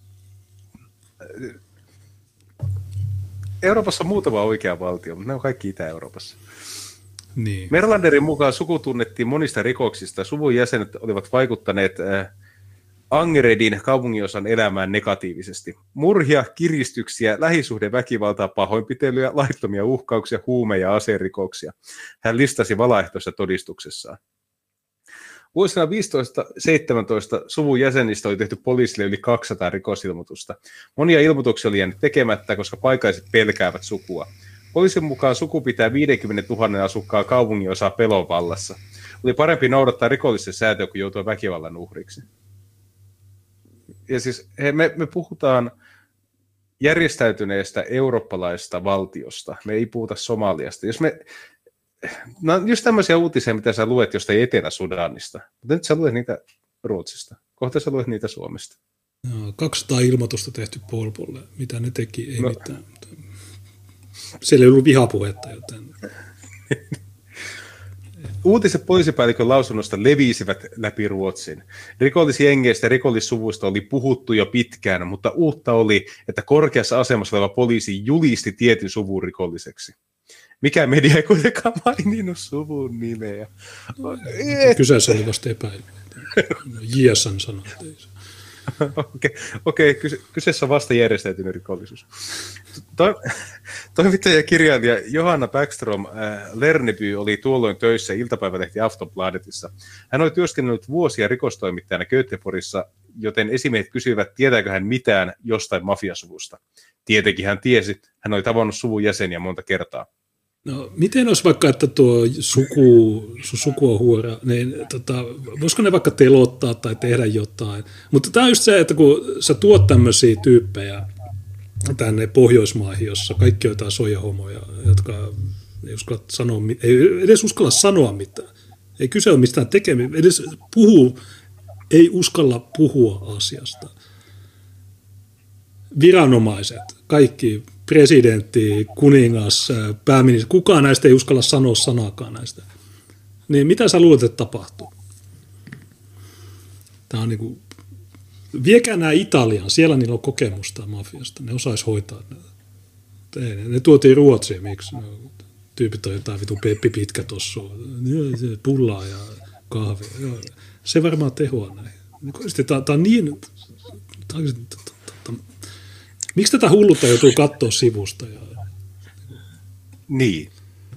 Euroopassa on muutama oikea valtio, mutta ne on kaikki Itä-Euroopassa. Niin. Merlanderin mukaan suku tunnettiin monista rikoksista. Suvun jäsenet olivat vaikuttaneet Angeredin kaupunginosan elämään negatiivisesti. Murhia, kiristyksiä, lähisuhdeväkivaltaa, pahoinpitelyjä, laittomia uhkauksia, huume- ja aserikoksia. Hän listasi valaehtoisessa todistuksessaan. Vuosina 15-17 suvun jäsenistä oli tehty poliisille yli 200 rikosilmoitusta. Monia ilmoituksia oli jäänyt tekemättä, koska paikalliset pelkäävät sukua. Poliisin mukaan suku pitää 50 000 asukkaan kaupunginosaa pelon vallassa. Oli parempi noudattaa rikollisen sääntöä, kuin joutua väkivallan uhriksi. Ja siis me puhutaan järjestäytyneestä eurooppalaisesta valtiosta. Me ei puhuta Somaliasta. No just tämmöisiä uutisia, mitä sä luet jostain Etelä-Sudanista. Mutta nyt sä luet niitä Ruotsista. Kohta sä luet niitä Suomesta. No, 200 ilmoitusta tehty Polpolle. Mitä ne teki? Ei mitään. Siellä ei ollut vihapuhetta, joten... Uutiset poliisipäällikön lausunnosta leviisivät läpi Ruotsin. Rikollisjengeistä ja rikollissuvuista oli puhuttu jo pitkään, mutta uutta oli, että korkeassa asemassa oleva poliisi julisti tietyn suvun rikolliseksi. Mikä media ei kuitenkaan maininnut suvun nimeä. Kyseessä oli vasta epäily. JSN sanoi. Okei, kyseessä on vasta järjestäytynyt rikollisuus. Toimittaja ja kirjailija Johanna Backstrom Lerneby oli tuolloin töissä iltapäivälehti Aftonbladetissa. Hän oli työskennellyt vuosia rikostoimittajana Göteborgissa, joten esimiehet kysyivät, tietääkö hän mitään jostain mafiasuvusta. Tietenkin hän tiesi, hän oli tavannut suvun jäseniä monta kertaa. No, miten olisi vaikka, että tuo suku on huora, niin voisiko ne vaikka telottaa tai tehdä jotain? Mutta tämä on just se, että kun sä tuot tämmöisiä tyyppejä tänne Pohjoismaihin, jossa kaikki on jotain soijahomoja, jotka ei edes uskalla sanoa mitään. Ei kyse ole mistään tekemistä, edes ei uskalla puhua asiasta. Viranomaiset, kaikki, presidentti, kuningas, pääministeri, kukaan näistä ei uskalla sanoa sanaakaan näistä. Niin mitä sä luulet, että tapahtuu? Tämä on niinku, viekää nämä Italiaan, siellä niillä on kokemusta mafiasta, ne osaisi hoitaa näitä. Ne tuotiin Ruotsiin, miksi? No, tyypit on jotain vitun Peppi Pitkä tossa, pullaa ja kahvia. Se varmaan tehoa näihin. Tämä on niin... Miksi tätä hullutta joutuu katsoa sivusta? Niin.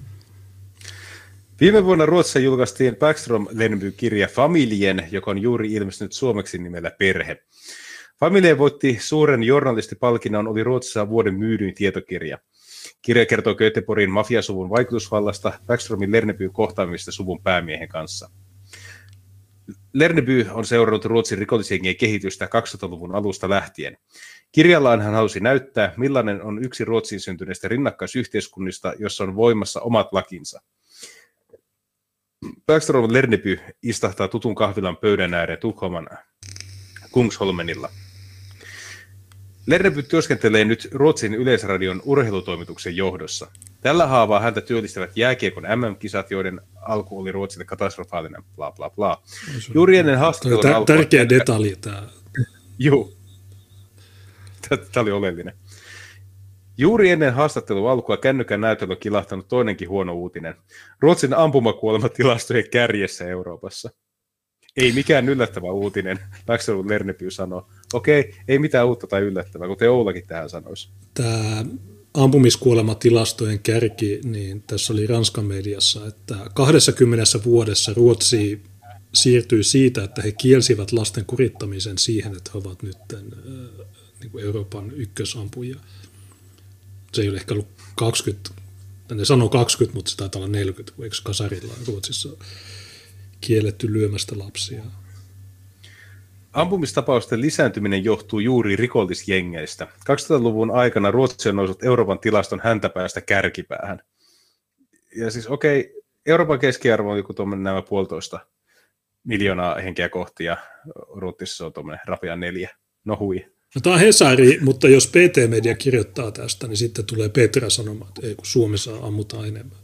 Viime vuonna Ruotsissa julkaistiin Backstrom Lernby-kirja Familjen, joka on juuri ilmestynyt suomeksi nimellä Perhe. Familjen voitti suuren journalistipalkinnon, oli Ruotsissa vuoden myydyin tietokirja. Kirja kertoo Göteborgin mafiasuvun vaikutusvallasta, Backstromin Lernby kohtaamista suvun päämiehen kanssa. Lerneby on seurannut Ruotsin rikollisjengien kehitystä 2000-luvun alusta lähtien. Kirjallaan hän halusi näyttää, millainen on yksi Ruotsiin syntyneistä rinnakkaisyhteiskunnista, jossa on voimassa omat lakinsa. Backstrom Lerneby istahtaa tutun kahvilan pöydän ääreen Tukholman Kungsholmenilla. Lerneby työskentelee nyt Ruotsin Yleisradion urheilutoimituksen johdossa. Tällä haavaa häntä työllistävät jääkiekon MM-kisat, joiden alku oli Ruotsille katastrofaalinen, bla bla bla. Juuri ennen haastattelun alkua... Tärkeä detalji tämä. Juu. Tämä oli oleellinen. Juuri ennen haastattelun alkua kännykän näytöllä on kilahtanut toinenkin huono uutinen. Ruotsin ampumakuolematilastojen kärjessä Euroopassa. Ei mikään yllättävä uutinen, Backstrom Lerneby sanoo. Okei, ei mitään uutta tai yllättävää, kuten Oulakin tähän sanoisi. Tämä ampumiskuolematilastojen kärki, niin tässä oli Ranskan mediassa, että 20 vuodessa Ruotsi siirtyi siitä, että he kielsivät lasten kurittamisen siihen, että he ovat nyt niin kuin Euroopan ykkösampujia. Se ei ole ehkä ollut 20, ne sanoo 20, mutta se taitaa olla 40, eikö kasarilla Ruotsissa kielletty lyömästä lapsia. Ampumistapausten lisääntyminen johtuu juuri rikollisjengeistä. 2000-luvun aikana Ruotsi on noussut Euroopan tilaston häntäpäästä kärkipäähän. Ja siis Euroopan keskiarvo on joku nämä 1,5 miljoonaa henkeä kohti, ja Ruotsissa on tuommoinen rapia 4. No hui. No, tämä on Hesari, mutta jos PT-media kirjoittaa tästä, niin sitten tulee Petra sanomaan, että ei, kun Suomessa ammutaan enemmän.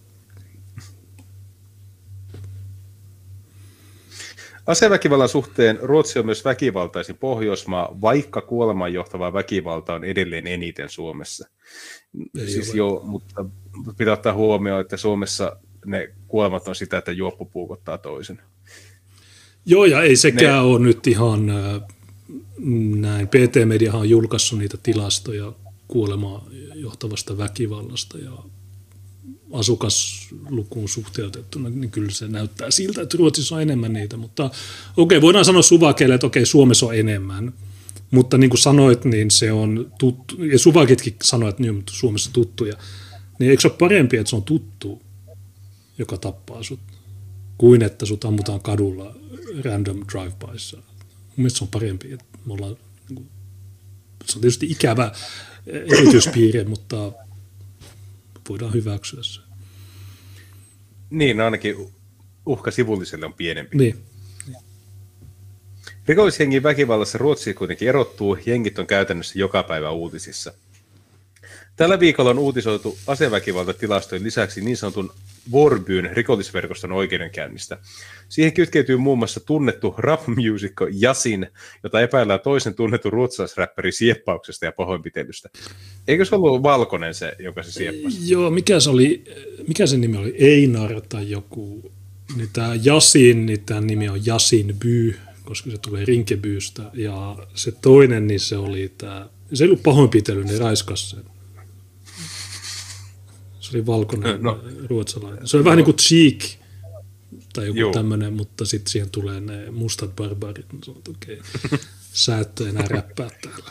Aseväkivallan suhteen Ruotsi on myös väkivaltaisin Pohjoismaa, vaikka kuolemaan johtavaa väkivalta on edelleen eniten Suomessa. Siis joo, mutta pitää ottaa huomioon, että Suomessa ne kuolemat on sitä, että juoppo puukottaa toisen. Joo, ja ei sekään ole nyt ihan näin. PT-mediahan on julkaissut niitä tilastoja kuolemaan johtavasta väkivallasta ja asukaslukuun suhteutettuna, niin kyllä se näyttää siltä, että Ruotsissa on enemmän niitä, mutta voidaan sanoa suvakeille, että Suomessa on enemmän, mutta niin kuin sanoit, niin se on tuttu, ja suvakitkin sanoit, että niin, Suomessa tuttuja, niin eikö se ole parempi, että se on tuttu, joka tappaa sut, kuin että sut ammutaan kadulla random drive-byssa. Mun mielestä se on parempi, että me ollaan, se on tietysti ikävä erityispiirre, mutta voidaan hyväksyä se. Niin, ainakin uhka sivulliselle on pienempi. Niin. Rikollisjengin väkivallassa Ruotsi kuitenkin erottuu, jengit on käytännössä joka päivä uutisissa. Tällä viikolla on uutisoitu aseväkivaltatilastojen lisäksi niin sanotun Vårbyn rikollisverkoston oikeudenkäynnistä. Siihen kytkeytyy muun muassa tunnettu rap-muusikko Yasin, jota epäillään toisen tunnetun ruotsalaisräppärin sieppauksesta ja pahoinpitelystä. Eikö se ollut Valkonen se, joka se sieppasi? Joo, mikä se nimi oli? Einar tai joku. Niin tämä Yasin, niin tämä nimi on Yasin By, koska se tulee Rinkebystä. Ja se toinen, niin se oli se ei ollut pahoinpitely, niin raiskasi sen. Se oli valkoinen ruotsalainen. Se oli vähän niin kuin Cheek tai joku tämmöinen, mutta sitten siihen tulee ne mustat barbarit. Sanoin, että okei, sä et enää räppää täällä.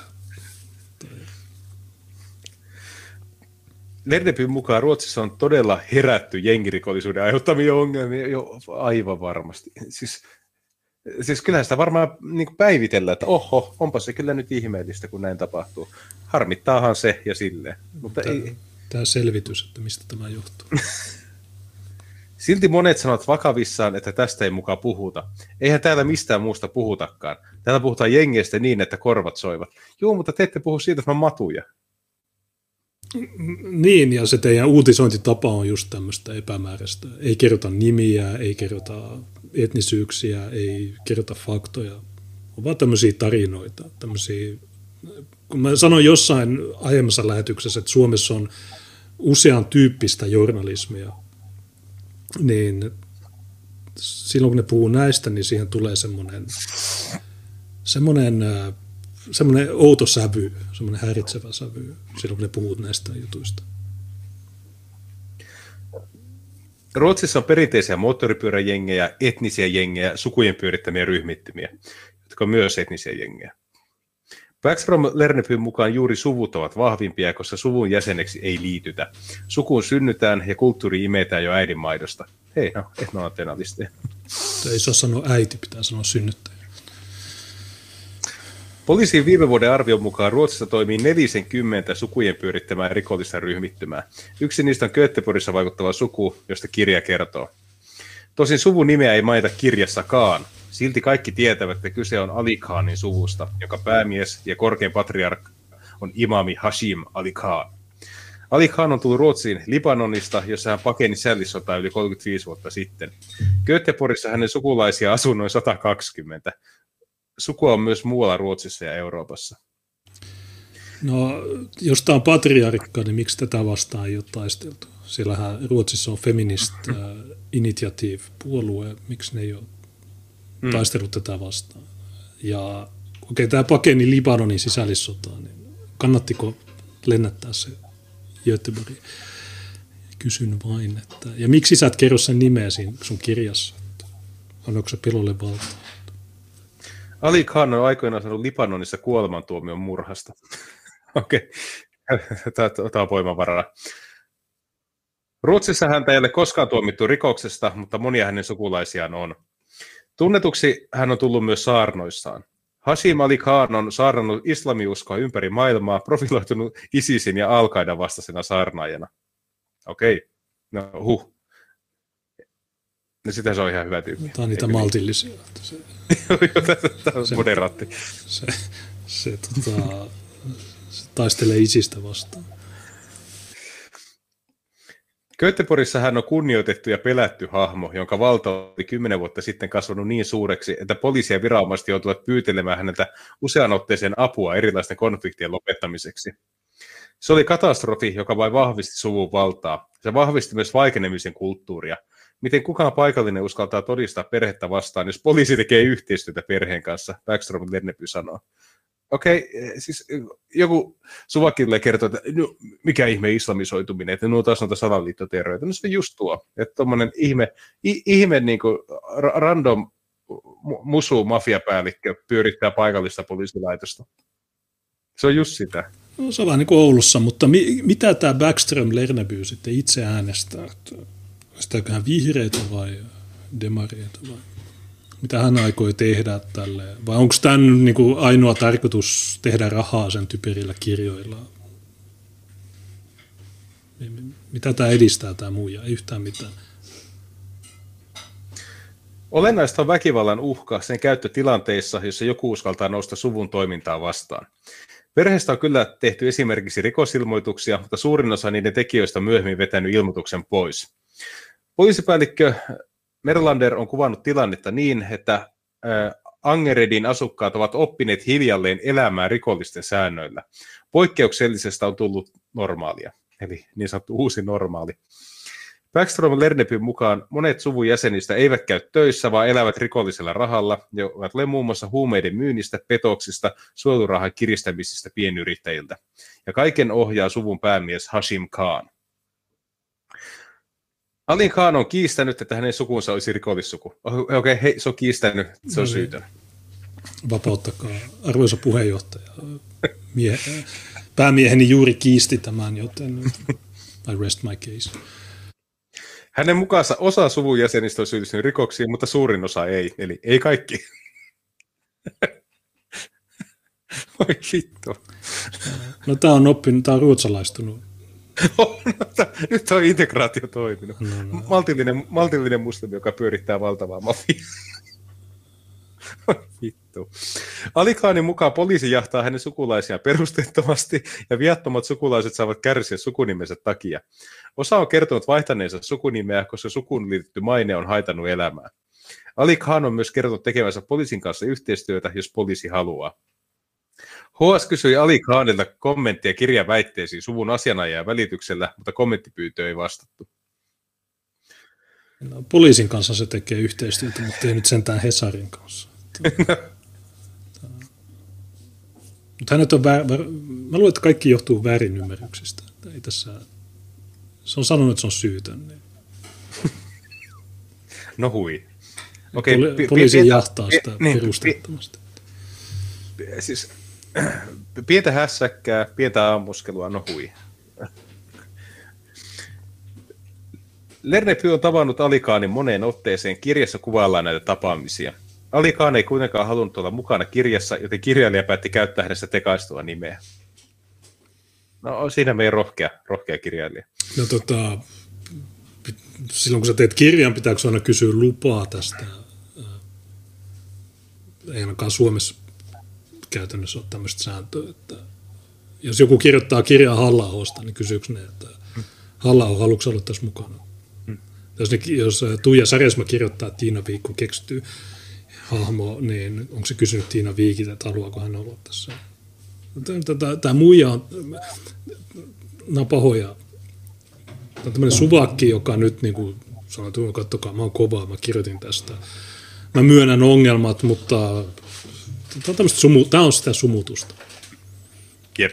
Lernebyn mukaan Ruotsissa on todella herätty jengirikollisuuden aiheuttamia ongelmia jo aivan varmasti. Siis kyllähän sitä varmaan niin päivitellään, että oho, onpa se kyllä nyt ihmeellistä, kun näin tapahtuu. Harmittaahan se ja silleen. Mutta ei. Tämä selvitys, että mistä tämä johtuu. Silti monet sanovat vakavissaan, että tästä ei mukaan puhuta. Eihän täällä mistään muusta puhutakaan. Täällä puhutaan jengeistä niin, että korvat soivat. Joo, mutta te ette puhu siitä, että mä matuja. Niin, ja se teidän uutisointitapa on just tämmöistä epämääräistä. Ei kerrota nimiä, ei kerrota etnisyyksiä, ei kerrota faktoja. On vaan tämmöisiä tarinoita. Kun mä sanoin jossain aiemmassa lähetyksessä, että Suomessa on usean tyyppistä journalismia, niin silloin kun ne puhuu näistä, niin siihen tulee semmoinen outo sävy, semmoinen häiritsevä sävy, silloin kun ne puhuu näistä jutuista. Ruotsissa on perinteisiä moottoripyöräjengejä, etnisiä jengejä, sukujen pyörittämiä ryhmittymiä, jotka on myös etnisiä jengejä. Backstrom Lernebyn mukaan juuri suvut ovat vahvimpia, koska suvun jäseneksi ei liitytä. Sukuun synnytään ja kulttuuri imetään jo äidinmaidosta. Hei, no, etnonationalisteja. Ei saa sanoa äiti, pitää sanoa synnyttäjä. Poliisin viime vuoden arvion mukaan Ruotsissa toimii 40 sukujen pyörittämää rikollista ryhmittymää. Yksi niistä on Göteborgissa vaikuttava suku, josta kirja kertoo. Tosin suvun nimeä ei mainita kirjassakaan. Silti kaikki tietävät, että kyse on Ali Khanin suvusta, joka päämies ja korkein patriarkka on imami Hashim Ali Khan. Ali Khan on tullut Ruotsiin Libanonista, jossa hän pakeni sällissotaa yli 35 vuotta sitten. Göteborgissa hänen sukulaisia asuu noin 120. Sukua on myös muualla Ruotsissa ja Euroopassa. No, jos tämä on patriarkka, niin miksi tätä vastaan ei ole taisteltu? Siellähän Ruotsissa on Feminist Initiative-puolue, miksi ne ei ole taistellut tätä vastaan. Ja tämä pakeni Libanonin sisällissotaan, niin kannattiko lennättää se Göteborgiin? Kysyn vain, että ja miksi sä et kerro sen nimeä siinä sun kirjassa? Annoiko se pelolle valtaa? Ali Khan on aikoinaan saanut Libanonissa kuolemantuomion murhasta. Okei, tämä on voimavaraa. Ruotsissa häntä ei ole koskaan tuomittu rikoksesta, mutta monia hänen sukulaisiaan on. Tunnetuksi hän on tullut myös saarnoissaan. Hashim Ali Khan on saarnannut islamiuskoa ympäri maailmaa, profiloitunut ISISin ja Al-Qaidan vastaisena saarnaajana. Okei, no No sitä se on ihan hyvä tyyppi. Tämä on niitä maltillisia. Tämä on moderaatti. Se taistelee ISISistä vastaan. Göteborgissa hän on kunnioitettu ja pelätty hahmo, jonka valta oli 10 vuotta sitten kasvanut niin suureksi, että poliisi ja viranomaiset joutuivat pyytelemään häneltä usean otteeseen apua erilaisten konfliktien lopettamiseksi. Se oli katastrofi, joka vain vahvisti suvun valtaa. Se vahvisti myös vaikenemisen kulttuuria. Miten kukaan paikallinen uskaltaa todistaa perhettä vastaan, jos poliisi tekee yhteistyötä perheen kanssa, Backstrom Lerneby sanoo. Okei, siis joku suvakille kertoo, että no, mikä ihme islamisoituminen, että nuo taas noita salaliittoteorioita. No se just tuo, että tuommoinen ihme niin kuin random musu-mafiapäällikkö pyörittää paikallista poliisilaitosta. Se on just sitä. No, se on vähän niin kuin Oulussa, mutta mitä tämä Backstrom Lerneby sitten itse äänestää? Äänestäköhän vihreitä vai demareita vai mitä hän aikoi tehdä tälle? Vai onko tämän niin kuin ainoa tarkoitus tehdä rahaa sen typerillä kirjoilla? Mitä tämä edistää tämä muija? Ei yhtään mitään. Olennaista on väkivallan uhka sen käyttö tilanteissa, jossa joku uskaltaa nousta suvun toimintaa vastaan. Perheestä on kyllä tehty esimerkiksi rikosilmoituksia, mutta suurin osa niiden tekijöistä on myöhemmin vetänyt ilmoituksen pois. Poliisipäällikkö Merlander on kuvannut tilannetta niin, että Angeredin asukkaat ovat oppineet hiljalleen elämään rikollisten säännöillä. Poikkeuksellisesta on tullut normaalia, eli niin sanottu uusi normaali. Backstrom Lernepyn mukaan monet suvun jäsenistä eivät käy töissä, vaan elävät rikollisella rahalla, joka tulee muun muassa huumeiden myynnistä, petoksista, suojelurahan kiristämisistä pienyrittäjiltä. Ja kaiken ohjaa suvun päämies Hashim Khan. Ali Khan on kiistänyt, että hänen sukunsa olisi rikollissuku. Okei, hei, se on kiistänyt, se on syytön. Vapauttakaa, arvoisa puheenjohtaja. Päämieheni juuri kiisti tämän, joten I rest my case. Hänen mukaansa osa suvun jäsenistä on syyllistynyt rikoksiin, mutta suurin osa ei, eli ei kaikki. Oi vittu. No tämä on oppinut, tämä on ruotsalaistunut. Nyt on integraatio toiminut. No. Maltillinen muslimi, joka pyörittää valtavaa mafiaa. Vittu. Ali Khanin mukaan poliisi jahtaa hänen sukulaisiaan perusteettomasti ja viattomat sukulaiset saavat kärsiä sukunimensä takia. Osa on kertonut vaihtaneensa sukunimeä, koska sukuun liitetty maine on haitannut elämää. Ali Khan on myös kertonut tekevänsä poliisin kanssa yhteistyötä, jos poliisi haluaa. HS kysyi Ali Khanilta kommenttia kirjan väitteisiin suvun asianajajan välityksellä, mutta kommenttipyyntöön ei vastattu. No, poliisin kanssa se tekee yhteistyötä, mutta ei nyt sentään Hesarin kanssa. Mutta hänet on mä luulen, että kaikki johtuu väärinymmärryksistä. Ei tässä. Se on sanonut, että se on syytön. Niin. No hui. Okay, poliisi jahtaa sitä perusteettomasti. Siis pientä hässäkkää, pientä ammuskelua, no hui. Lernepy on tavannut Ali Khanin moneen otteeseen, kirjassa kuvaillaan näitä tapaamisia. Ali Khan ei kuitenkaan halunnut olla mukana kirjassa, joten kirjailija päätti käyttää hänestä tekaistua nimeä. No siinä meidän rohkea kirjailija. No silloin kun sä teet kirjan, pitääkö aina kysyä lupaa tästä? Ei ainakaan Suomessa käytännössä ole tämmöistä sääntöä, että jos joku kirjoittaa kirjaa Halla-ahosta, niin kysyykö ne, että Halla-aho, haluatko olla tässä mukana? Jos Tuija Säresmä kirjoittaa Tiina Viikko keksitty hahmo, niin onko se kysynyt Tiina Viikiltä, että haluaako hän olla tässä? Tämä muija on, nämä on pahoja. Tämä on tämmöinen suvakki, joka nyt niin kuin sanotaan, katsokaa, mä oon kovaa, mä kirjoitin tästä. Mä myönnän ongelmat, mutta tämä on sitä sumutusta. Jep.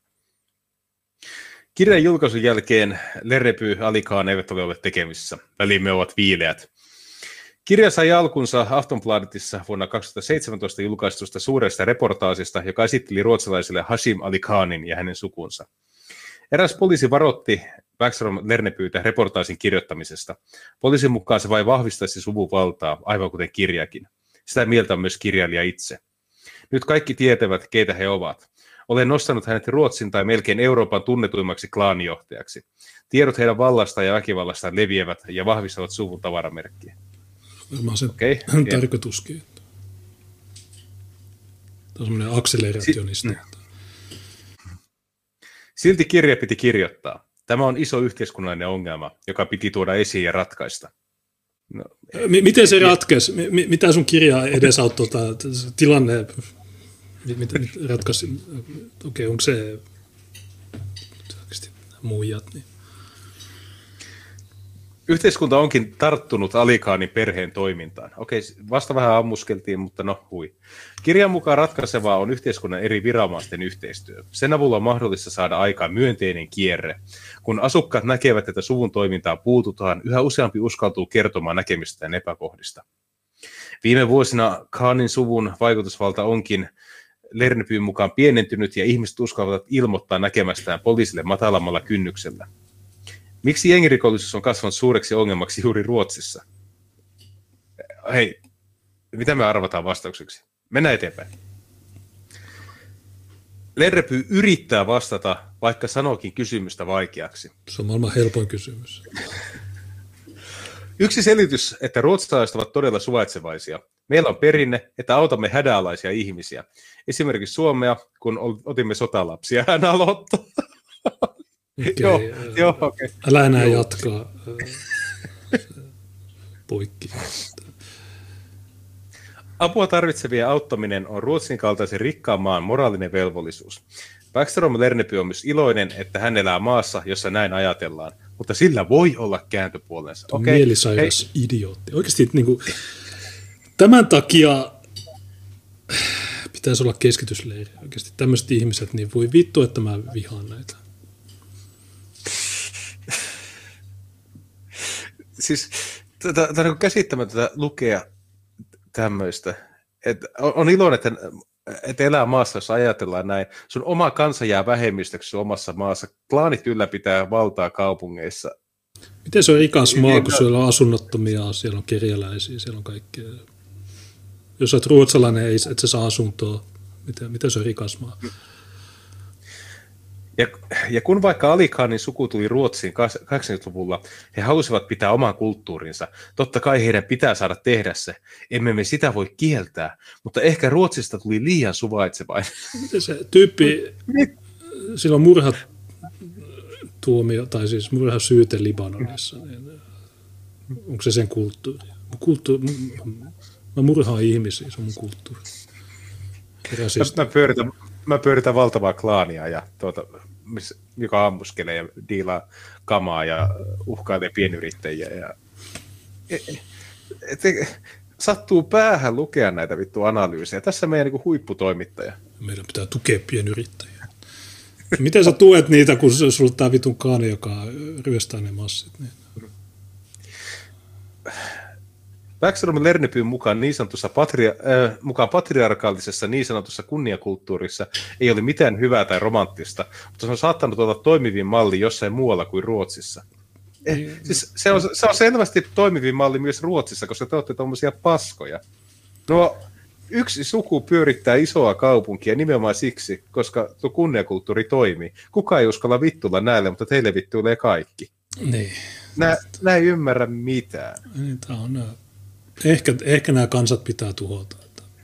Kirjan julkaisun jälkeen Lernepy ja Ali Khan eivät ole olleet tekemisissä. Välimme ovat viileät. Kirja sai alkunsa Aftonbladetissa vuonna 2017 julkaistusta suuresta reportaasista, joka esitteli ruotsalaisille Hashim Ali Khanin ja hänen sukunsa. Eräs poliisi varoitti Backstrom Lernepytä reportaasin kirjoittamisesta. Poliisin mukaan se vain vahvistaisi suvun valtaa, aivan kuten kirjakin. Sitä mieltä on myös kirjailija itse. Nyt kaikki tietävät, keitä he ovat. Olen nostanut hänet Ruotsin tai melkein Euroopan tunnetuimmaksi klaanijohtajaksi. Tiedot heidän vallastaan ja väkivallastaan leviävät ja vahvistavat suvun tavaramerkkiä. Varmaan se tarkoituskin. Tämä on semmoinen akselerationisti. Silti kirja piti kirjoittaa. Tämä on iso yhteiskunnallinen ongelma, joka piti tuoda esiin ja ratkaista. No, miten se ratkaisi? Mitä sun kirja edesauttoi tilanne? Miten ratkaisi? Okei, onko se muijat? Niin. Yhteiskunta onkin tarttunut Ali Khanin perheen toimintaan. Okei, vasta vähän ammuskeltiin, mutta no hui. Kirjan mukaan ratkaisevaa on yhteiskunnan eri viranomaisten yhteistyö. Sen avulla on mahdollista saada aikaan myönteinen kierre. Kun asukkaat näkevät, että suvun toimintaan puututaan, yhä useampi uskaltuu kertomaan näkemistään epäkohdista. Viime vuosina Khanin suvun vaikutusvalta onkin Lernepyn mukaan pienentynyt ja ihmiset uskaltavat ilmoittaa näkemästään poliisille matalammalla kynnyksellä. Miksi jengirikollisuus on kasvanut suureksi ongelmaksi juuri Ruotsissa? Hei, mitä me arvataan vastaukseksi? Mennään eteenpäin. Lernepy yrittää vastata, vaikka sanookin kysymystä vaikeaksi. Se on maailman helpoin kysymys. Yksi selitys, että ruotsalaiset ovat todella suvaitsevaisia. Meillä on perinne, että autamme hädänalaisia ihmisiä. Esimerkiksi Suomea, kun otimme sotalapsia. Hän aloittaa. Okay. Joo, okay. Älä enää jatkaa. Poikki. Apua tarvitsevien auttaminen on Ruotsin kaltaisen rikkaan maan moraalinen velvollisuus. Backstrom Lernepy on myös iloinen, että hän elää maassa, jossa näin ajatellaan. mutta sillä voi olla kääntöpuolensa. Okay. Mielisairas idiootti. Oikeasti niin kuin, tämän takia pitäisi olla keskitysleiri. Oikeasti tämmöiset ihmiset, niin voi vittu, että mä vihaan näitä. Siis tämä on käsittämätöntä lukea tämmöistä. On iloinen, että elää maassa, jos ajatellaan näin. Sun oma kansa jää vähemmistöksi omassa maassa. Klaanit ylläpitää valtaa kaupungeissa. Miten se on rikas maa, kun siellä on asunnottomia, siellä on kerjäläisiä, siellä on kaikkea. Jos olet ruotsalainen, et sä saa asuntoa. Miten se on rikas maa? Ja kun vaikka Ali Khanin suku tuli Ruotsiin 80-luvulla, he halusivat pitää oman kulttuurinsa. Totta kai heidän pitää saada tehdä se. Emme me sitä voi kieltää, mutta ehkä Ruotsista tuli liian suvaitsevainen. Miten se tyyppi, sillä on murhatuomio, tai siis murhasyyte Libanonissa. Niin onko se sen kulttuuri? Mä murhaan ihmisiä, se on mun kulttuuri. Mä pyöritän valtavaa klaania, joka ammuskelee ja diilaa kamaa ja uhkailee pienyrittäjiä. Sattuu päähän lukea näitä vittu analyysejä. Tässä meidän niin kuin huipputoimittaja. Meidän pitää tukea pienyrittäjiä. Miten sä tuet niitä, kun sulla on tää vitun kaani, joka ryöstää ne massit? Niin. Backstrom Lernepyn mukaan patriarkaalisessa niin sanotussa kunniakulttuurissa ei ole mitään hyvää tai romanttista, mutta se on saattanut olla toimivin malli jossain muualla kuin Ruotsissa. Siis se on selvästi toimivin malli myös Ruotsissa, koska te olette tommosia paskoja. No, yksi suku pyörittää isoa kaupunkia nimenomaan siksi, koska tuo kunniakulttuuri toimii. Kukaan ei uskalla vittuilla näille, mutta teille vittuilee kaikki. Niin. Nää ei ymmärrä mitään. Niin, tää on Ehkä nämä kansat pitää tuhota.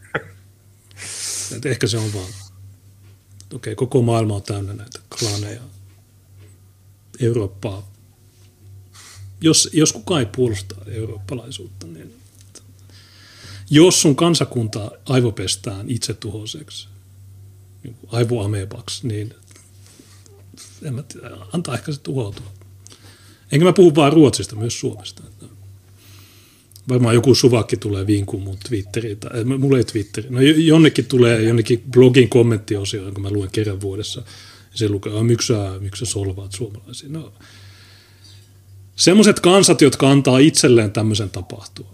Että ehkä se on vaan. Okei, koko maailma on täynnä näitä klaaneja. Eurooppaa. Jos kukaan ei puolusta eurooppalaisuutta, niin jos sun kansakunta aivopestään itsetuhoiseksi, aivoamebaksi, niin en mä tiedä, antaa ehkä se tuhoutua. Enkä mä puhu vaan Ruotsista, myös Suomesta. Varmaan joku suvakki tulee vinkuun mun Twitteriin. Mulla ei Twitteri. No jonnekin tulee jonnekin blogin kommenttiosio, jonka mä luen kerran vuodessa. Ja se lukee, miksi sä solvaat suomalaisia. No, semmoiset kansat, jotka antaa itselleen tämmöisen tapahtua,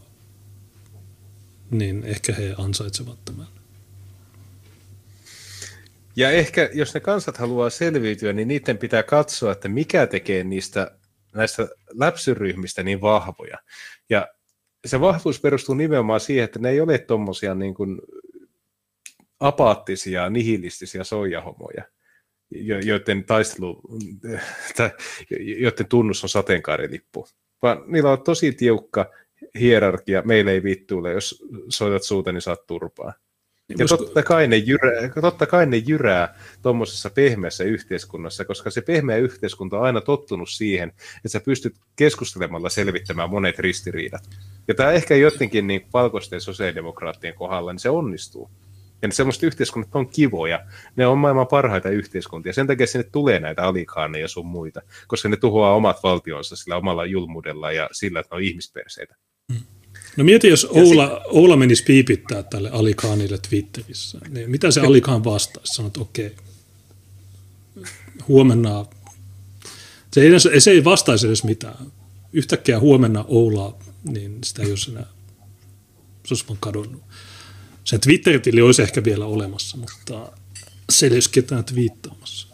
niin ehkä he ansaitsevat tämän. Ja ehkä, jos ne kansat haluaa selviytyä, niin niiden pitää katsoa, että mikä tekee näistä läpsyryhmistä niin vahvoja. Ja se vahvuus perustuu nimenomaan siihen, että ne ei ole tommosia niin kuin apaattisia, nihilistisiä soijahomoja, joiden tunnus on sateenkaarilippu. Vaan niillä on tosi tiukka hierarkia, meille ei vittuile, jos soitat suuta, niin saat turpaa. Ja totta kai ne jyrää tuommoisessa pehmeässä yhteiskunnassa, koska se pehmeä yhteiskunta on aina tottunut siihen, että sä pystyt keskustelemalla selvittämään monet ristiriidat. Ja tämä ehkä jotenkin niin valkoisten sosiaalidemokraattien kohdalla, niin se onnistuu. Ja semmoiset yhteiskunnat on kivoja, ne on maailman parhaita yhteiskuntia. Sen takia sinne tulee näitä Ali Khaneja ja sun muita, koska ne tuhoaa omat valtionsa sillä omalla julmuudella ja sillä, että ne on ihmisperseitä. No mieti, jos Oula menisi piipittää tälle Ali Khanille Twitterissä, niin mitä se Ali Khan vastaisi? Sanot, okei, huomenna, se ei vastaisi edes mitään. Yhtäkkiä huomenna Oula, niin sitä ei olisi enää, se olisi vaan kadonnut. Sen Twitter-tili olisi ehkä vielä olemassa, mutta se ei olisi ketään twiittaamassa.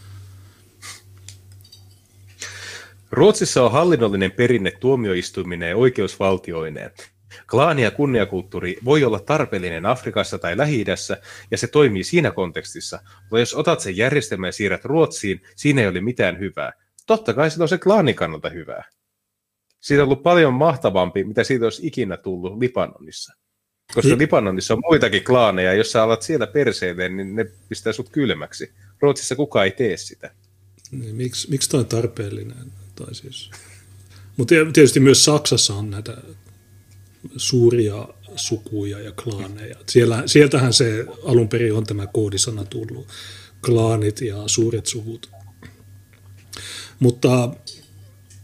Ruotsissa on hallinnollinen perinne tuomioistuimineen ja oikeusvaltioineen. Klaani- ja kunniakulttuuri voi olla tarpeellinen Afrikassa tai Lähi-idässä, ja se toimii siinä kontekstissa. Mutta jos otat sen järjestelmän ja siirrät Ruotsiin, siinä ei ole mitään hyvää. Totta kai siitä on se klaanin kannalta hyvää. Siitä on ollut paljon mahtavampi, mitä siitä olisi ikinä tullut Libanonissa. Koska Libanonissa on muitakin klaaneja, ja jos sä alat siellä perseilleen, niin ne pistää sut kylmäksi. Ruotsissa kukaan ei tee sitä. Niin, miksi toi on tarpeellinen? Tai siis. Mutta tietysti myös Saksassa on näitä suuria sukuja ja klaaneja. Sieltähän se alun perin on tämä koodisana tullut, klaanit ja suuret suvut. Mutta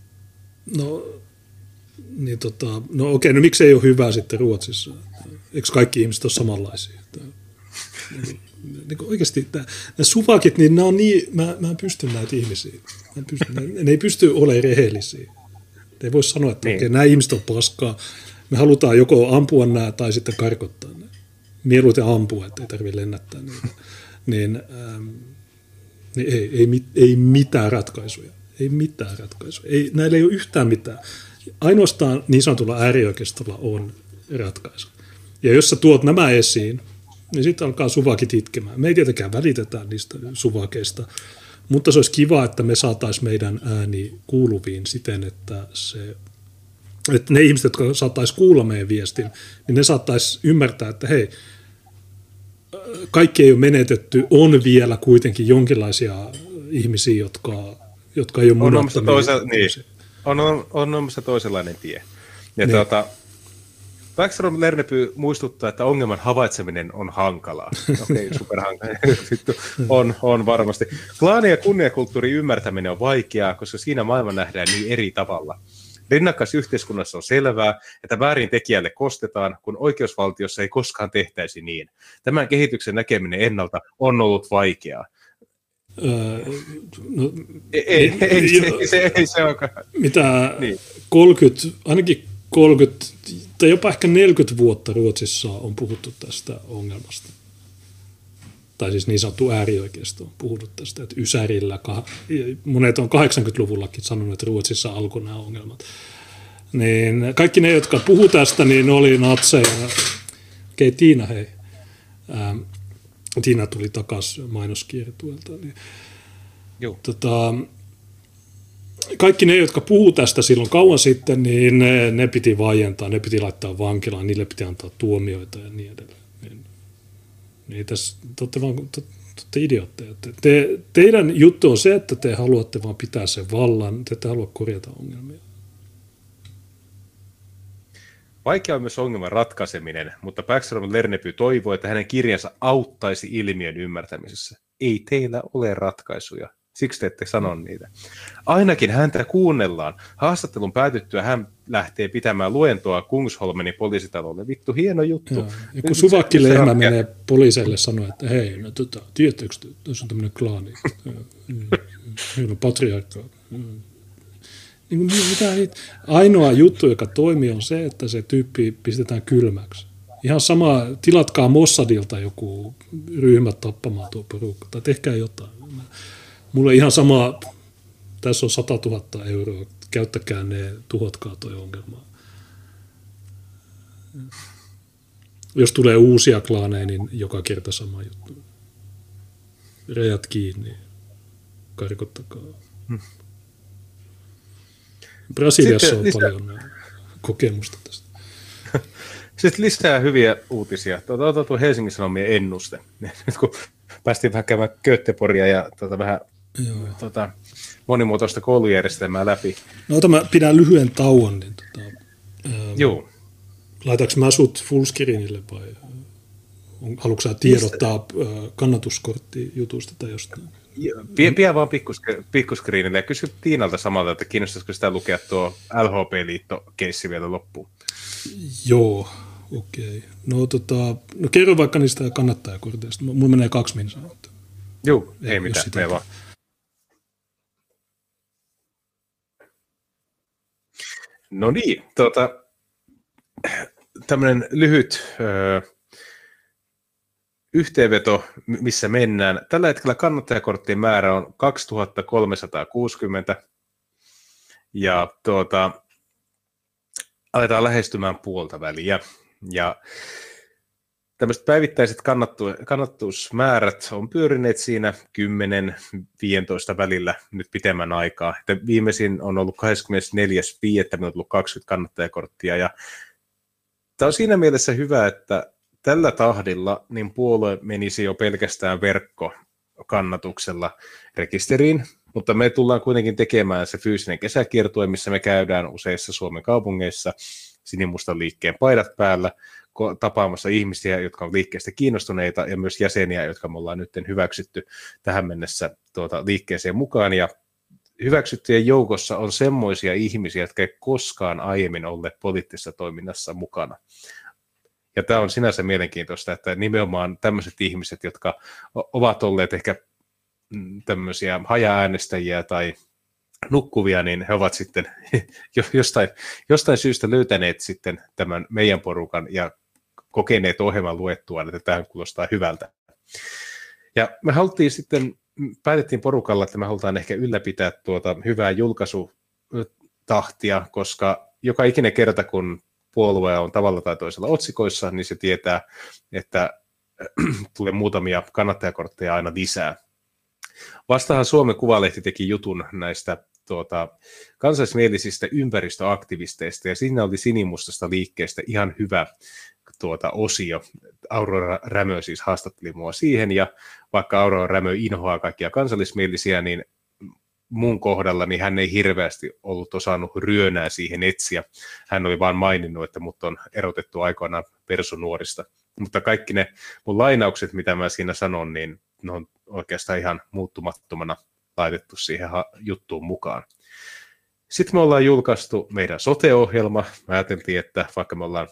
no, niin no okei, no miksi ei ole hyvää sitten Ruotsissa? Eikö kaikki ihmiset ole samanlaisia? Niin oikeasti nämä suvakit, niin nämä on niin, mä en pysty näitä ihmisiä. Ne ei pysty olemaan rehellisiä. Ne ei voi sanoa, että okei, nämä ihmiset on paskaa. Me halutaan joko ampua nämä tai sitten karkottaa ne. Mieluiten ampua, että ei tarvitse lennättää niitä. Niin ei mitään ratkaisuja. Ei mitään ratkaisuja. Näillä ei ole yhtään mitään. Ainoastaan niin sanotulla äärioikeistolla on ratkaisu. Ja jos sä tuot nämä esiin, niin sitten alkaa suvakit itkemään. Me ei tietenkään välitetä niistä suvakeista, mutta se olisi kiva, että me saataisiin meidän ääni kuuluviin siten, että ne ihmiset, jotka saattaisi kuulla meidän viestin, niin ne saattaisi ymmärtää, että hei, kaikki ei ole menetetty, on vielä kuitenkin jonkinlaisia ihmisiä, jotka ei ole munattomia. On olemassa toisenlainen tie. Ja niin. Backstrom Lernepy muistuttaa, että ongelman havaitseminen on hankalaa. Okei, superhankalaa. on varmasti. Klaani- ja kunniakulttuurin ymmärtäminen on vaikeaa, koska siinä maailma nähdään niin eri tavalla. Rinnakkaisyhteiskunnassa on selvää, että väärin tekijälle kostetaan, kun oikeusvaltiossa ei koskaan tehtäisi niin. Tämän kehityksen näkeminen ennalta on ollut vaikeaa. Ei se olekaan. Mitä niin. 30 tai jopa ehkä 40 vuotta Ruotsissa on puhuttu tästä ongelmasta. Tai siis niin sanottu äärioikeisto on puhunut tästä, että Ysärillä, monet on 80-luvullakin sanonut, että Ruotsissa alkoi nämä ongelmat. Niin kaikki ne, jotka puhu tästä, niin ne oli natseja. Okei, Tiina, hei. Tiina tuli takaisin mainoskiertueelta. Niin, kaikki ne, jotka puhuu tästä silloin kauan sitten, niin ne piti vaientaa, ne piti laittaa vankilaan, niille piti antaa tuomioita ja niin edelleen. Niin tässä, te olette idiootteja. Teidän juttu on se, että te haluatte vaan pitää sen vallan, te ette halua korjata ongelmia. Vaikea on myös ongelman ratkaiseminen, mutta Backstrom Lernepy toivoo, että hänen kirjansa auttaisi ilmiön ymmärtämisessä. Ei teillä ole ratkaisuja. Siksi te ette sano niitä. Ainakin häntä kuunnellaan. Haastattelun päätyttyä hän lähtee pitämään luentoa Kungsholmenin poliisitalolle. Vittu, hieno juttu. Joo. Ja kun Suvakki Lehmä menee poliiseille sanoa, että hei, no tiedättekö, tässä on tämmöinen klaani. Meillä on patriarkkaa. Niin ainoa juttu, joka toimii, on se, että se tyyppi pistetään kylmäksi. Ihan sama, tilatkaa Mossadilta joku ryhmä tappamaan tuo porukka, tai tehkää jotain. Mulle ihan sama, tässä on 100 000 euroa, käyttäkää ne, tuhotkaa toi ongelmaa. Jos tulee uusia klaaneja, niin joka kerta sama juttu. Rajat kiinni, karkottakaa. Brasiliassa on paljon kokemusta tästä. Sitten lisää hyviä uutisia. Tuo Helsingin Sanomien ennuste. Nyt kun päästiin vähän käymään Göteborgia ja vähän monimuotoista koulujärjestelmää läpi. No mä pidän lyhyen tauon. Niin Joo. Laitanko mä sut fullscreenille vai haluatko sä tiedottaa kannatuskorttijutusta tai jostain? Pidä vaan pikkuskriinille ja kysy Tiinalta samalta, että kiinnostaisiko sitä lukea tuo LHP-liitto-keissi vielä loppuun. Joo, okei. No kerro vaikka niistä kannattajakorteista. Mulla menee 2 minsaa. Joo, ei mitään, me vaan. No niin, tämmöinen lyhyt yhteenveto, missä mennään. Tällä hetkellä kannattajakorttien määrä on 2360 ja aletaan lähestymään puolta väliä. Ja tämmöiset päivittäiset kannatusmäärät on pyörineet siinä 10-15 välillä nyt pitemmän aikaa. Että viimeisin on ollut 24.5. minulla on tullut 20 kannattajakorttia. Ja tämä on siinä mielessä hyvä, että tällä tahdilla niin puolue menisi jo pelkästään verkkokannatuksella rekisteriin, mutta me tullaan kuitenkin tekemään se fyysinen kesäkiertue, missä me käydään useissa Suomen kaupungeissa Sinimustan liikkeen paidat päällä, tapaamassa ihmisiä, jotka on liikkeestä kiinnostuneita ja myös jäseniä, jotka me ollaan nyt hyväksytty tähän mennessä liikkeeseen mukaan ja hyväksyttyjen joukossa on semmoisia ihmisiä, jotka ei koskaan aiemmin olleet poliittisessa toiminnassa mukana. Ja tämä on sinänsä mielenkiintoista, että nimenomaan tämmöiset ihmiset, jotka ovat olleet ehkä tämmöisiä haja-äänestäjiä tai nukkuvia, niin he ovat sitten jostain syystä löytäneet sitten tämän meidän porukan ja kokeneet ohjelman luettua, että tämä kuulostaa hyvältä. Ja me päätettiin porukalla, että me halutaan ehkä ylläpitää tuota hyvää julkaisutahtia, koska joka ikinen kerta, kun puolue on tavalla tai toisella otsikoissa, niin se tietää, että tulee muutamia kannattajakortteja aina lisää. Vastahan Suomen Kuvalehti teki jutun näistä kansallismielisistä ympäristöaktivisteista, ja siinä oli Sinimustasta liikkeestä ihan hyvä osio. Aurora Rämö siis haastatteli mua siihen, ja vaikka Aurora Rämö inhoaa kaikkia kansallismielisiä, niin mun kohdalla niin hän ei hirveästi ollut osannut ryönää siihen etsiä. Hän oli vaan maininnut, että mut on erotettu aikoinaan persunuorista. Mutta kaikki ne mun lainaukset, mitä mä siinä sanon, niin ne on oikeastaan ihan muuttumattomana laitettu siihen juttuun mukaan. Sitten me ollaan julkaistu meidän sote-ohjelma. Mä ajateltiin, että vaikka me ollaan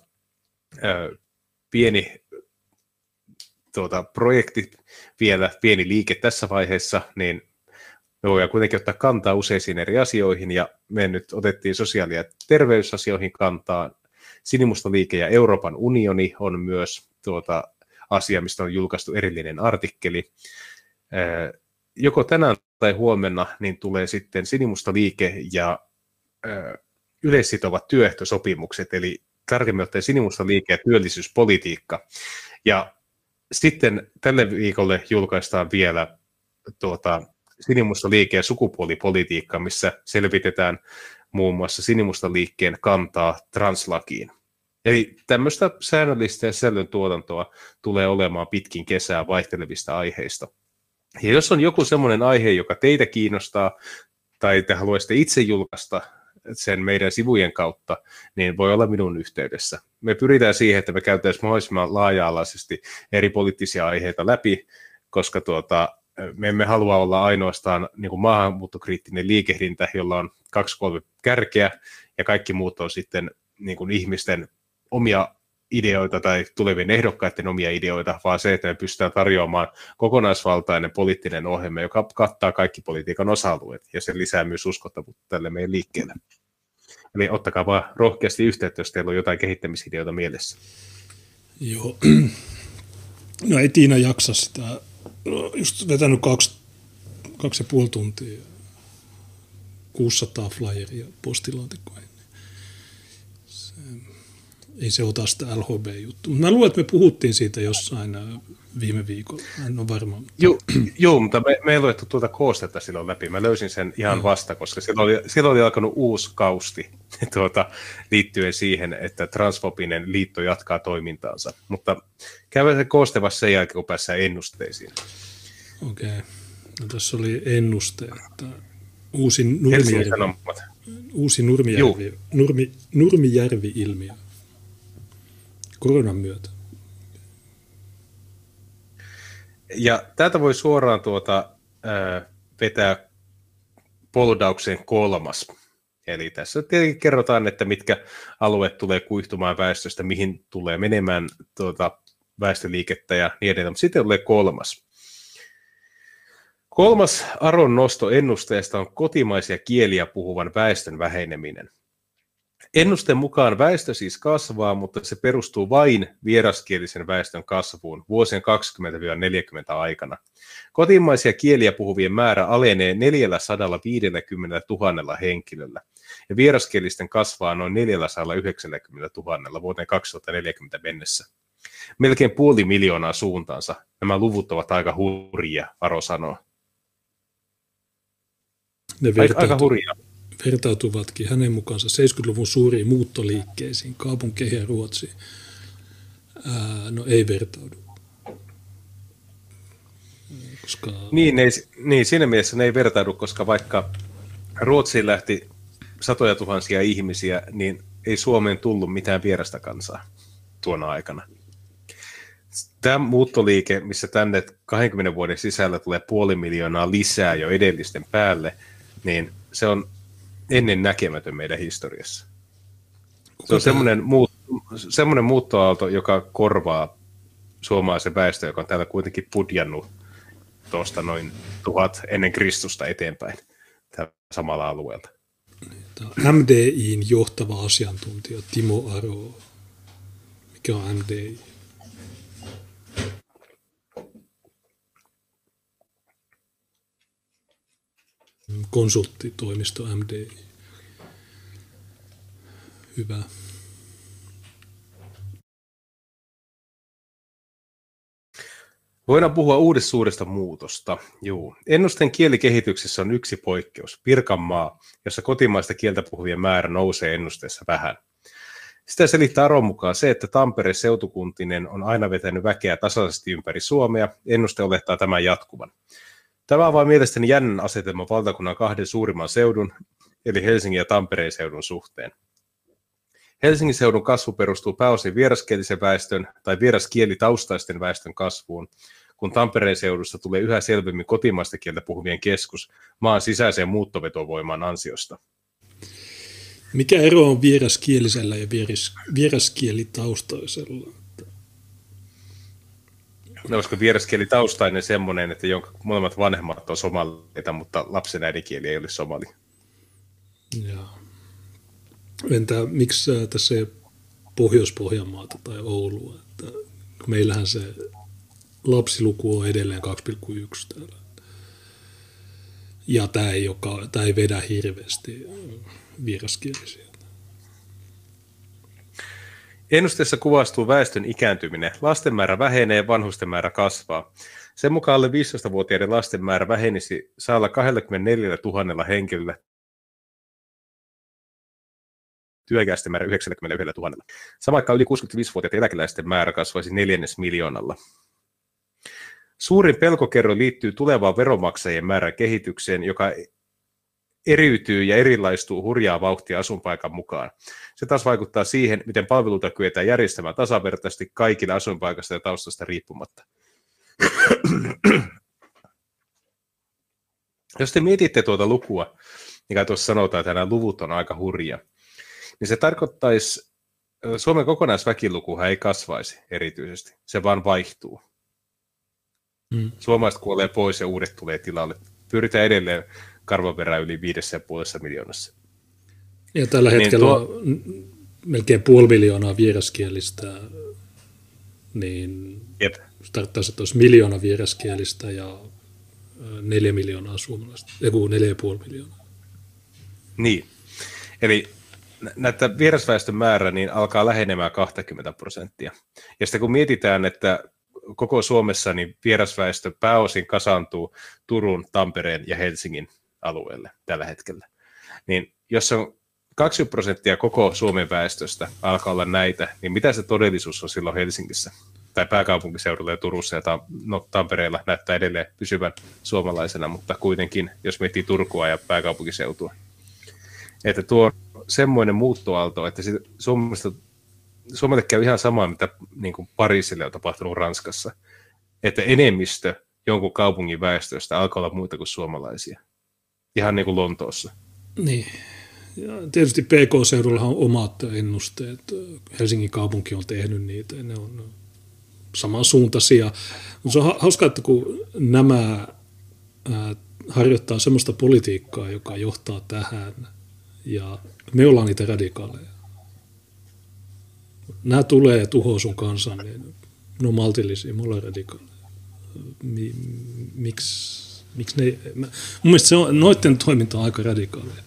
pieni projekti vielä, pieni liike tässä vaiheessa, niin me voidaan kuitenkin ottaa kantaa useisiin eri asioihin, ja me nyt otettiin sosiaali- ja terveysasioihin kantaa. Sinimusta liike ja Euroopan unioni on myös asia, mistä on julkaistu erillinen artikkeli. Joko tänään tai huomenna niin tulee sitten Sinimusta liike ja yleissitovat työehtosopimukset, eli tarkemmin ottaen Sinimusta liike ja työllisyyspolitiikka. Ja sitten tälle viikolle julkaistaan vielä Sinimusta liike ja sukupuolipolitiikka, missä selvitetään muun muassa Sinimusta liikkeen kantaa translakiin. Eli tämmöistä säännöllistä ja sisällön tuotantoa tulee olemaan pitkin kesää vaihtelevista aiheista. Ja jos on joku semmoinen aihe, joka teitä kiinnostaa, tai te haluaisitte itse julkaista sen meidän sivujen kautta, niin voi olla minun yhteydessä. Me pyritään siihen, että me käytäisiin mahdollisimman laaja-alaisesti eri poliittisia aiheita läpi, koska me emme halua olla ainoastaan niin kuin maahanmuuttokriittinen liikehdintä, jolla on 2-3 kärkeä, ja kaikki muut on sitten niin kuin ihmisten omia ideoita tai tulevien ehdokkaiden omia ideoita, vaan se, että me pystytään tarjoamaan kokonaisvaltainen poliittinen ohjelma, joka kattaa kaikki politiikan osa-alueet, ja se lisää myös uskottavuutta tälle meidän liikkeelle. Eli ottakaa vaan rohkeasti yhteyttä, jos teillä on jotain kehittämisideoita mielessä. Joo. No ei Tiina jaksa sitä. No, just vetänyt 2,5 tuntia, 600 flyeria postilaatikkoihin. Ei se ota sitä LHB-juttua. Mä luulen, että me puhuttiin siitä jossain viime viikolla. En ole varma. Joo, mutta me ei luettu tuota koostetta silloin läpi. Mä löysin sen ihan vasta, koska siellä oli alkanut uusi kausti liittyen siihen, että transfobinen liitto jatkaa toimintaansa. Mutta käydään se kooste vasta sen jälkeen, kun päässään ennusteisiin. Okei. No, tässä oli ennuste, että uusi Nurmijärvi-ilmiö koronan myötä. Ja täältä voi suoraan vetää poldauksen 3. Eli tässä tietenkin kerrotaan, että mitkä alueet tulee kuihtumaan väestöstä, mihin tulee menemään väestöliikettä ja niin edelleen. Mutta sitten tulee 3. 3. Aron nosto ennusteesta on kotimaisia kieliä puhuvan väestön väheneminen. Ennusteen mukaan väestö siis kasvaa, mutta se perustuu vain vieraskielisen väestön kasvuun vuosien 20-40 aikana. Kotimaisia kieliä puhuvien määrä alenee 450 000 henkilöllä, ja vieraskielisten kasvaa noin 490 000 vuoteen 2040 mennessä. Melkein 500 000 suuntaansa. Nämä luvut ovat aika hurjia, Aro sanoo. Aika hurjia. Vertautuvatkin hänen mukaansa 70-luvun suuriin muuttoliikkeisiin, kaupunkeihin ja Ruotsiin. No ei vertaudu. Koska... Niin, siinä mielessä ne ei vertaudu, koska vaikka Ruotsiin lähti 100 000 ihmisiä, niin ei Suomeen tullut mitään vierasta kansaa tuona aikana. Tämä muuttoliike, missä tänne 20 vuoden sisällä tulee 500 000 lisää jo edellisten päälle, niin se on ennen näkemätön meidän historiassa. Se on semmoinen muuttoaalto, joka korvaa suomalaisen väestön, joka on täällä kuitenkin pudjannut tuosta noin 1000 ennen Kristusta eteenpäin tällä samalla alueella. MDI:n johtava asiantuntija Timo Aro. Mikä on MDI? Konsulttitoimisto MDI. Hyvä. Voidaan puhua suuresta muutosta. Juu. Ennusteen kielikehityksessä on yksi poikkeus, Pirkanmaa, jossa kotimaista kieltä puhuvien määrä nousee ennusteessa vähän. Sitä selittää Aron mukaan se, että Tampere seutukuntinen on aina vetänyt väkeä tasaisesti ympäri Suomea, ennuste olettaa tämän jatkuvan. Tämä on vain mielestäni jännän asetelma valtakunnan kahden suurimman seudun, eli Helsingin ja Tampereen seudun suhteen. Helsingin seudun kasvu perustuu pääosin vieraskielisen väestön tai vieraskielitaustaisten väestön kasvuun, kun Tampereen seudusta tulee yhä selvemmin kotimaista kieltä puhuvien keskus maan sisäiseen muuttovetovoimaan ansiosta. Mikä ero on vieraskielisellä ja vieraskielitaustaisella? No, koska vieraskielitaustainen semmoinen, että jonka molemmat vanhemmat on somaleita, mutta lapsen äidinkieli ei ole somali. Joo. Entä miksi tässä ei Pohjois-Pohjanmaata tai Oulua? Että meillähän se lapsiluku on edelleen 2,1 täällä. Ja tämä ei vedä hirveästi vieraskielisiä. Ennusteessa kuvastuu väestön ikääntyminen. Lasten määrä vähenee ja vanhusten määrä kasvaa. Sen mukaan alle 15-vuotiaiden lasten määrä vähenisi 124 000 henkilöllä. Työikäisten määrä 91 000. Samaan aikaan yli 65-vuotiaiden eläkeläisten määrä kasvaisi 4 miljoonalla. Suurin pelkokerro liittyy tulevaan veronmaksajien määrän kehitykseen, joka eriytyy ja erilaistuu hurjaa vauhtia asuinpaikan mukaan. Se taas vaikuttaa siihen, miten palveluita kyetään järjestämään tasavertaisesti kaikille asuinpaikasta ja taustasta riippumatta. Jos te mietitte tuota lukua, mikä tuossa sanotaan, että nämä luvut on aika hurja, niin se tarkoittaisi, Suomen kokonaisväkilukuhan ei kasvaisi erityisesti, se vaan vaihtuu. Suomalaiset kuolee pois ja uudet tulee tilalle. Pyritään edelleen karvan verran yli 5,5 miljoonassa. Ja tällä hetkellä on melkein 500 000 vieraskielistä, niin se tarkoittaisi, että olisi 1 miljoona vieraskielistä ja 4 miljoonaa suomalaista, 4,5 miljoonaa. Niin, eli näitä vierasväestön määrä niin alkaa lähenemään 20%. Ja sitten kun mietitään, että koko Suomessa niin vierasväestö pääosin kasaantuu Turun, Tampereen ja Helsingin alueelle tällä hetkellä, niin jos on 20% koko Suomen väestöstä alkaa olla näitä, niin mitä se todellisuus on silloin Helsingissä tai pääkaupunkiseudulla ja Turussa ja Tampereella näyttää edelleen pysyvän suomalaisena, mutta kuitenkin, jos miettii Turkua ja pääkaupunkiseutua. Että tuo on semmoinen muuttoaalto, että Suomelle käy ihan samaa, mitä niin kuin Pariisille on tapahtunut Ranskassa, että enemmistö jonkun kaupungin väestöstä alkaa olla muita kuin suomalaisia. Ihan niin kuin Lontoossa. Niin. Ja tietysti PK-seudullahan on omat ennusteet. Helsingin kaupunki on tehnyt niitä, ne on samansuuntaisia. Mutta se on hauskaa, että kun nämä harjoittaa semmoista politiikkaa, joka johtaa tähän, ja me ollaan niitä radikaaleja. Nämä tulee ja tuhoaa sun kansan, niin ne on maltillisia, me ollaan radikaaleja. Miksi ne... Mun mielestä noiden toiminta on aika radikaaleja.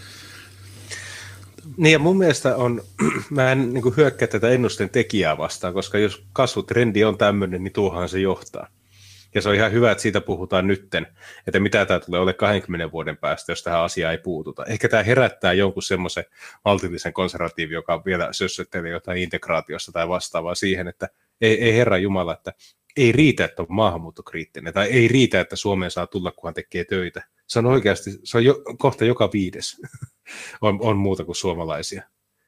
Niin ja mun mielestä mä en niin kuin hyökkää tätä ennusteen tekijää vastaan, koska jos kasvutrendi on tämmöinen, niin tuohan se johtaa. Ja se on ihan hyvä, että siitä puhutaan nytten, että mitä tämä tulee ole 20 vuoden päästä, jos tähän asiaan ei puututa. Ehkä tämä herättää jonkun semmoisen maltillisen konservatiivin, joka vielä sössöttelee jotain integraatiosta tai vastaavaa siihen, että ei Herra Jumala, että ei riitä, että on maahanmuuttokriittinen, tai ei riitä, että Suomeen saa tulla, kunhan tekee töitä. Se on oikeasti, kohta joka 5. on muuta kuin suomalaisia.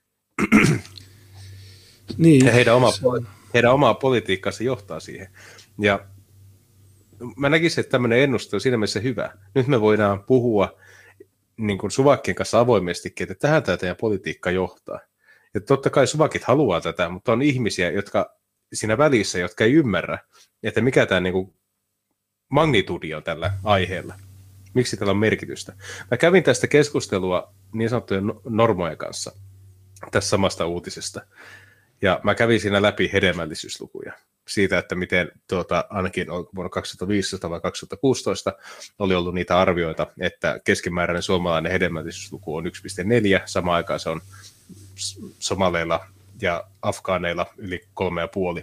Niin. Ja heidän oma politiikkansa johtaa siihen. Ja mä näkisin, että tämmöinen ennuste on siinä mielessä hyvä. Nyt me voidaan puhua niin kuin suvakkien kanssa avoimestikin, että tähän tämä teidän politiikka johtaa. Ja totta kai suvakit haluaa tätä, mutta on ihmisiä, jotka siinä välissä, jotka ei ymmärrä, että mikä tämä niin kuin magnitudi on tällä aiheella. Miksi tällä on merkitystä. Mä kävin tästä keskustelua niin sanottujen normojen kanssa tässä samasta uutisesta. Ja mä kävin siinä läpi hedelmällisyyslukuja siitä, että miten ainakin vuonna 2015 vai 2016 oli ollut niitä arvioita, että keskimääräinen suomalainen hedelmällisyysluku on 1,4, samaan aikaan se on somaleilla ja afgaaneilla yli 3,5.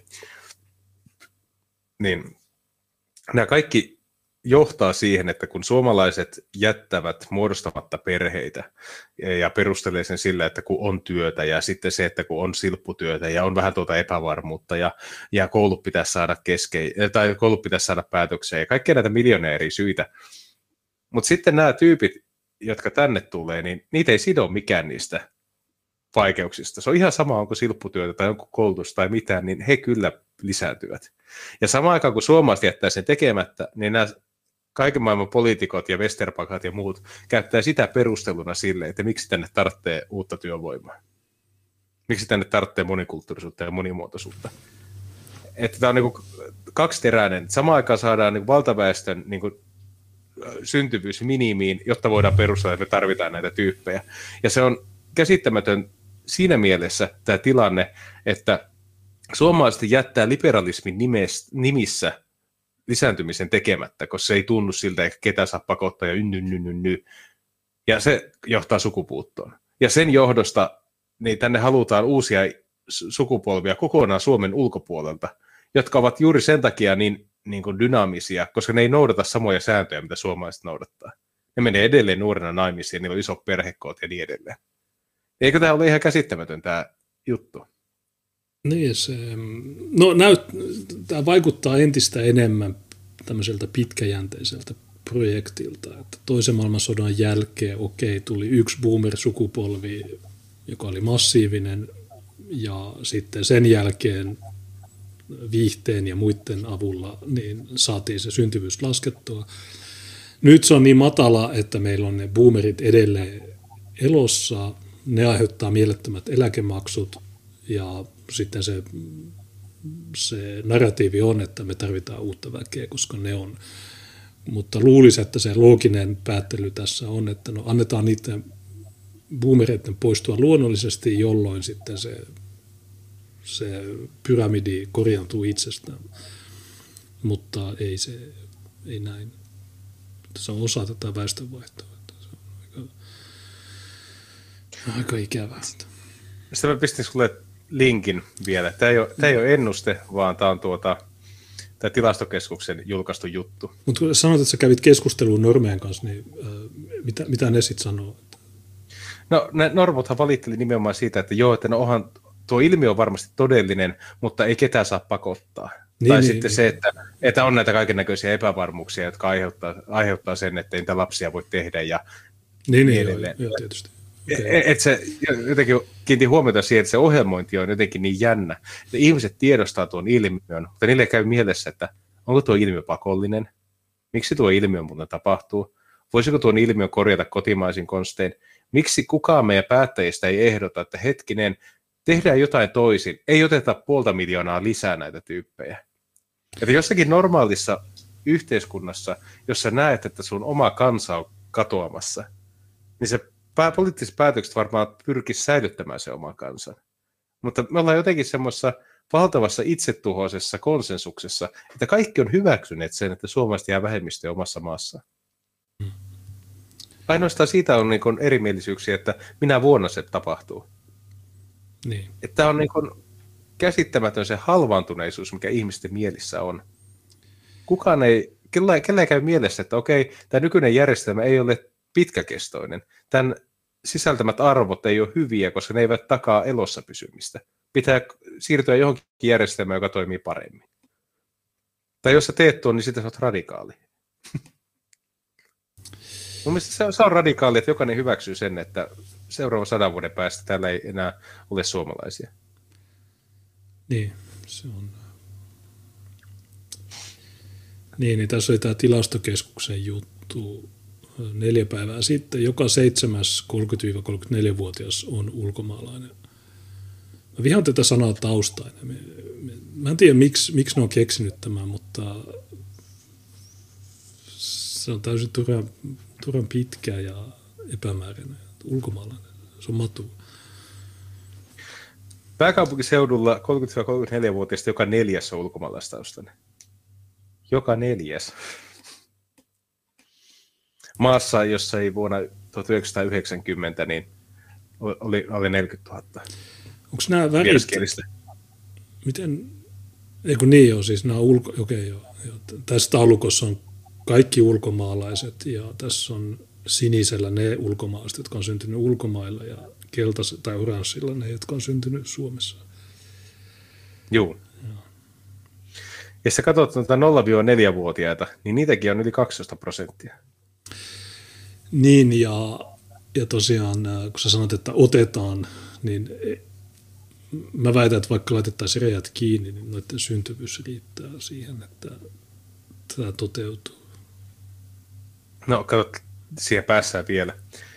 Niin nämä kaikki johtaa siihen, että kun suomalaiset jättävät muodostamatta perheitä ja perustelee sen sillä, että kun on työtä ja sitten se, että kun on silpputyötä ja on vähän epävarmuutta ja koulut pitäisi saada koulut pitäisi saada päätökseen ja kaikkia näitä miljoonia eri syitä. Mutta sitten nämä tyypit, jotka tänne tulee, niin niitä ei sido mikään niistä vaikeuksista. Se on ihan sama, onko silpputyötä tai onko koulutus tai mitään, niin he kyllä lisääntyvät. Ja samaan aikaan, kun suomalaiset jättää sen tekemättä, niin nämä kaiken maailman poliitikot ja Westerpakat ja muut käyttää sitä perusteluna sille, että miksi tänne tarvitsee uutta työvoimaa. Miksi tänne tarvitsee monikulttuurisuutta ja monimuotoisuutta. Että tämä on niin kaksiteräinen. Samaan aikaan saadaan niin valtaväestön niin syntyvyys minimiin, jotta voidaan perustella, että me tarvitaan näitä tyyppejä. Ja se on käsittämätön siinä mielessä tämä tilanne, että suomalaiset jättää liberalismin nimissä lisääntymisen tekemättä, koska se ei tunnu siltä, eikä ketä saa pakottaa ja ja se johtaa sukupuuttoon. Ja sen johdosta niin tänne halutaan uusia sukupolvia kokonaan Suomen ulkopuolelta, jotka ovat juuri sen takia niin kuin dynaamisia, koska ne ei noudata samoja sääntöjä, mitä suomalaiset noudattaa. Ne menee edelleen nuorena naimisiin, niillä on isot perhekoot ja niin edelleen. Eikö tämä ole ihan käsittämätön tämä juttu? Niin, tämä vaikuttaa entistä enemmän tämmöiseltä pitkäjänteiseltä projektilta. Että toisen maailmansodan jälkeen, tuli yksi boomer-sukupolvi, joka oli massiivinen, ja sitten sen jälkeen viihteen ja muiden avulla niin saatiin se syntyvyys laskettua. Nyt se on niin matala, että meillä on ne boomerit edelleen elossa, ne aiheuttaa mielettömät eläkemaksut, ja sitten se narratiivi on, että me tarvitaan uutta väkeä, koska ne on. Mutta luulisi, että se looginen päättely tässä on, että annetaan niiden boomereiden poistua luonnollisesti, jolloin sitten se pyramidi korjaantuu itsestään. Mutta ei näin. Se on osa tätä väestönvaihtoa. Se on aika ikävää. Sitten mä pistin sulle linkin vielä. Tämä ei ole ennuste, vaan tämä on tämä Tilastokeskuksen julkaistu juttu. Mutta kun sanoit, että sä kävit keskusteluun normeen kanssa, niin mitä ne sitten sanoo? No ne normothan valitteli nimenomaan siitä, että joo, että tuo ilmiö on varmasti todellinen, mutta ei ketään saa pakottaa. Tai sitten se, että on näitä kaikennäköisiä epävarmuuksia, jotka aiheuttaa sen, että ei niitä lapsia voi tehdä ja niin edelleen. Joo, tietysti. Okay. Että se jotenkin kiinnitin huomiota siihen, että se ohjelmointi on jotenkin niin jännä, että ihmiset tiedostaa tuon ilmiön, mutta niille käy mielessä, että onko tuo ilmiö pakollinen, miksi tuo ilmiö muuten tapahtuu, voisiko tuon ilmiön korjata kotimaisin konstein, miksi kukaan meidän päättäjistä ei ehdota, että hetkinen, tehdään jotain toisin, ei oteta 500 000 lisää näitä tyyppejä. Että jossakin normaalissa yhteiskunnassa, jossa näet, että sun oma kansa on katoamassa, niin se poliittiset päätökset varmaan pyrkisi säilyttämään se oma kansan. Mutta me ollaan jotenkin semmoisessa valtavassa itsetuhoisessa konsensuksessa, että kaikki on hyväksyneet sen, että suomalaiset jää vähemmistöön omassa maassa. Ainoastaan siitä on niin kuin erimielisyyksiä, että minä vuonna se tapahtuu. Niin. Että tämä on niin kuin käsittämätön se halvaantuneisuus, mikä ihmisten mielissä on. Kellä ei käy mielessä, että okei, tämä nykyinen järjestelmä ei ole pitkäkestoinen. Tämän sisältämät arvot ei ole hyviä, koska ne eivät takaa elossa pysymistä. Pitää siirtyä johonkin järjestelmään, joka toimii paremmin. Tai jos sä teet tuon, niin sitten sä oot radikaali. Mun mielestä se on radikaali, että jokainen hyväksyy sen, että seuraavan 100 vuoden päästä täällä ei enää ole suomalaisia. Niin, se on. Niin tässä oli tämä Tilastokeskuksen juttu. 4 päivää sitten, joka 7. 30-34-vuotias on ulkomaalainen. Mä vihaan tätä sanaa taustainen. Mä en tiedä, miksi ne on keksinyt tämän, mutta se on täysin turhan pitkä ja epämääräinen. Ulkomaalainen, se on matu. Pääkaupunkiseudulla 30-34-vuotiaista joka 4. on ulkomaalaistaustainen. Joka 4. Maassa, jossa ei vuonna 1990, niin oli alle 40 000. Onko nämä värit? Miten? Eikö niin joo, siis nämä okei, joo. Tässä taulukossa on kaikki ulkomaalaiset ja tässä on sinisellä ne ulkomaalaiset, jotka on syntynyt ulkomailla ja keltaisella tai oranssilla ne, jotka on syntynyt Suomessa. Joo. Ja jos sä katsot noita 0-4-vuotiaita, niin niitäkin on yli 12%. Niin, ja tosiaan, kun sä sanot, että otetaan, niin mä väitän, että vaikka laitettaisiin rajat kiinni, niin noiden syntyvyys riittää siihen, että tämä toteutuu. No, katsot, siihen päässään vielä.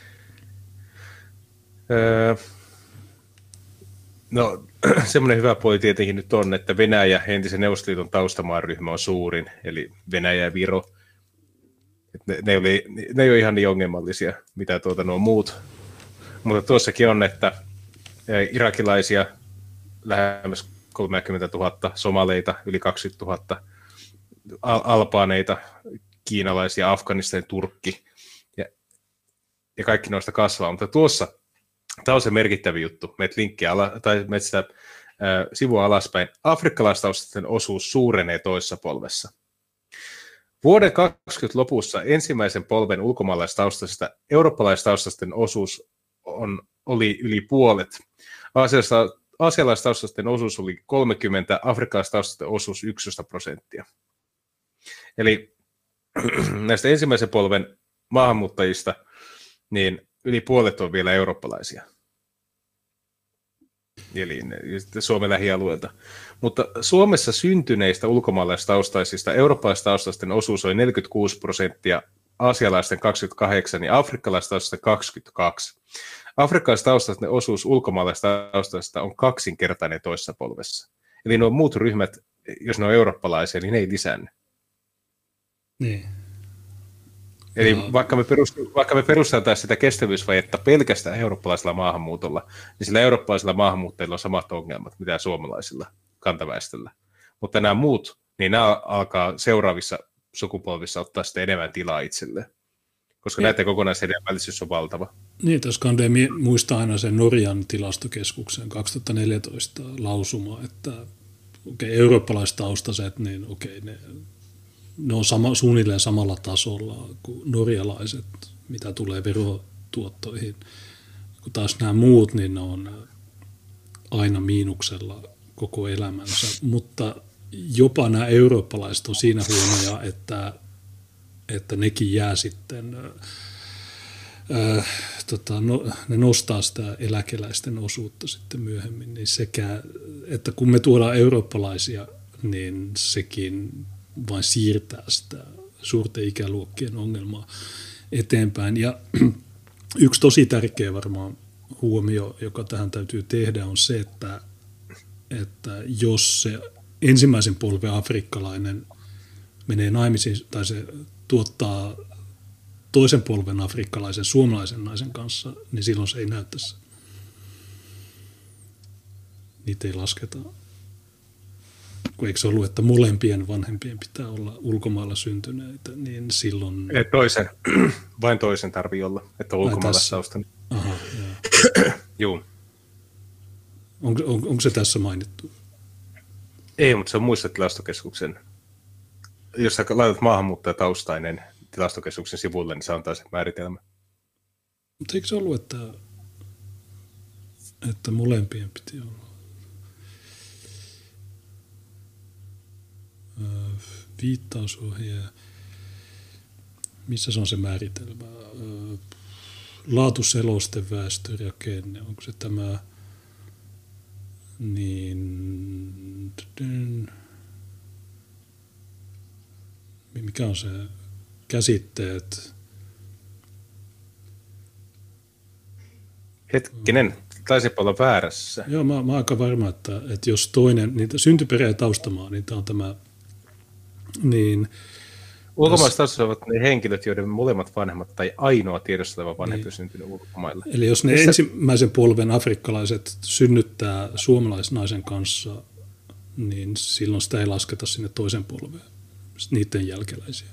No, semmoinen hyvä puoli tietenkin nyt on, että Venäjä, entisen Neuvostoliiton taustamaan-ryhmä on suurin, eli Venäjä ja Viro. Ne ei ole ihan niin ongelmallisia, mitä nuo muut. Mutta tuossakin on, että irakilaisia lähemmäs 30 000, somaleita yli 20 000, albaaneita, kiinalaisia, Afganistan, Turkki ja kaikki noista kasvaa. Mutta tuossa, tämä on se merkittävä juttu, menet linkkiä menet sitä sivua alaspäin, afrikkalaistaustaisten osuus suurenee toisessa polvessa. Vuoden 2020 lopussa ensimmäisen polven ulkomaalaistaustaisista eurooppalaistaustaisten osuus oli yli puolet. Aasialaistaustaisten osuus oli 30, afrikkalaistaustaisten osuus 11%. Eli näistä ensimmäisen polven maahanmuuttajista niin yli puolet on vielä eurooppalaisia. Eli Suomen lähialueelta. Mutta Suomessa syntyneistä ulkomaalaistaustaisista eurooppalaistaustaisten osuus oli 46%, aasialaisten 28% ja afrikkalaistaustaisten 22%. Afrikkalaistaustaisten osuus ulkomaalaistaustaisista on kaksinkertainen toisessa polvessa. Eli nuo muut ryhmät, jos ne on eurooppalaisia, niin ne ei lisäänny. Niin. Eli vaikka me perustetaan sitä kestävyysvajetta pelkästään eurooppalaisella maahanmuutolla, niin sillä eurooppalaisilla maahanmuuttajilla on samat ongelmat, mitä suomalaisilla kantaväestöllä. Mutta nämä muut, niin nämä alkaa seuraavissa sukupolvissa ottaa sitten enemmän tilaa itselleen, koska näiden kokonaishedelmällisyys on valtava. Niin, tässä kannattaa muistaa aina sen Norjan tilastokeskuksen 2014 lausuma, että eurooppalaistaustaiset, niin ne on suunnilleen samalla tasolla kuin norjalaiset, mitä tulee verotuottoihin. Kun taas nämä muut, niin ne on aina miinuksella koko elämänsä. Mutta jopa nämä eurooppalaiset on siinä huonoja, että nekin jää sitten, ne nostaa sitä eläkeläisten osuutta sitten myöhemmin. Niin sekä, että kun me tuodaan eurooppalaisia, niin sekin vain siirtää sitä suurten ikäluokkien ongelmaa eteenpäin. Ja yksi tosi tärkeä varmaan huomio, joka tähän täytyy tehdä, on se, että jos se ensimmäisen polven afrikkalainen menee naimisiin tai se tuottaa toisen polven afrikkalaisen suomalaisen naisen kanssa, niin silloin se ei näy tässä. Niitä ei lasketa. Eikö se ollut, että molempien vanhempien pitää olla ulkomailla syntyneitä, niin silloin... Vain toisen tarvii olla, että on ulkomaalaistausta. Aha, joo. Onko se tässä mainittu? Ei, mutta se on muista tilastokeskuksen. Jos sä laitat maahanmuuttajataustainen tilastokeskuksen sivulle, niin se antaa sen määritelmä. Mutta eikö se ollut, että molempien piti olla? Viittausohje. Missä se on se määritelmä? Laatuseloste, väestörakenne. Onko se tämä? Niin. Mikä on se? Käsitteet. Hetkinen, taisipa olla väärässä. Joo, mä oon aika varma, että jos toinen, niitä syntyperä ja taustamaa, niin tämä on tämä, niin... Ulkomaalaiset taustalla ovat ne henkilöt, joiden molemmat vanhemmat tai ainoa tiedossa oleva vanhempi on syntynyt ulkomailla. Eli jos ne ensimmäisen polven afrikkalaiset synnyttää suomalaisnaisen kanssa, niin silloin sitä ei lasketa sinne toisen polveen, niiden jälkeläisiä.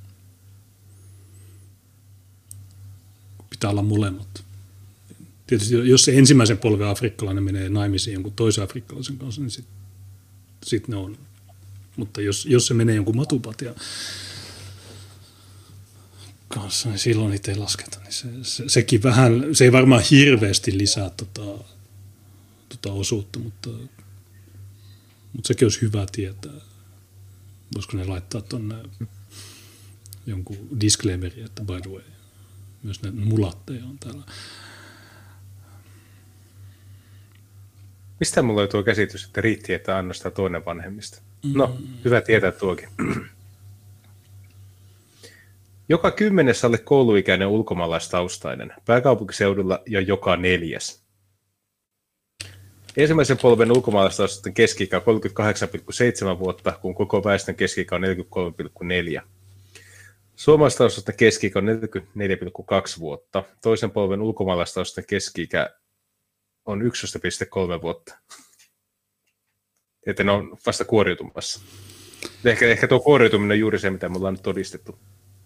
Pitää olla molemmat. Tietysti jos se ensimmäisen polven afrikkalainen menee naimisiin jonkun toisen afrikkalaisen kanssa, niin sit ne on. Mutta jos se menee jonkun matupatjan kanssa, niin silloin niitä ei lasketa. Niin sekin vähän, se ei varmaan hirveästi lisää osuutta, mutta sekin olisi hyvä tietää. Voisiko ne laittaa tuonne jonkun disclaimeri, että by the way, myös ne mulatteja on täällä. Mistä mulla oli tuo käsitys, että riitti, että annostaa toinen vanhemmista? No, hyvä tietää tuokin. Joka 10. alle kouluikäinen ulkomaalaistaustainen, pääkaupunkiseudulla jo joka 4. Ensimmäisen polven ulkomaalaistaustaisten keski-ikä on 38,7 vuotta, kun koko väestön keski-ikä on 43,4. Suomalaistaustaisten keski-ikä on 44,2 vuotta. Toisen polven ulkomaalaistaustaisten keski-ikä on 11,3 vuotta. Että ne on vasta kuoriutumassa. Ehkä tuo kuoriutuminen on juuri se, mitä me ollaan nyt todistettu.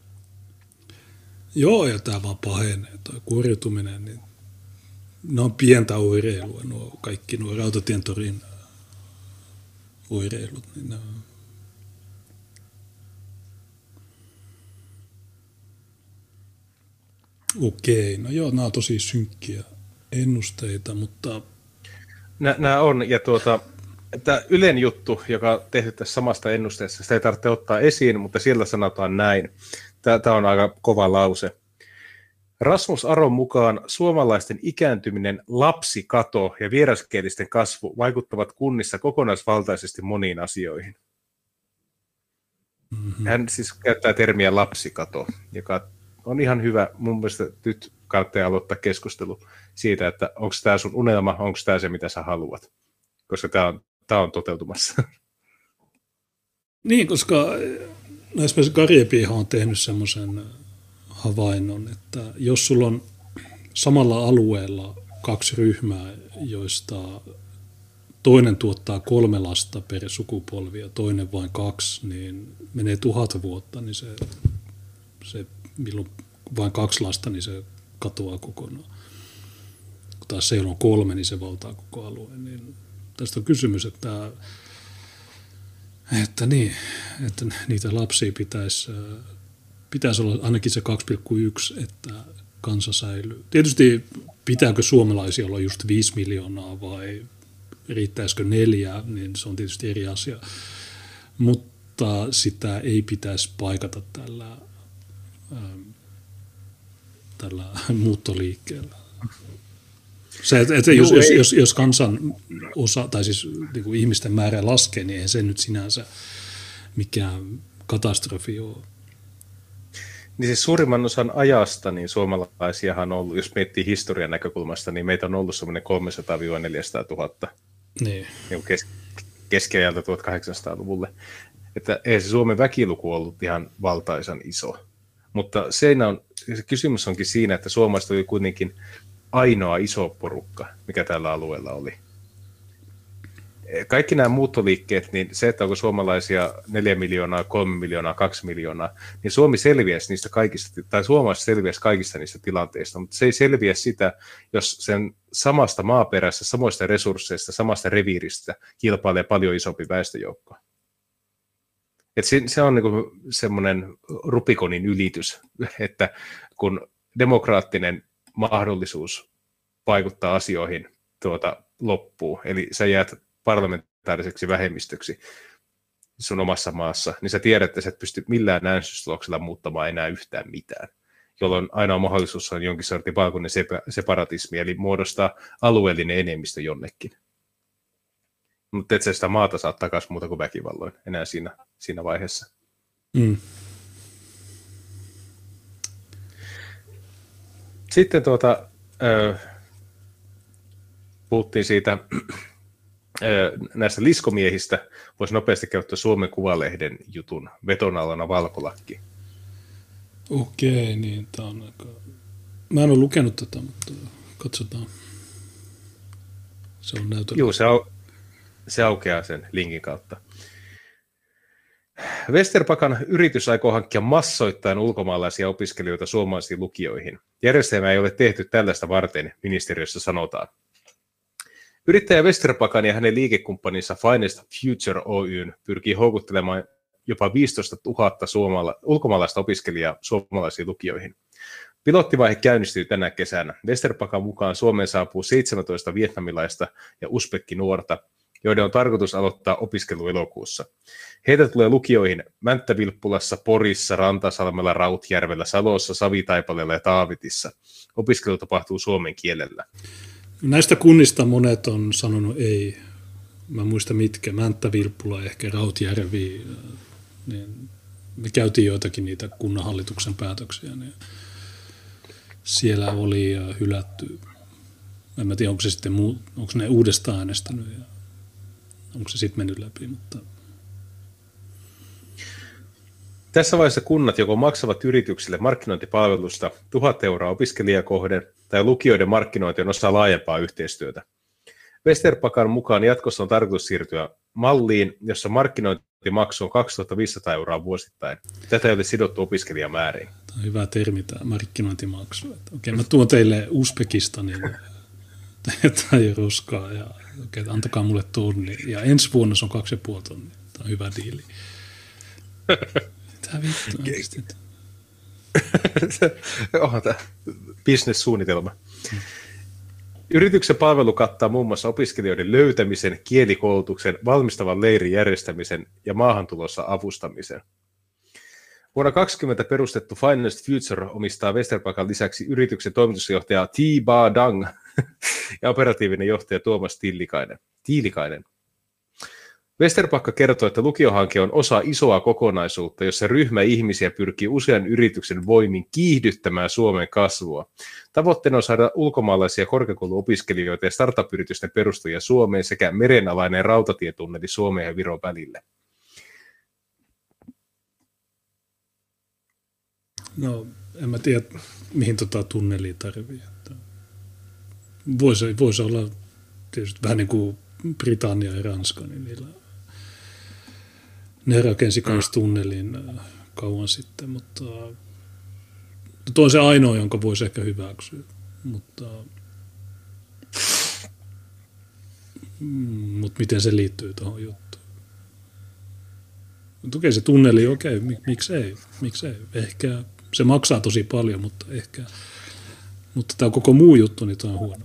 Joo, ja tämä vaan pahenee. Tuo kuoriutuminen, niin ne on pientä oireilua, kaikki nuo Rautatientorin oireilut. Niin Okei, no joo, nämä on tosi synkkiä ennusteita, mutta... Nämä on, ja tämä Ylen juttu, joka on tehty tässä samasta ennusteessa, sitä ei tarvitse ottaa esiin, mutta siellä sanotaan näin. Tämä on aika kova lause. Rasmus Aron mukaan suomalaisten ikääntyminen, lapsikato ja vieraskielisten kasvu vaikuttavat kunnissa kokonaisvaltaisesti moniin asioihin. Mm-hmm. Hän siis käyttää termiä lapsikato, joka on ihan hyvä. Mun mielestä nyt kannattaa aloittaa keskustelu siitä, että onko tämä sun unelma, onko tämä se, mitä sä haluat. Koska tämä on toteutumassa. Niin, koska esimerkiksi Karjepiihan on tehnyt semmoisen havainnon, että jos sulla on samalla alueella 2 ryhmää, joista toinen tuottaa 3 lasta per sukupolvi ja toinen vain 2, niin menee 1000 vuotta, niin se milloin vain 2 lasta, niin se katoaa kokonaan. Kun taas se, on 3, niin se valtaa koko alueen. Niin tästä on kysymys, että niitä lapsia pitäisi olla ainakin se 2,1, että kansa säilyy. Tietysti pitääkö suomalaisia olla just 5 miljoonaa vai riittäisikö 4, niin se on tietysti eri asia. Mutta sitä ei pitäisi paikata tällä muuttoliikkeellä. Se, että jos kansan osa, tai siis niin kuin ihmisten määrä laskee, niin ei se nyt sinänsä mikään katastrofi ole. Niin siis suurimman osan ajasta niin suomalaisiahan on ollut, jos miettii historian näkökulmasta, niin meitä on ollut semmoinen 300-400 000 niin keskiajalta 1800-luvulle. Että ei se Suomen väkiluku ollut ihan valtaisan iso. Mutta se kysymys onkin siinä, että suomalaiset oli kuitenkin ainoa iso porukka, mikä tällä alueella oli. Kaikki nämä muuttoliikkeet, niin se, että onko suomalaisia 4 miljoonaa, 3 miljoonaa, 2 miljoonaa, niin Suomi selviäisi niistä kaikista, tai suomalaiset selviäisi kaikista niistä tilanteista, mutta se ei selviä sitä, jos sen samasta maaperässä, samoista resursseista, samasta reviiristä kilpailee paljon isompi väestöjoukko. Et se on niinku semmoinen Rubikonin ylitys, että kun demokraattinen mahdollisuus vaikuttaa asioihin loppuu, eli sä jäät parlamentaariseksi vähemmistöksi sun omassa maassa, niin sä tiedät, että sä et pysty millään äänestystuloksella muuttamaan enää yhtään mitään, jolloin ainoa mahdollisuus on jonkin sortin valkoinen separatismi, eli muodostaa alueellinen enemmistö jonnekin. Mutta et sä sitä maata saa takaisin muuta kuin väkivalloin enää siinä vaiheessa. Mm. Sitten puhuttiin siitä näistä liskomiehistä, voisi nopeasti käyttää Suomen Kuvalehden jutun vetonalana valkolakki. Okei, niin tämä on aika... Mä en ole lukenut tätä, mutta katsotaan. Se on näytöllä. Joo, se aukeaa sen linkin kautta. Westerpakan yritys aikoo hankkia massoittain ulkomaalaisia opiskelijoita suomalaisiin lukioihin. Järjestelmä ei ole tehty tällaista varten, ministeriössä sanotaan. Yrittäjä Westerpakan ja hänen liikekumppaninsa Finest Future Oyn pyrkii houkuttelemaan jopa 15 000 ulkomaalaista opiskelijaa suomalaisiin lukioihin. Pilottivaihe käynnistyy tänä kesänä. Westerpakan mukaan Suomeen saapuu 17 vietnamilaista ja uzbekki-nuorta, joiden on tarkoitus aloittaa opiskelu elokuussa. Heitä tulee lukioihin Mänttä-Vilppulassa, Porissa, Rantasalmella, Rautjärvellä, Salossa, Savitaipaleella ja Taavitissa. Opiskelu tapahtuu suomen kielellä. Näistä kunnista monet on sanonut ei. Mä muistan mitkä. Mänttä-Vilppula, ehkä Rautjärvi. Niin me käytiin joitakin niitä kunnanhallituksen päätöksiä. Niin siellä oli hylätty. En mä tiedä, onko se sitten onko ne uudestaan äänestänyt ja onko se sitten mennyt läpi, mutta... Tässä vaiheessa kunnat joko maksavat yrityksille markkinointipalvelusta 1 000 € opiskelijaa kohden, tai lukioiden markkinointi on osa laajempaa yhteistyötä. Westerpakan mukaan jatkossa on tarkoitus siirtyä malliin, jossa markkinointimaksu on 2 500 € vuosittain. Tätä ei ole sidottu opiskelijamääriin. Tämä on hyvä termi, tämä markkinointimaksu. Okei, mä tuon teille Uzbekistanin tai roskaa ja antakaa mulle tonni. Ja ensi vuonna se on 2,5 tonnia. Tämä on hyvä diili. Mitä vittu? Onhan tämä business-suunnitelma. Yrityksen palvelu kattaa muun muassa opiskelijoiden löytämisen, kielikoulutuksen, valmistavan leirin järjestämisen ja maahantulossa avustamisen. Vuonna 2020 perustettu Finest Future omistaa Westerpakan lisäksi yrityksen toimitusjohtaja T. Ba Dang ja operatiivinen johtaja Tuomas Tiilikainen. Westerpakka kertoo, että lukiohanke on osa isoa kokonaisuutta, jossa ryhmä ihmisiä pyrkii usean yrityksen voimin kiihdyttämään Suomen kasvua. Tavoitteena on saada ulkomaalaisia korkeakouluopiskelijoita ja startup-yritysten perustajia Suomeen sekä merenalainen rautatietunneli Suomeen ja Viron välille. No, en mä tiedä, mihin tunnelia tarvii. Voisi olla tietysti vähän niin kuin Britannia ja Ranska, niin ne rakensi myös tunnelin kauan sitten, mutta tuo on se ainoa, jonka voisi ehkä hyväksyä, mutta miten se liittyy tuohon juttuun? Okei, se tunneli, okei, miksei, ehkä se maksaa tosi paljon, mutta tämä koko muu juttu, niin tämä on huono.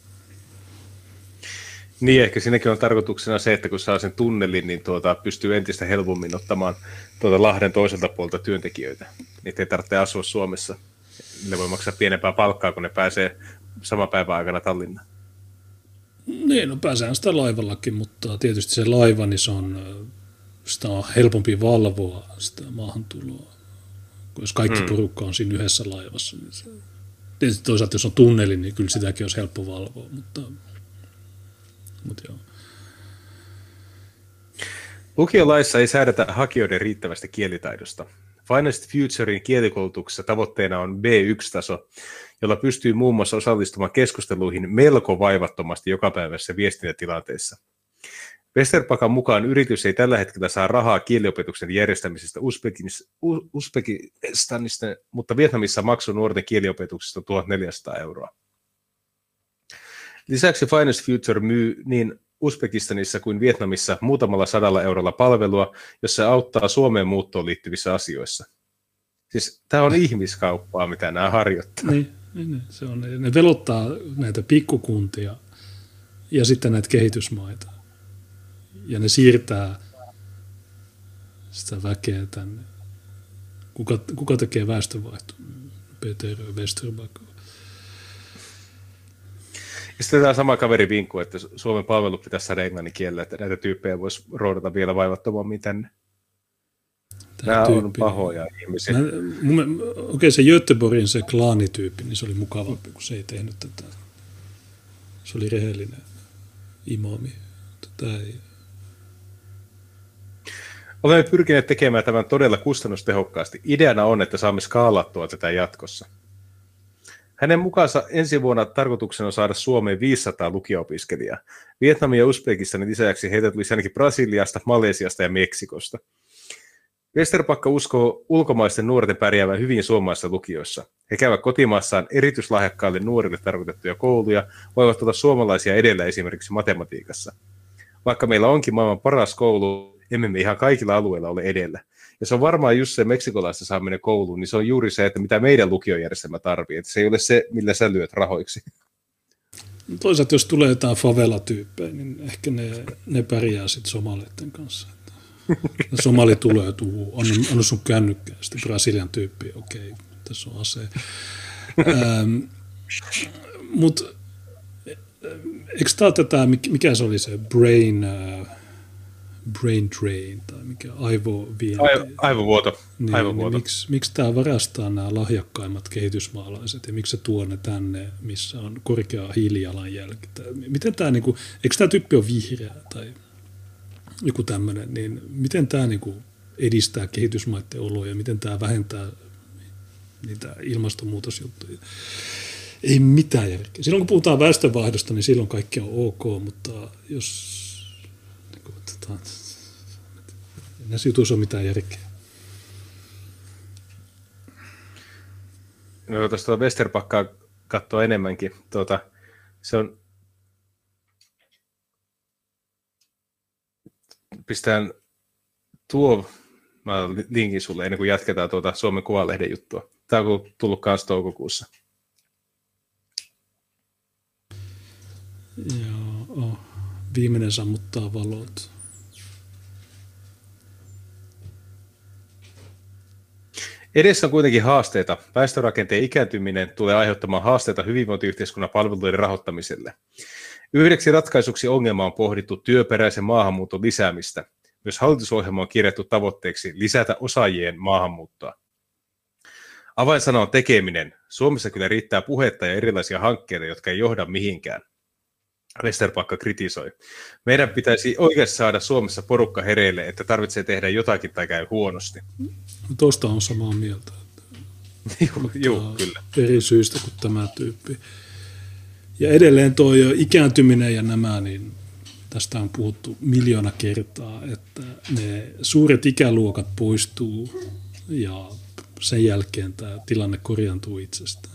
Niin, ehkä siinäkin on tarkoituksena se, että kun saa sen tunnelin, niin pystyy entistä helpommin ottamaan Lahden toiselta puolta työntekijöitä. Niitä ei tarvitse asua Suomessa. Ne voi maksaa pienempää palkkaa, kun ne pääsee saman päivän aikana Tallinnaan. Niin, no pääsehän sitä laivallakin, mutta tietysti se laiva, niin sitä on helpompi valvoa sitä maahantuloa. Jos kaikki porukka on siinä yhdessä laivassa, niin se... Tietysti toisaalta, jos on tunneli, niin kyllä sitäkin olisi helppo valvoa, mutta joo. Lukiolaissa ei säädetä hakijoiden riittävästä kielitaidosta. Finest Futurein kielikoulutuksessa tavoitteena on B1-taso, jolla pystyy muun muassa osallistumaan keskusteluihin melko vaivattomasti jokapäiväisessä viestintätilanteessa. Westerpakan mukaan yritys ei tällä hetkellä saa rahaa kieliopetuksen järjestämisestä Uzbekistanista, mutta Vietnamissa maksu nuorten kieliopetuksesta 1 400 €. Lisäksi Finest Future myy niin Uzbekistanissa kuin Vietnamissa muutamalla 100 € palvelua, jossa auttaa Suomeen muuttoon liittyvissä asioissa. Siis tämä on ihmiskauppaa, mitä nämä harjoittaa. Niin, se on. Ne velottaa näitä pikkukuntia ja sitten näitä kehitysmaita. Ja ne siirtää sitä väkeä tänne. Kuka tekee väestönvaihtoa? Peter Westerback. Ja sitten tämä sama kaveri vinkku, että Suomen palvelu pitäisi saada englannin kielellä, että näitä tyyppejä voisi roodata vielä vaivattomammin tänne. Nämä on pahoja ihmisiä. Okei, se Göteborgin se klaanityyppi, niin se oli mukavampi, kun se ei tehnyt tätä. Se oli rehellinen. imami. Tätä ei. Olemme pyrkineet tekemään tämän todella kustannustehokkaasti. Ideana on, että saamme skaalattua tätä jatkossa. Hänen mukaansa ensi vuonna tarkoituksena on saada Suomeen 500 lukio-opiskelijaa. Vietnamin ja Uzbekistanin lisäksi heitä tulisi ainakin Brasiliasta, Malesiasta ja Meksikosta. Vesterbacka uskoo ulkomaisten nuorten pärjäävän hyvin suomalaisissa lukioissa. He käyvät kotimaassaan erityislahjakkaille nuorille tarkoitettuja kouluja, voivat olla suomalaisia edellä esimerkiksi matematiikassa. Vaikka meillä onkin maailman paras koulu, emme me ihan kaikilla alueilla ole edellä. Ja se on varmaan just se meksikolaista saaminen kouluun, niin se on juuri se, että mitä meidän lukiojärjestelmä tarvitsee. Että se ei ole se, millä sä lyöt rahoiksi. Toisaalta jos tulee jotain favela-tyyppejä, niin ehkä ne pärjää sitten somaleiden kanssa. Somali tulee, että anna sun kännykkää. Sitten Brasilian tyyppi, okei, tässä on ase. Mutta eikö tämä tätä, mikä se oli se brain drain tai mikä aivovienti? Aivovuoto. Niin, aivovuoto. Niin miksi tämä varastaa nämä lahjakkaimmat kehitysmaalaiset ja miksi se tuo ne tänne, missä on korkea hiilijalanjälki? Miten tämä, eikö tämä tyyppi ole vihreä tai joku tämmöinen, niin miten tämä edistää kehitysmaiden oloja, miten tämä vähentää niitä ilmastonmuutosjuttuja? Ei mitään järkeä. Silloin kun puhutaan väestönvaihdosta, niin silloin kaikki on ok, mutta jos näissä jutuissa on mitään järkeä. No, tuosta Vesterbackaa katsoo enemmänkin. Se on pistään mä linkin sulle ennen kuin jatketaan Suomen Kuvalehden juttua. Tämä on tullut kanssa toukokuussa. Joo, viimeinen sammuttaa valot. Edessä on kuitenkin haasteita. Väestörakenteen ikääntyminen tulee aiheuttamaan haasteita hyvinvointiyhteiskunnan palveluiden rahoittamiselle. Yhdeksi ratkaisuksi ongelma on pohdittu työperäisen maahanmuuton lisäämistä. Myös hallitusohjelma on kirjattu tavoitteeksi lisätä osaajien maahanmuuttoa. Avainsana on tekeminen. Suomessa kyllä riittää puhetta ja erilaisia hankkeita, jotka ei johda mihinkään. Vesterbacka kritisoi. Meidän pitäisi oikeasti saada Suomessa porukka hereille, että tarvitsee tehdä jotakin tai käy huonosti. Tuosta on samaa mieltä. Joo, kyllä. Eri syistä kuin tämä tyyppi. Ja edelleen tuo ikääntyminen ja nämä, niin tästä on puhuttu 1,000,000 kertaa, että ne suuret ikäluokat poistuu ja sen jälkeen tämä tilanne korjaantuu itsestään.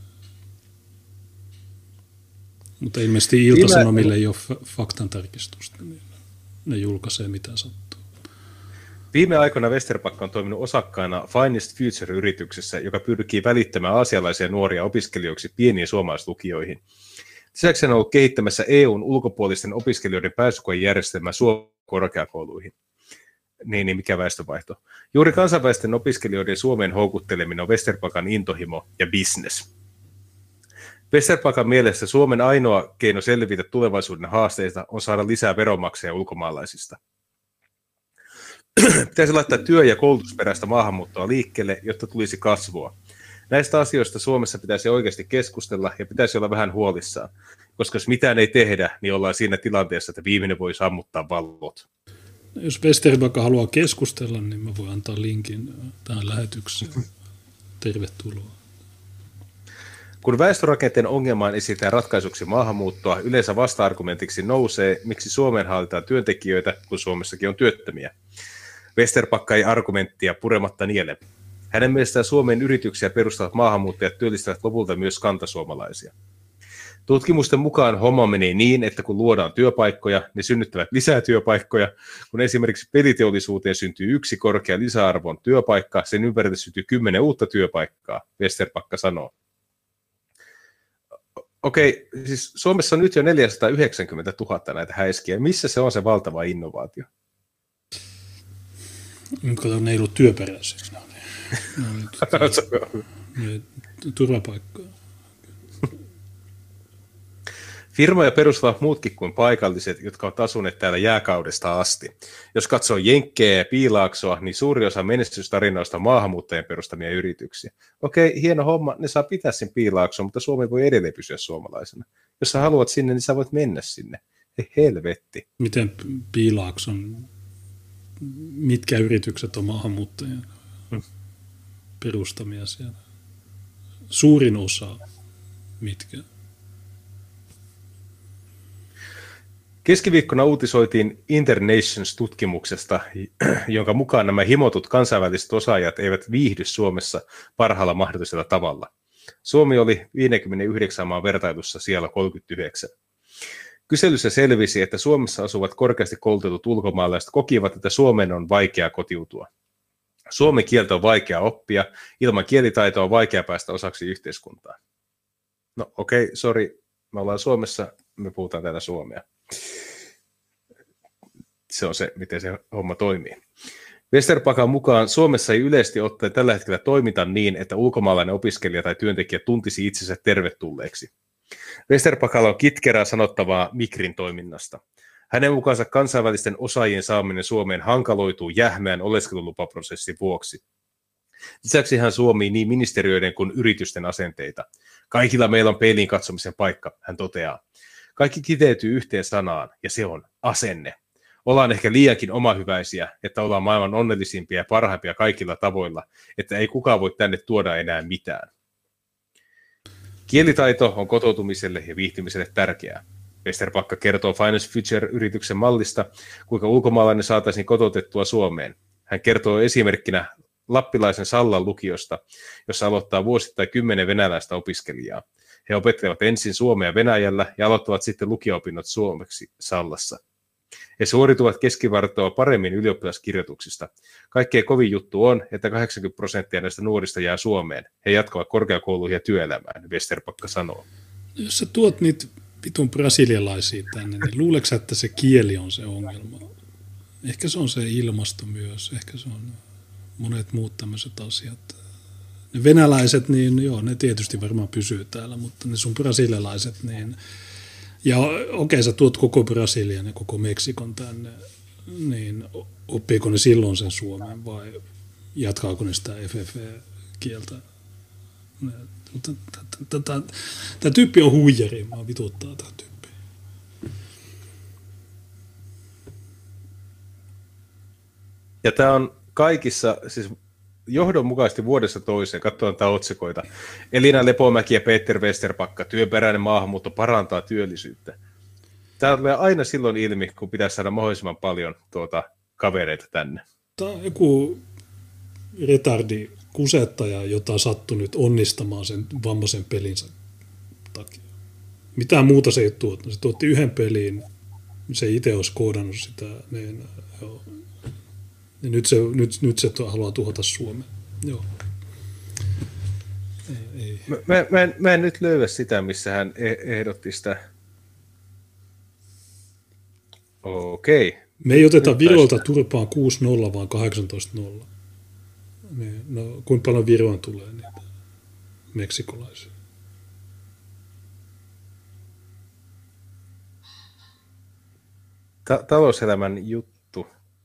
Mutta ilmeisesti Ilta-Sanomille ei ole faktantarkistusta, niin ne julkaisee mitä sattuu. Viime aikoina Vesterbacka on toiminut osakkaana Finest Future-yrityksessä, joka pyrkii välittämään aasialaisia nuoria opiskelijoiksi pieniin suomalaislukioihin. Lisäksi hän on ollut kehittämässä EUn ulkopuolisten opiskelijoiden pääsykoejärjestelmää Suomen korkeakouluihin. Niin, mikä väestönvaihto. Juuri kansainvälisten opiskelijoiden Suomeen houkutteleminen on Vesterbackan intohimo ja business. Vesterbackan mielestä Suomen ainoa keino selvitä tulevaisuuden haasteista on saada lisää veronmaksajia ulkomaalaisista. Pitäisi laittaa työ- ja koulutusperäistä maahanmuuttoa liikkeelle, jotta tulisi kasvua. Näistä asioista Suomessa pitäisi oikeasti keskustella ja pitäisi olla vähän huolissaan, koska jos mitään ei tehdä, niin ollaan siinä tilanteessa, että viimeinen voi sammuttaa valot. Jos Vesterbacka haluaa keskustella, niin mä voin antaa linkin tähän lähetykseen. Tervetuloa. Kun väestörakenteen ongelmaan esitetään ratkaisuksi maahanmuuttoa, yleensä vasta-argumentiksi nousee, miksi Suomeen haalitaan työntekijöitä, kun Suomessakin on työttömiä. Vesterbacka ei argumenttia purematta niele. Hänen mielestään Suomen yrityksiä perustavat maahanmuuttajat työllistävät lopulta myös kantasuomalaisia. Tutkimusten mukaan homma menee niin, että kun luodaan työpaikkoja, ne synnyttävät lisää työpaikkoja. Kun esimerkiksi peliteollisuuteen syntyy 1 korkea lisäarvon työpaikka, sen ympärille syntyy 10 uutta työpaikkaa, Vesterbacka sanoo. Okei, siis Suomessa on nyt jo 490 000 näitä häiskiä. Missä se on se valtava innovaatio? Ne ei ollut työperäisiä. Ne turvapaikkoja. Firmoja perustavat muutkin kuin paikalliset, jotka ovat asuneet täällä jääkaudesta asti. Jos katsoo Jenkkejä ja Piilaaksoa, niin suuri osa menestystarinoista on maahanmuuttajien perustamia yrityksiä. Okei, hieno homma, ne saa pitää sen Piilaakson, mutta Suomi voi edelleen pysyä suomalaisena. Jos sä haluat sinne, niin sä voit mennä sinne. Helvetti. Miten Piilaakson, mitkä yritykset on maahanmuuttajien perustamia siellä? Suurin osa, mitkä? Keskiviikkona uutisoitiin Internations-tutkimuksesta, jonka mukaan nämä himotut kansainväliset osaajat eivät viihdy Suomessa parhaalla mahdollisella tavalla. Suomi oli 59 maan vertailussa siellä 39. Kyselyssä selvisi, että Suomessa asuvat korkeasti koulutetut ulkomaalaiset kokivat, että Suomeen on vaikea kotiutua. Suomen kieltä on vaikea oppia, ilman kielitaitoa on vaikea päästä osaksi yhteiskuntaa. No okei, sori, me ollaan Suomessa, me puhutaan täällä suomea. Se on se, miten se homma toimii. Westerpakan mukaan Suomessa ei yleisesti ottaen tällä hetkellä toimita niin, että ulkomaalainen opiskelija tai työntekijä tuntisi itsensä tervetulleeksi. Westerpakalla on kitkerää sanottavaa Migrin toiminnasta. Hänen mukaansa kansainvälisten osaajien saaminen Suomeen hankaloituu jähmeän oleskelulupaprosessin vuoksi. Lisäksi hän suomii niin ministeriöiden kuin yritysten asenteita. Kaikilla meillä on peiliin katsomisen paikka, hän toteaa. Kaikki kiteytyy yhteen sanaan, ja se on asenne. Ollaan ehkä liiankin omahyväisiä, että ollaan maailman onnellisimpia ja parhaimpia kaikilla tavoilla, että ei kukaan voi tänne tuoda enää mitään. Kielitaito on kotoutumiselle ja viihtymiselle tärkeää. Westerpakka kertoo Finance Future-yrityksen mallista, kuinka ulkomaalainen saataisiin kotoutettua Suomeen. Hän kertoo esimerkkinä lappilaisen Sallan lukiosta, jossa aloittaa vuosittain 10 venäläistä opiskelijaa. He opettelevat ensin suomea Venäjällä ja aloittavat sitten lukio-opinnot suomeksi Sallassa. He suorituvat keskivartoa paremmin ylioppilaskirjoituksista. Kaikkein kovin juttu on, että 80% näistä nuorista jää Suomeen. He jatkavat korkeakouluihin ja työelämään, Westerpakka sanoo. Jos sä tuot niitä vitun brasilialaisia tänne, niin luuleeko että se kieli on se ongelma? Ehkä se on se ilmasto myös, ehkä se on monet muut tämmöiset asiat. Ne venäläiset, niin joo, ne tietysti varmaan pysyy täällä, mutta ne sun brasilialaiset, niin ja okei, sä tuot koko Brasilian ja koko Meksikon tänne, niin oppiiko ne silloin sen suomen vai jatkaako ne sitä FF-kieltä? Tämä tyyppi on huijari, mä vituttaa tämä tyyppi. Ja tämä on kaikissa, siis johdonmukaisesti vuodessa toiseen, katsotaan tätä otsikoita. Elina Lepomäki ja Peter Westerpakka, työperäinen maahanmuutto parantaa työllisyyttä. Tämä tulee aina silloin ilmi, kun pitäisi saada mahdollisimman paljon kavereita tänne. Tämä on joku retardi kusettaja, jota sattui nyt onnistamaan sen vammaisen pelinsä takia. Mitään muuta se ei tuottanut. Se tuotti yhden pelin, se itse olisi koodannut sitä. Niin, joo. Ja nyt se haluaa tuhota Suomen. Joo. Ei. Mä en nyt löyä sitä, missä hän ehdotti sitä. Okei. Me ei oteta Virolta turpaan 6-0, vaan 18-0. No, kuinka paljon Viroon tulee niitä meksikolaisia? Talouselämän juttu.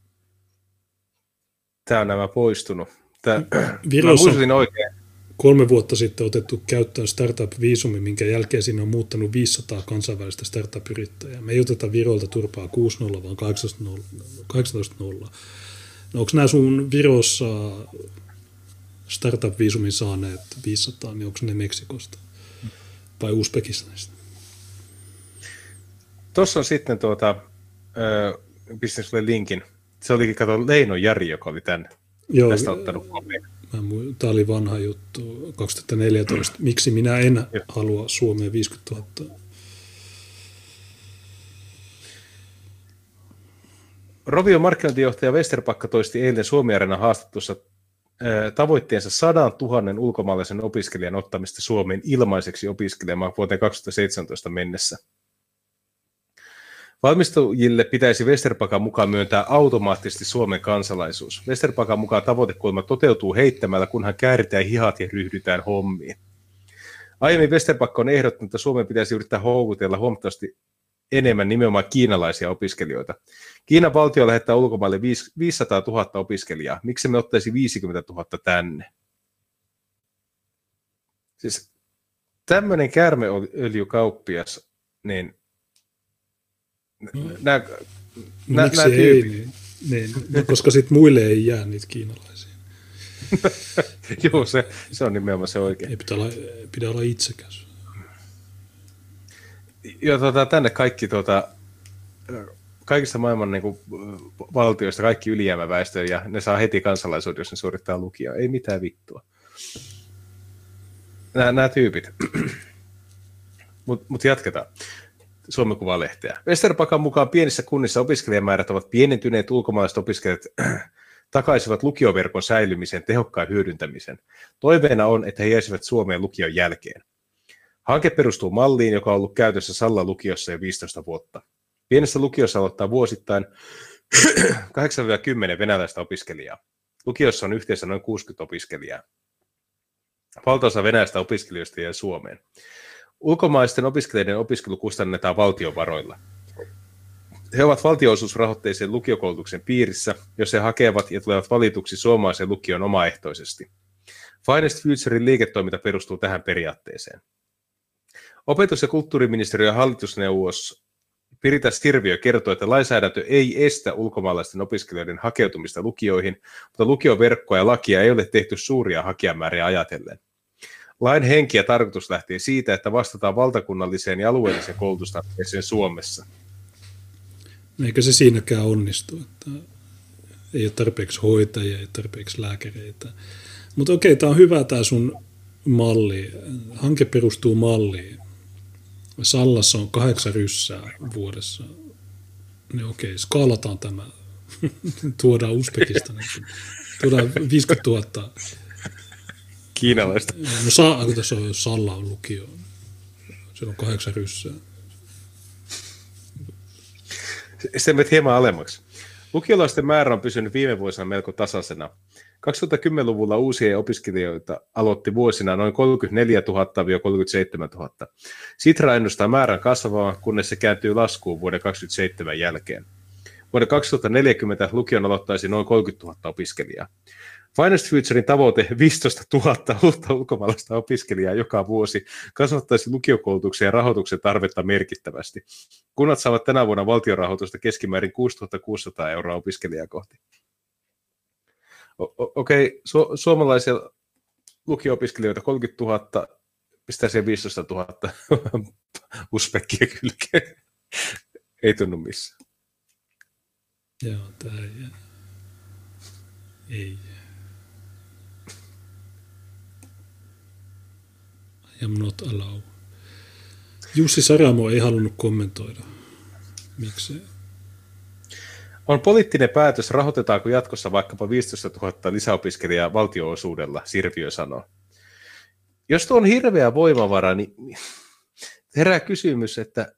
Tämä on nämä poistunut. Virossa on oikein. 3 vuotta sitten otettu käyttöön startup-viisumi, minkä jälkeen sinne on muuttanut 500 kansainvälistä startup-yrittäjää. Me ei oteta Virolta turpaa 6-0, vaan 18-0. No, onko nämä sun Virossa startup-viisumin saaneet 500, niin onko ne Meksikosta vai Uzbekistanista? Tuossa on sitten pistän sulle linkin. Se olikin, kato, Leino Jari, joka oli tästä ottanut kopia. Tämä oli vanha juttu, 2014. Miksi minä en halua Suomeen 50 000? Rovion markkinointijohtaja Westerpakka toisti eilen Suomi-areenan haastattelussa tavoitteensa 100 000 ulkomaalaisen opiskelijan ottamista Suomeen ilmaiseksi opiskelemaan vuoteen 2017 mennessä. Valmistujille pitäisi Westerpakan mukaan myöntää automaattisesti Suomen kansalaisuus. Westerpakan mukaan tavoitekulma toteutuu heittämällä, kunhan kääritään hihat ja ryhdytään hommiin. Aiemmin Westerpakka on ehdottanut, että Suomen pitäisi yrittää houkutella huomattavasti enemmän nimenomaan kiinalaisia opiskelijoita. Kiinan valtio lähettää ulkomaille 500 000 opiskelijaa. Miksi me ottaisi 50 000 tänne? Siis tämmöinen käärmeöljykauppias, niin Nämä miksi ei, tyypit. niin, koska sitten muille ei jää niitä kiinalaisia. Joo, se on nimenomaan se oikein. Ei pidä olla itsekäs. Ja tänne kaikki kaikista maailman niin kuin, valtioista kaikki ylijäämäväestöä, ja ne saa heti kansalaisuuden, jos ne suorittaa lukioa. Ei mitään vittua. Nämä tyypit. Mutta jatketaan. Suomen Kuvalehteä. Westerpakan mukaan pienissä kunnissa opiskelijamäärät ovat pienentyneet, ulkomaalaiset opiskelijat takaisivat lukioverkon säilymisen tehokkaan hyödyntämisen. Toiveena on, että he jäisivät Suomeen lukion jälkeen. Hanke perustuu malliin, joka on ollut käytössä Sallan lukiossa jo 15 vuotta. Pienessä lukiossa aloittaa vuosittain 8-10 venäläistä opiskelijaa. Lukiossa on yhteensä noin 60 opiskelijaa. Valtaosa venäläistä opiskelijoista jää Suomeen. Ulkomaisten opiskelijoiden opiskelu kustannetaan valtion varoilla. He ovat valtionosuusrahoitteisen lukiokoulutuksen piirissä, jos he hakevat ja tulevat valituksi suomalaisen lukion omaehtoisesti. Finest Futurein liiketoiminta perustuu tähän periaatteeseen. Opetus- ja kulttuuriministeriön hallitusneuvos Pirita Sirviö kertoo, että lainsäädäntö ei estä ulkomaalaisten opiskelijoiden hakeutumista lukioihin, mutta lukioverkkoa ja lakia ei ole tehty suuria hakijamääriä ajatellen. Lain henki ja tarkoitus lähtee siitä, että vastataan valtakunnalliseen ja alueelliseen koulutustarpeeseen Suomessa. Eikä se siinäkään onnistu, että ei ole tarpeeksi hoitajia, ei tarpeeksi lääkäreitä. Mutta okei, tämä on hyvä tämä sun malli. Hanke perustuu malliin. Sallassa on 8 ryssää vuodessa. Niin okei, skaalataan tämä. Tuodaan Uzbekistanista. Tuodaan 50 000. Kiinalaista. No kun tässä on Salla on lukio. Siellä on 8 ryssää. Sitten menet hieman alemmaksi. Lukiolaisten määrä on pysynyt viime vuosina melko tasaisena. 2010-luvulla uusia opiskelijoita aloitti vuosina noin 34 000-37 000. Sitra ennustaa määrän kasvavan, kunnes se kääntyy laskuun vuoden 2027 jälkeen. Vuoden 2040 lukion aloittaisi noin 30 000 opiskelijaa. Finest Futurein tavoite 15 000 uutta ulkomaalaista opiskelijaa joka vuosi kasvattaisi lukiokoulutuksen ja rahoituksen tarvetta merkittävästi. Kunnat saavat tänä vuonna valtionrahoitusta keskimäärin 6 600 euroa opiskelijaa kohti. Okei, suomalaisia lukio-opiskelijoita 30 000, pistää siihen 15 000 uzbekkia kylkeen. Ei tunnu missään. Joo, tämä ei. I am not allowed. Jussi Saramo ei halunnut kommentoida. Miksi? On poliittinen päätös, rahoitetaanko jatkossa vaikkapa 15 000 lisäopiskelijaa valtionosuudella, Sirviö sanoo. Jos tuo on hirveä voimavara, niin herää kysymys, että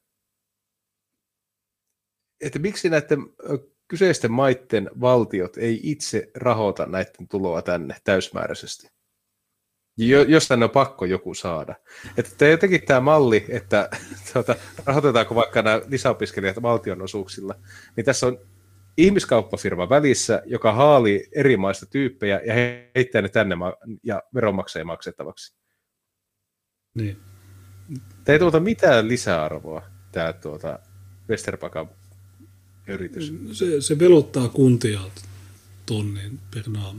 miksi näiden kyseisten maiden valtiot ei itse rahoita näiden tuloa tänne täysmääräisesti. Jos tänne on pakko joku saada. Että jotenkin tämä malli, että rahoitetaanko vaikka nämä lisäopiskelijat valtionosuuksilla, niin tässä on ihmiskauppafirma välissä, joka haalii eri maista tyyppejä ja heittää ne tänne ja veronmaksajien maksettavaksi. Niin. Tämä ei tuota mitään lisäarvoa, tämä Westerpakan yritys. Se velottaa kuntia tonnin per naama.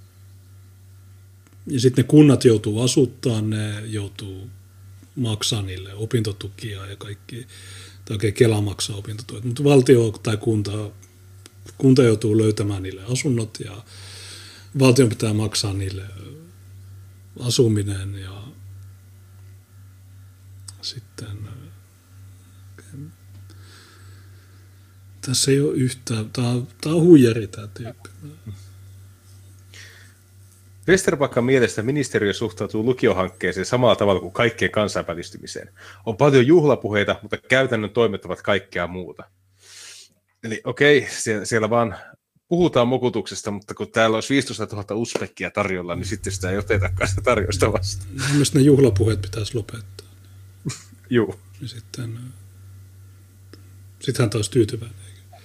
Ja sitten ne kunnat joutuu asuttaa, ne joutuu maksaa niille opintotukia ja kaikki. Tai oikein Kela maksaa opintotuet. Mutta valtio tai kunta joutuu löytämään niille asunnot ja valtion pitää maksaa niille asuminen ja sitten tässä ei ole yhtään, tämä on huijari tämä tyyppi. Westerpakan mielestä ministeriö suhtautuu lukiohankkeeseen samalla tavalla kuin kaikkeen kansainvälistymiseen. On paljon juhlapuheita, mutta käytännön toimet ovat kaikkea muuta. Eli okei, siellä vaan puhutaan mokutuksesta, mutta kun täällä olisi 15 000 uzbekkia tarjolla, niin sitten sitä ei otetakaan sitä tarjosta vastaan. Mielestäni ne juhlapuheet pitäisi lopettaa. Juu. Ja sittenhän taas tyytyväinen.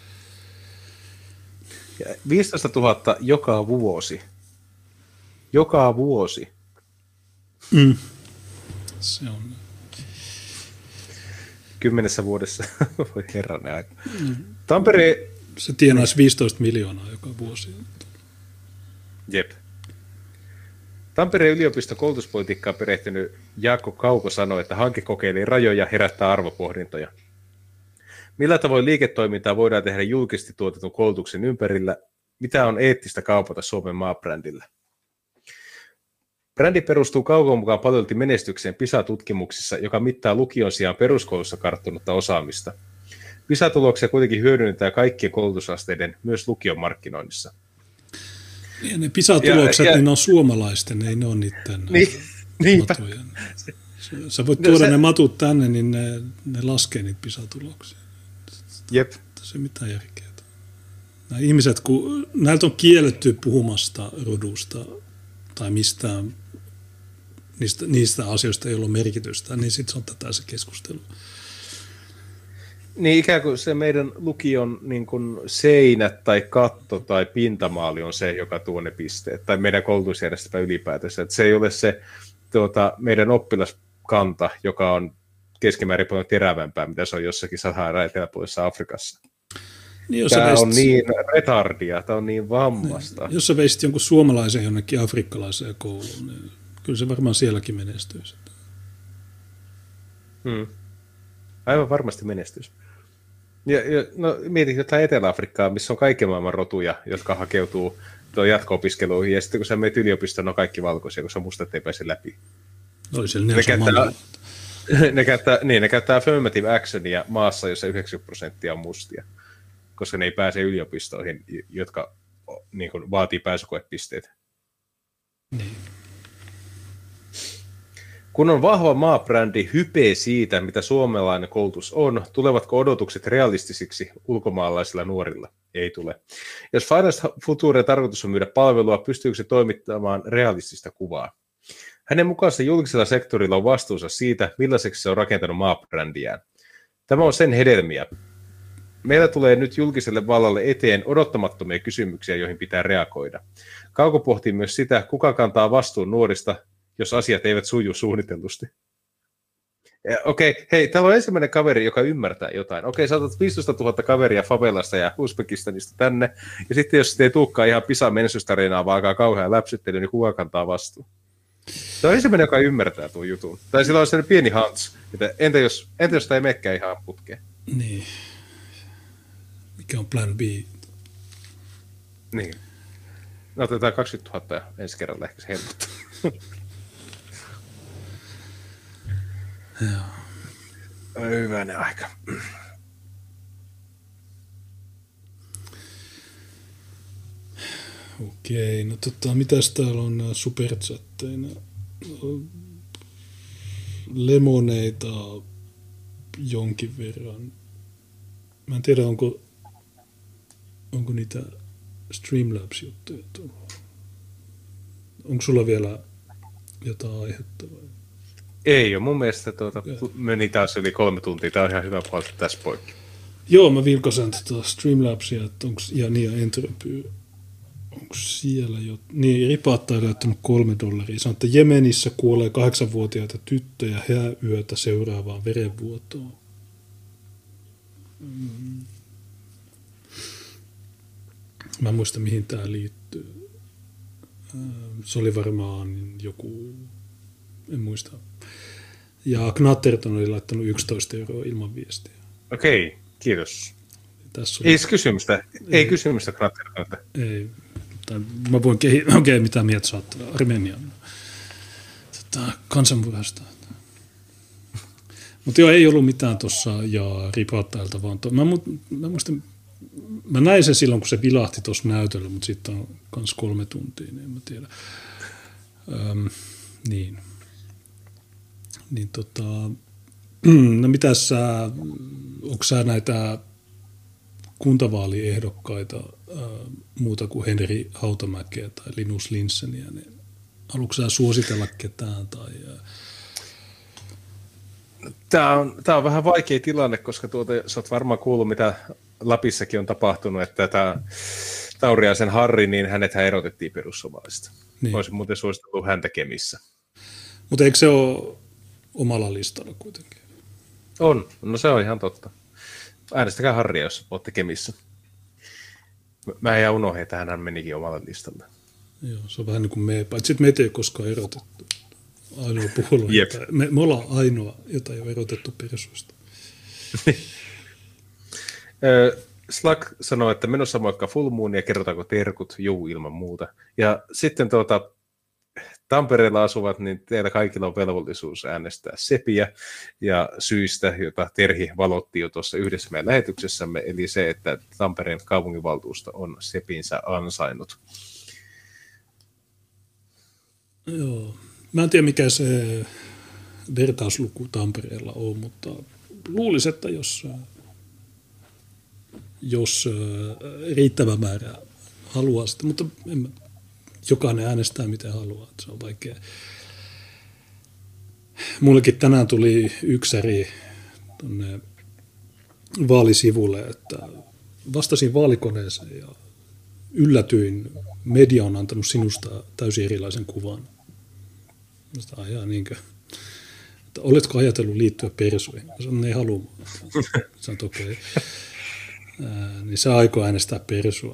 15 000 joka vuosi. Joka vuosi. Se on. 10 vuodessa. Voi herranen aika. Tampere... Se tienaisi 15 miljoonaa joka vuosi. Jep. Tampereen yliopiston koulutuspolitiikkaan perehtynyt Jaakko Kauko sanoi, että hanke kokeilee rajoja herättää arvopohdintoja. Millä tavoin liiketoimintaa voidaan tehdä julkisesti tuotetun koulutuksen ympärillä? Mitä on eettistä kaupata Suomen maabrändillä? Brändi perustuu Kaukon mukaan paljolti menestykseen PISA-tutkimuksissa, joka mittaa lukion sijaan peruskoulussa karttunutta osaamista. PISA-tuloksia kuitenkin hyödynnetään kaikkien koulutusasteiden, myös lukion markkinoinnissa. Ja ne PISA-tulokset, niin ne on suomalaisten, ei ne ole niiden matuja. Sä voit tuoda ne matut tänne, niin ne laskee niitä PISA-tuloksia. Jep. Se ei mitään järkeä. Nämä ihmiset, kun näiltä on kielletty puhumasta rodusta tai mistään niistä asioista ei ollut merkitystä, niin sitten se on tätä se keskustelu. Niin ikään kuin se meidän lukion niin kuin seinät tai katto tai pintamaali on se, joka tuo ne pisteet, tai meidän koulutusjärjestelmä ylipäätänsä. Että se ei ole se meidän oppilaskanta, joka on keskimäärin paljon terävämpää, mitä se on jossakin Saharan eteläpuolisessa Afrikassa. Niin, tämä on niin retardia, tämä on niin vammasta. Jos sä veisit jonkun suomalaisen jonnekin afrikkalaiseen kouluun, niin kyllä se varmaan sielläkin menestyisi. Aivan varmasti menestys. No, mietin jotain Etelä-Afrikkaa, missä on kaiken maailman rotuja, jotka hakeutuu jatko-opiskeluihin, ja sitten kun sä menet yliopistoon, on kaikki valkoisia, kun sä mustat ei pääse läpi. Ne käyttää affirmative actionia maassa, jossa 90% on mustia, koska ne ei pääse yliopistoihin, jotka niin kuin, vaatii pääsykoepisteet. Niin. Kun on vahva maabrändi hype siitä, mitä suomalainen koulutus on, tulevatko odotukset realistisiksi ulkomaalaisilla nuorilla? Ei tule. Jos Finance Futuren tarkoitus on myydä palvelua, pystyykö se toimittamaan realistista kuvaa? Hänen mukaansa julkisella sektorilla on vastuunsa siitä, millaiseksi se on rakentanut maabrändiään. Tämä on sen hedelmiä. Meillä tulee nyt julkiselle vallalle eteen odottamattomia kysymyksiä, joihin pitää reagoida. Kauko pohtii myös sitä, kuka kantaa vastuun nuorista, jos asiat eivät suju suunnitellusti. Okei, hei, täällä on ensimmäinen kaveri, joka ymmärtää jotain. Okei, sä otat 15 000 kaveria Favelasta ja Uzbekistanista tänne, ja sitten jos ei tulekaan ihan PISA-menestystarinaa, vaan alkaa kauhean läpsyttely, niin kuka kantaa vastuun? Se on ensimmäinen, joka ymmärtää tuon jutun. Tai sillä on sellainen pieni hans, että entä jos tämä ei menekään ihan putkeen? Niin. Mikä on plan B? Niin. No otetaan 20 000 ja ensi kerralla ehkä se helpottaa. Joo. Hyvänen aika. Okei, no mitäs täällä on superchatteina? Lemoneita jonkin verran. Mä en tiedä, onko niitä Streamlabs-juttuja tullut. Onko sulla vielä jotain aihetta vai? Ei ole. Mun mielestä meni taas yli 3 tuntia. Tämä on ihan hyvä puolta tässä poikki. Joo, mä vilkasen Streamlabsia, että ja Entropy. Onko siellä jo? Niin, Ripaatta on löytänyt $3. Sanoo, että Jemenissä kuolee 8-vuotiaita tyttöjä hääyötä seuraavaan verenvuotoon. Mä en muista, mihin tämä liittyy. Se oli varmaan joku, en muista. Ja Knatterton oli laittanut €11 ilman viestiä. Okei, kiitos. Tässä ei kysymystä. Ei kysymystä Knattertonilta. Ei. Mä voin okei, mitä mieltä sä oot Armenian kansanmurhasta. Mutta joo, ei ollut mitään tuossa ja Ripattailta, vaan mä muistan, mä näin sen silloin, kun se vilahti tuossa näytöllä, mutta sitten on kans 3 tuntia, niin en mä tiedä. Niin. No mitäs onko sä näitä kuntavaaliehdokkaita muuta kuin Henri Hautamäkeä tai Linus Linsseniä, niin haluatko sä suositella ketään? Tai, Tämä on vähän vaikea tilanne, koska sä oot varmaan kuullut, mitä Lapissakin on tapahtunut, että tämä Tauriaisen Harri, niin hänethän erotettiin perussuomalaisista. Niin. Olisin muuten suositellut häntä Kemissä. Mutta eikö se ole omalla listalla kuitenkin? On, no se on ihan totta. Äänestäkää Harria, jos olette Kemissä. Mä en unohdin, että hän menikin omalle listalle. Joo, se on vähän niin kuin me, paitsi että meitä ei koskaan erotettu. Ainoa puolue. Me ollaan ainoa, jota ei ole erotettu persuista. Slack sanoi, että menossa moikka Full Moon ja kerrotaanko terkut? Juu, ilman muuta. Ja sitten Tampereella asuvat, niin teillä kaikilla on velvollisuus äänestää Sepiä ja syistä, jota Terhi valotti jo tuossa yhdessä meidän lähetyksessämme, eli se, että Tampereen kaupunginvaltuusto on Sepinsä ansainnut. Joo. Mä en tiedä, mikä se vertausluku Tampereella on, mutta luulisin, että jos riittävä määrä haluaa sitä, mutta jokainen äänestää miten haluaa, että se on vaikea. Mullekin tänään tuli yksäri tuonne vaalisivulle, että vastasin vaalikoneeseen ja yllätyin, media on antanut sinusta täysin erilaisen kuvan. Niinkö? Että oletko ajatellut liittyä persuihin? Mä sanoin, ei halua. Sanoin, okei. Niin se aikoo äänestää persua.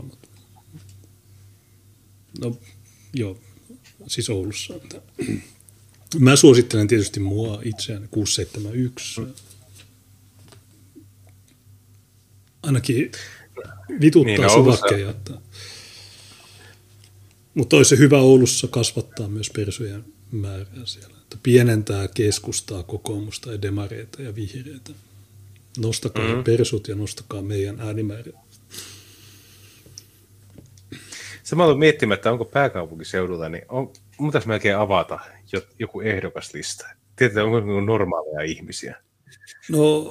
No joo, siis Oulussa. Mä suosittelen tietysti mua itseään 671. Ainakin vituttaa niin, suvakkeja. Mutta olisi se hyvä Oulussa kasvattaa myös persujen määrää siellä. Että pienentää keskustaa, kokoomusta ja demareita ja vihreitä. Nostakaa persut ja nostakaa meidän äänimäärä. Se mä olen miettimään, että onko pääkaupunkiseudulla, niin mun pitäisi melkein avata joku ehdokaslista. Tiedätkö, onko normaaleja ihmisiä? No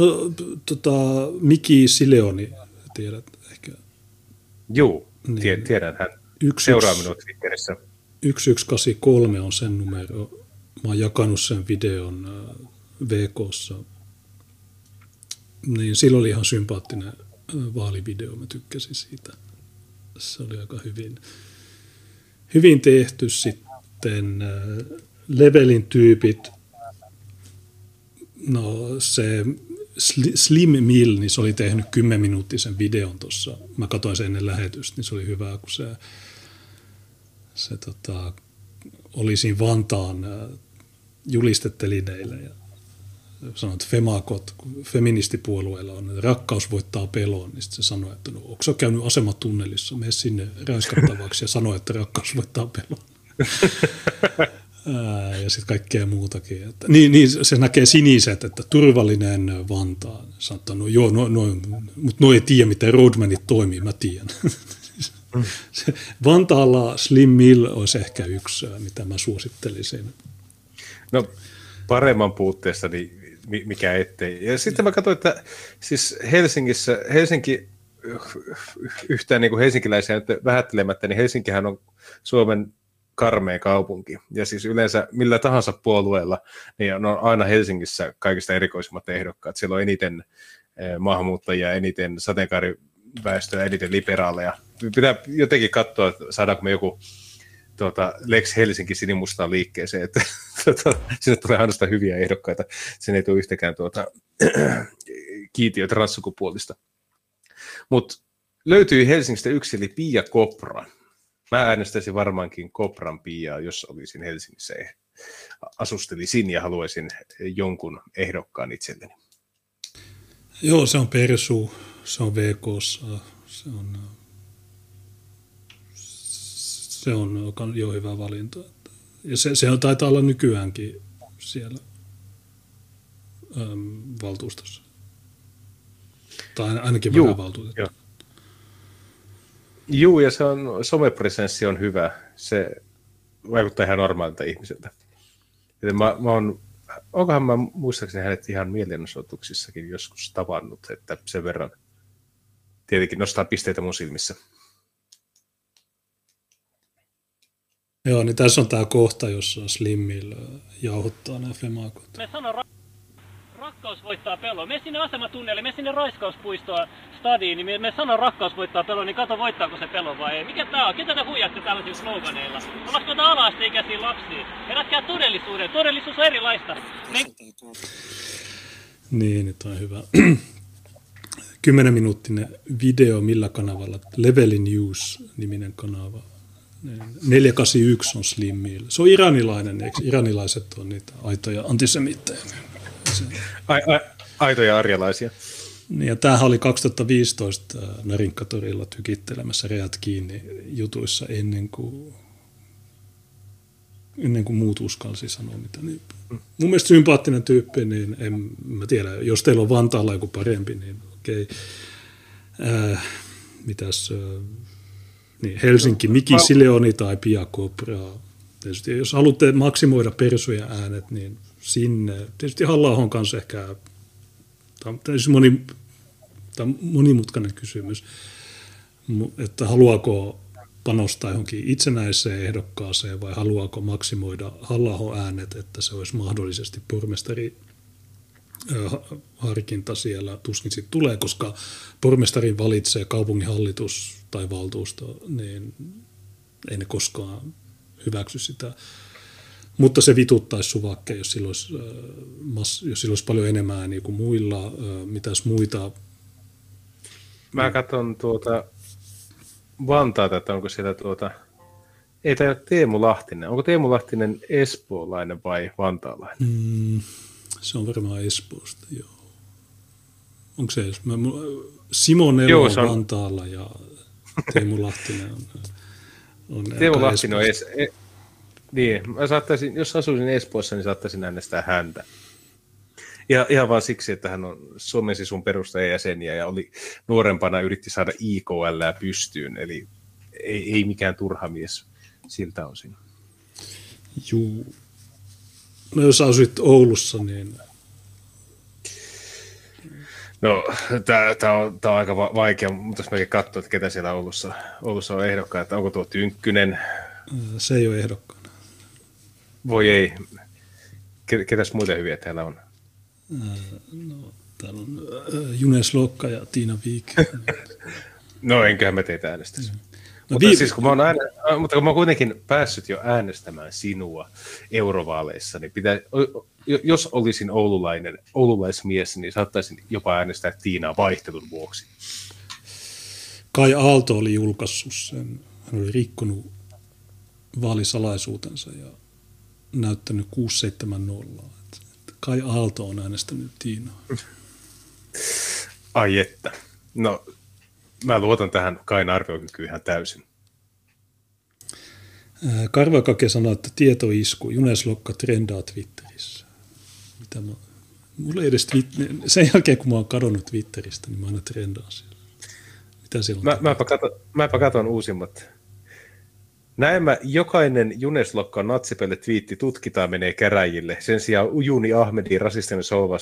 Miki Sileoni, tiedät ehkä. Juu, niin, tiedän hän. Seuraa minua Twitterissä. 1183 on sen numero. Mä oon jakanut sen videon VK:ssa. Niin silloin oli ihan sympaattinen vaalivideo, mä tykkäsin siitä. Se oli aika hyvin tehty. Sitten Levelin tyypit, no se Slim Mill, niin se oli tehnyt 10-minuuttisen videon tuossa. Mä katsoin sen ennen lähetystä, niin se oli hyvä, kun se oli siinä Vantaan julistetelineillä ja sanoi, että femakot, kun feministipuolueella on, että rakkaus voittaa pelon, niin sitten se sanoi, että no, onko sä käynyt asematunnelissa, mene sinne räiskattavaksi ja sanoi, että rakkaus voittaa pelon. Ja sitten kaikkea muutakin. Että, niin, se näkee siniset, että turvallinen Vantaa. Sanoo, että no joo, mutta no ei tiedä, miten roadmanit toimii, mä tiedän. Vantaalla Slim Mill olisi ehkä yksi, mitä mä suosittelisin. No paremman puutteesta, niin mikä ettei. Ja sitten mä katsoin, että siis Helsinki yhtään niin kuin helsinkiläisiä nyt vähättelemättä, niin Helsinkihän on Suomen karmea kaupunki. Ja siis yleensä millä tahansa puolueella, niin on aina Helsingissä kaikista erikoisimmat ehdokkaat. Siellä on eniten maahanmuuttajia, eniten sateenkaariväestöä, eniten liberaaleja. Pitää jotenkin katsoa, että saadaanko me joku Lex Helsinki sinimustaan liikkeeseen, että sinne tulee ainoastaan hyviä ehdokkaita. Sen ei tule yhtäkään kiitiö transsukupuolista. Mutta löytyi Helsingistä yksi, eli Pia Kopra. Mä äänestäisin varmaankin Kopran Piaa, jos olisin Helsingissä. Asustelisin ja haluaisin jonkun ehdokkaan itselleni. Joo, se on persu, se on VK:ssa, se on jo hyvä valinta. Ja se taitaa olla nykyäänkin siellä valtuustossa. Tai ainakin vähän valtuutettu. Joo, ja se on, somepresenssi on hyvä. Se vaikuttaa ihan normaalilta ihmiseltä. Onkohan mä muistaakseni hänet ihan mielenosoituksissakin joskus tavannut, että sen verran tietenkin nostaa pisteitä mun silmissä. Joo, niin tässä on tämä kohta, jossa Slimmillä jauhottaa nämä femakot. Me sanon rakkaus voittaa pelon. Me sinne asematunnelle, me sinne raiskauspuistoon stadiin, niin me sanon rakkaus voittaa pelon, niin kato voittaako se pelon vai ei. Mikä tää on? Ketä te huijatte tällaisilla sloganeilla? Ollaanko näitä ala-asteikäisiä lapsia? Herätkää todellisuuden. Todellisuus on erilaista. Niin, toi hyvä. 10-minuuttinen video millä kanavalla? Level News-niminen kanava. 481 on Slimmillä. Se on iranilainen, eikö iranilaiset on niitä aitoja antisemittejä? Aitoja arjalaisia. Ja tämähän oli 2015 Narinkatorilla tykittelemässä reät kiinni jutuissa ennen kuin muut uskalsi sanoa mitä. Niin, mun mielestä sympaattinen tyyppi, niin en mä tiedä, jos teillä on Vantaalla joku parempi, niin okei. Mitäs, niin Helsinki, Miki Sileoni tai Pia Kopra. Tietysti jos haluatte maksimoida persujen äänet, niin sinne. Tietysti Halla-ahon kanssa ehkä, tämä on monimutkainen kysymys, että haluaako panostaa johonkin itsenäiseen ehdokkaaseen vai haluaako maksimoida Halla-ahon äänet, että se olisi mahdollisesti pormestari harkinta siellä tuskin sitten tulee, koska pormestarin valitsee kaupunginhallitus tai valtuusto, niin ei ne koskaan hyväksy sitä. Mutta se vituttaisi Suvakkeen, jos sillä olisi paljon enemmän ääniä kuin muilla. Mitäs muita? Mä katson Vantaata, että onko siellä ei tämä ole Teemu Lahtinen. Onko Teemu Lahtinen espoolainen vai vantaalainen? Se on varmaan Espoosta, joo. Onko se Simo Nelo on Vantaalla ja Teemu Lahtinen on Teemu Lahtinen on niin, mä saattaisin, jos asuisin Espoossa, niin saattaisin äänestää häntä. Ja ihan vaan siksi, että hän on Suomen Sisun perustajajäseniä ja oli nuorempana yritti saada IKL:ää pystyyn, eli ei mikään turha mies siltä osin. Juu. No jos asuit Oulussa, niin... No, tämä on aika vaikea, mutta jos mäkin katsoin, että ketä siellä Oulussa on ehdokkaan, että onko tuo Tynkkynen? Se ei ole ehdokkaana. Voi ei. Ketäs muita hyviä täällä on? No, täällä on Junes Lokka ja Tiina Viik. No, enköhän mä teitä äänestäisi. No, siis kun mä oon kuitenkin päässyt jo äänestämään sinua eurovaaleissa, niin jos olisin oululaismies, niin saattaisin jopa äänestää Tiinaa vaihtelun vuoksi. Kai Aalto oli julkaissut sen. Hän oli rikkonut vaalisalaisuutensa ja näyttänyt 670. Kai Aalto on äänestänyt Tiinaa. Ai että. No, mä luotan tähän Kain arviokykyyn ihan täysin. Karvakake sanoi, että tietoisku. Junes Lokka trendaa Twitterissä. Mulla ei edes sen jälkeen, kun mä oon kadonnut Twitteristä, niin mä aina trendaan siellä. Mitä siellä on? Mäpä katon uusimmat. Näemmä jokainen Junes Lokka natsipelle twiitti tutkitaan menee käräjille. Sen sijaan Ujuni Ahmedin rasistinen solvaus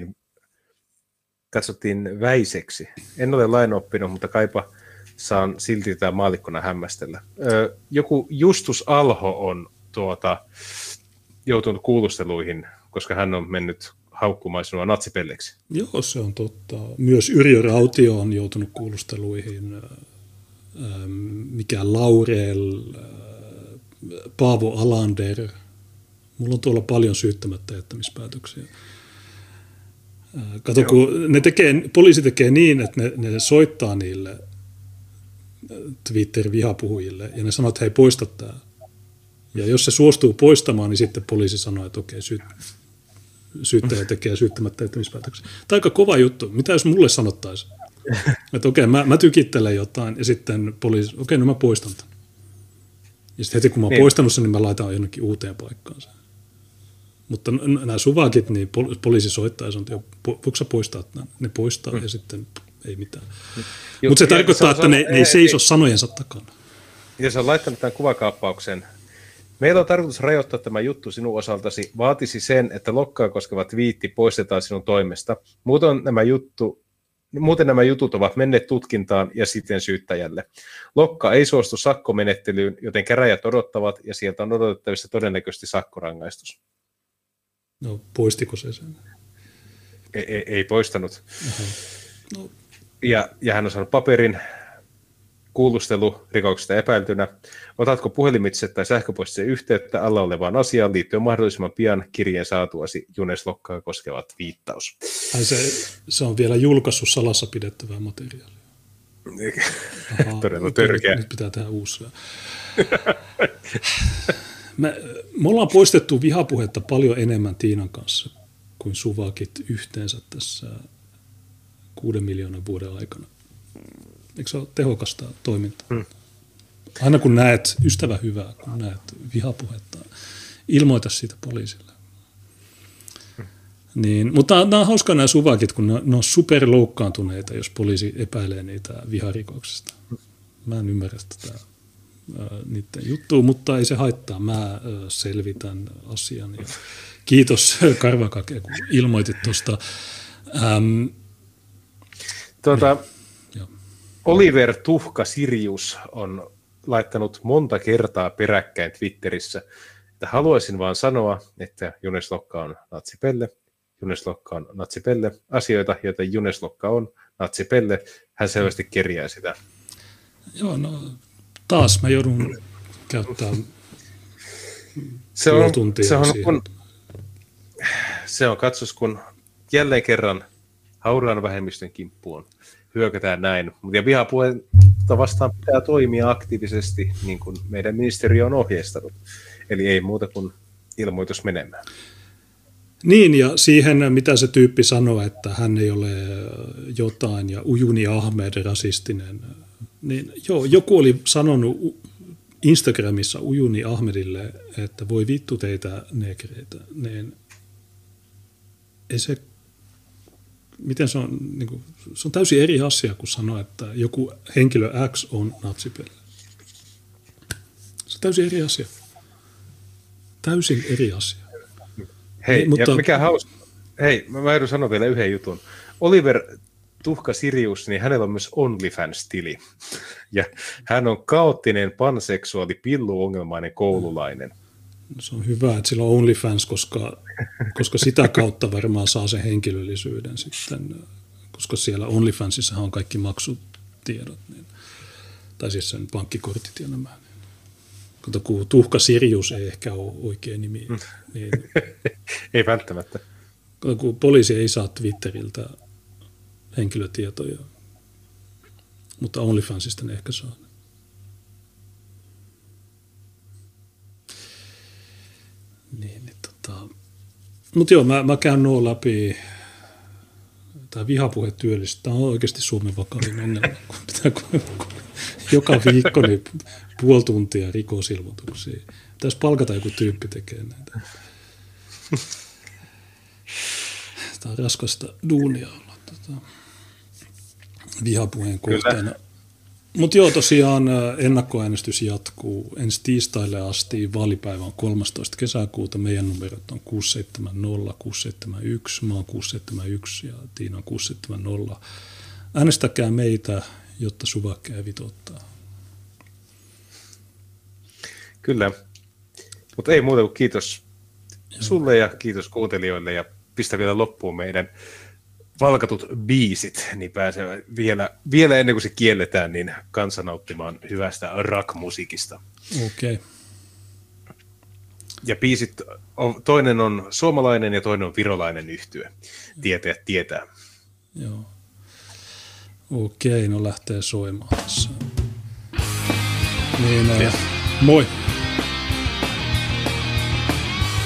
katsottiin väiseksi. En ole lainoppinut, mutta kaipa saan silti tätä maallikkona hämmästellä. Joku Justus Alho on joutunut kuulusteluihin, koska hän on mennyt haukkumaan sinua natsipelleksi. Joo, se on totta. Myös Yrjö Rautio on joutunut kuulusteluihin. Mikä Laurel, Paavo Alander. Mulla on tuolla paljon syyttämättä jättämispäätöksiä. Kato, kun poliisi tekee niin, että ne soittaa niille Twitter-vihapuhujille ja ne sanoo, että hei, poista tämä. Ja jos se suostuu poistamaan, niin sitten poliisi sanoo, että okei, syyttäjä tekee syyttämättä jättämispäätöksiä. Tämä on aika kova juttu. Mitä jos mulle sanottaisiin? Että okei, mä tykittelen jotain ja sitten poliisi, okei, no mä poistan tämän. Ja sitten heti kun mä oon poistanut sen, niin mä laitan jonnekin uuteen paikkaan sen. Mutta nämä suvakit, niin poliisi soittaa ja sanoo, että voiko sä poistaa tämän? Ne poistaa ja sitten ei mitään. Mutta se tarkoittaa, että ne ei seiso sanojensa takana. Ja sä on laittanut tämän kuvakaappauksen. Meillä on tarkoitus rajoittaa tämä juttu sinun osaltasi. Vaatisi sen, että Lokkaa koskeva twiitti poistetaan sinun toimesta. Muuten nämä jutut ovat menneet tutkintaan ja sitten syyttäjälle. Lokka ei suostu sakkomenettelyyn, joten käräjät odottavat ja sieltä on odotettavissa todennäköisesti sakkorangaistus. No, poistiko se sen? Ei poistanut. No. Ja hän on saanut paperin kuulustelurikoksesta epäiltynä. Otatko puhelimitse tai sähköpostitse yhteyttä alla olevaan asiaan liittyen mahdollisimman pian kirjeen saatuasi Junes-Lokkaa koskeva viittaus? Se on vielä julkaissut salassa pidettävää materiaalia. Todella törkeä. Nyt pitää tehdä uusia. Me ollaan poistettu vihapuhetta paljon enemmän Tiinan kanssa kuin suvakit yhteensä tässä 6 miljoonan vuoden aikana. Eikö se ole tehokasta toimintaa? Aina kun näet ystävä hyvää, kun näet vihapuhetta, ilmoita siitä poliisille. Niin, mutta nämä on hauskaa nämä suvakit, kun ne on superloukkaantuneita, jos poliisi epäilee niitä viharikoksista. Mä en ymmärrä tätä niiden juttua, mutta ei se haittaa. Mä selvitän asian. Ja kiitos Karvakake, kun ilmoitit tuosta. Oliver Tuhka Sirius on laittanut monta kertaa peräkkäin Twitterissä, että haluaisin vaan sanoa, että Junes-Lokka on natsipelle, Junes-Lokka on natsipelle, asioita, joita Junes-Lokka on natsipelle, hän selvästi kerjää sitä. Joo, no taas mä joudun käyttämään tuntia siihen. Se on katsos, kun jälleen kerran hauraan vähemmistön kimppuun hyökätään näin. Ja vihapuhetta vastaan pitää toimia aktiivisesti, niin kuin meidän ministeriö on ohjeistanut. Eli ei muuta kuin ilmoitus menemään. Niin, ja siihen, mitä se tyyppi sanoo, että hän ei ole jotain, ja Ujuni Ahmed rasistinen, niin joo, joku oli sanonut Instagramissa Ujuni Ahmedille, että voi vittu teitä negreitä, niin ei se, miten se on, niin kuin, se on täysin eri asia, kun sanoo, että joku henkilö X on natsipelle. Se on täysin eri asia. Täysin eri asia. Hei, mutta mikä hauska. Hei, mä joudun sanoa vielä yhden jutun. Oliver Tuhka Sirius, niin hänellä on myös OnlyFans-tili. Ja hän on kaoottinen, panseksuaali, pilluongelmainen koululainen. Se on hyvä, että sillä on OnlyFans, koska sitä kautta varmaan saa sen henkilöllisyyden sitten, koska siellä OnlyFansissa on kaikki maksutiedot, niin, tai siis sen pankkikortit ja nämä. Kun Tuhka Sirius ei ehkä ole oikea nimi. Niin, ei välttämättä. Kun poliisi ei saa Twitteriltä henkilötietoja, mutta OnlyFansista ne ehkä saa. Mutta joo, mä käyn nuo läpi. Tämä vihapuhe työllistä. Tämä on oikeasti Suomen vakavin ongelma. Joka viikko niin puoli tuntia rikosilmoituksia. Pitäisi palkata joku tyyppi tekemään näitä. Tämä on raskasta duunia olla vihapuheen kohteena. Mutta joo, tosiaan ennakkoäänestys jatkuu ensi tiistaille asti. Vaalipäivä on 13. kesäkuuta. Meidän numerot on 670, 671, mä oon 671 ja Tiina on 670. Äänestäkää meitä, jotta Suvakka ei vitottaa. Kyllä, mutta ei muuta kuin kiitos sulle ja kiitos kuuntelijoille ja pistä vielä loppuun meidän valkatut biisit, niin pääsee vielä ennen kuin se kielletään, niin kansa nauttimaan hyvästä rock-musiikista. Okei. Okay. Ja biisit, toinen on suomalainen ja toinen on virolainen yhtye. Tietäjät tietää. Joo. Okei, no lähtee soimaan tässä. Niin, moi!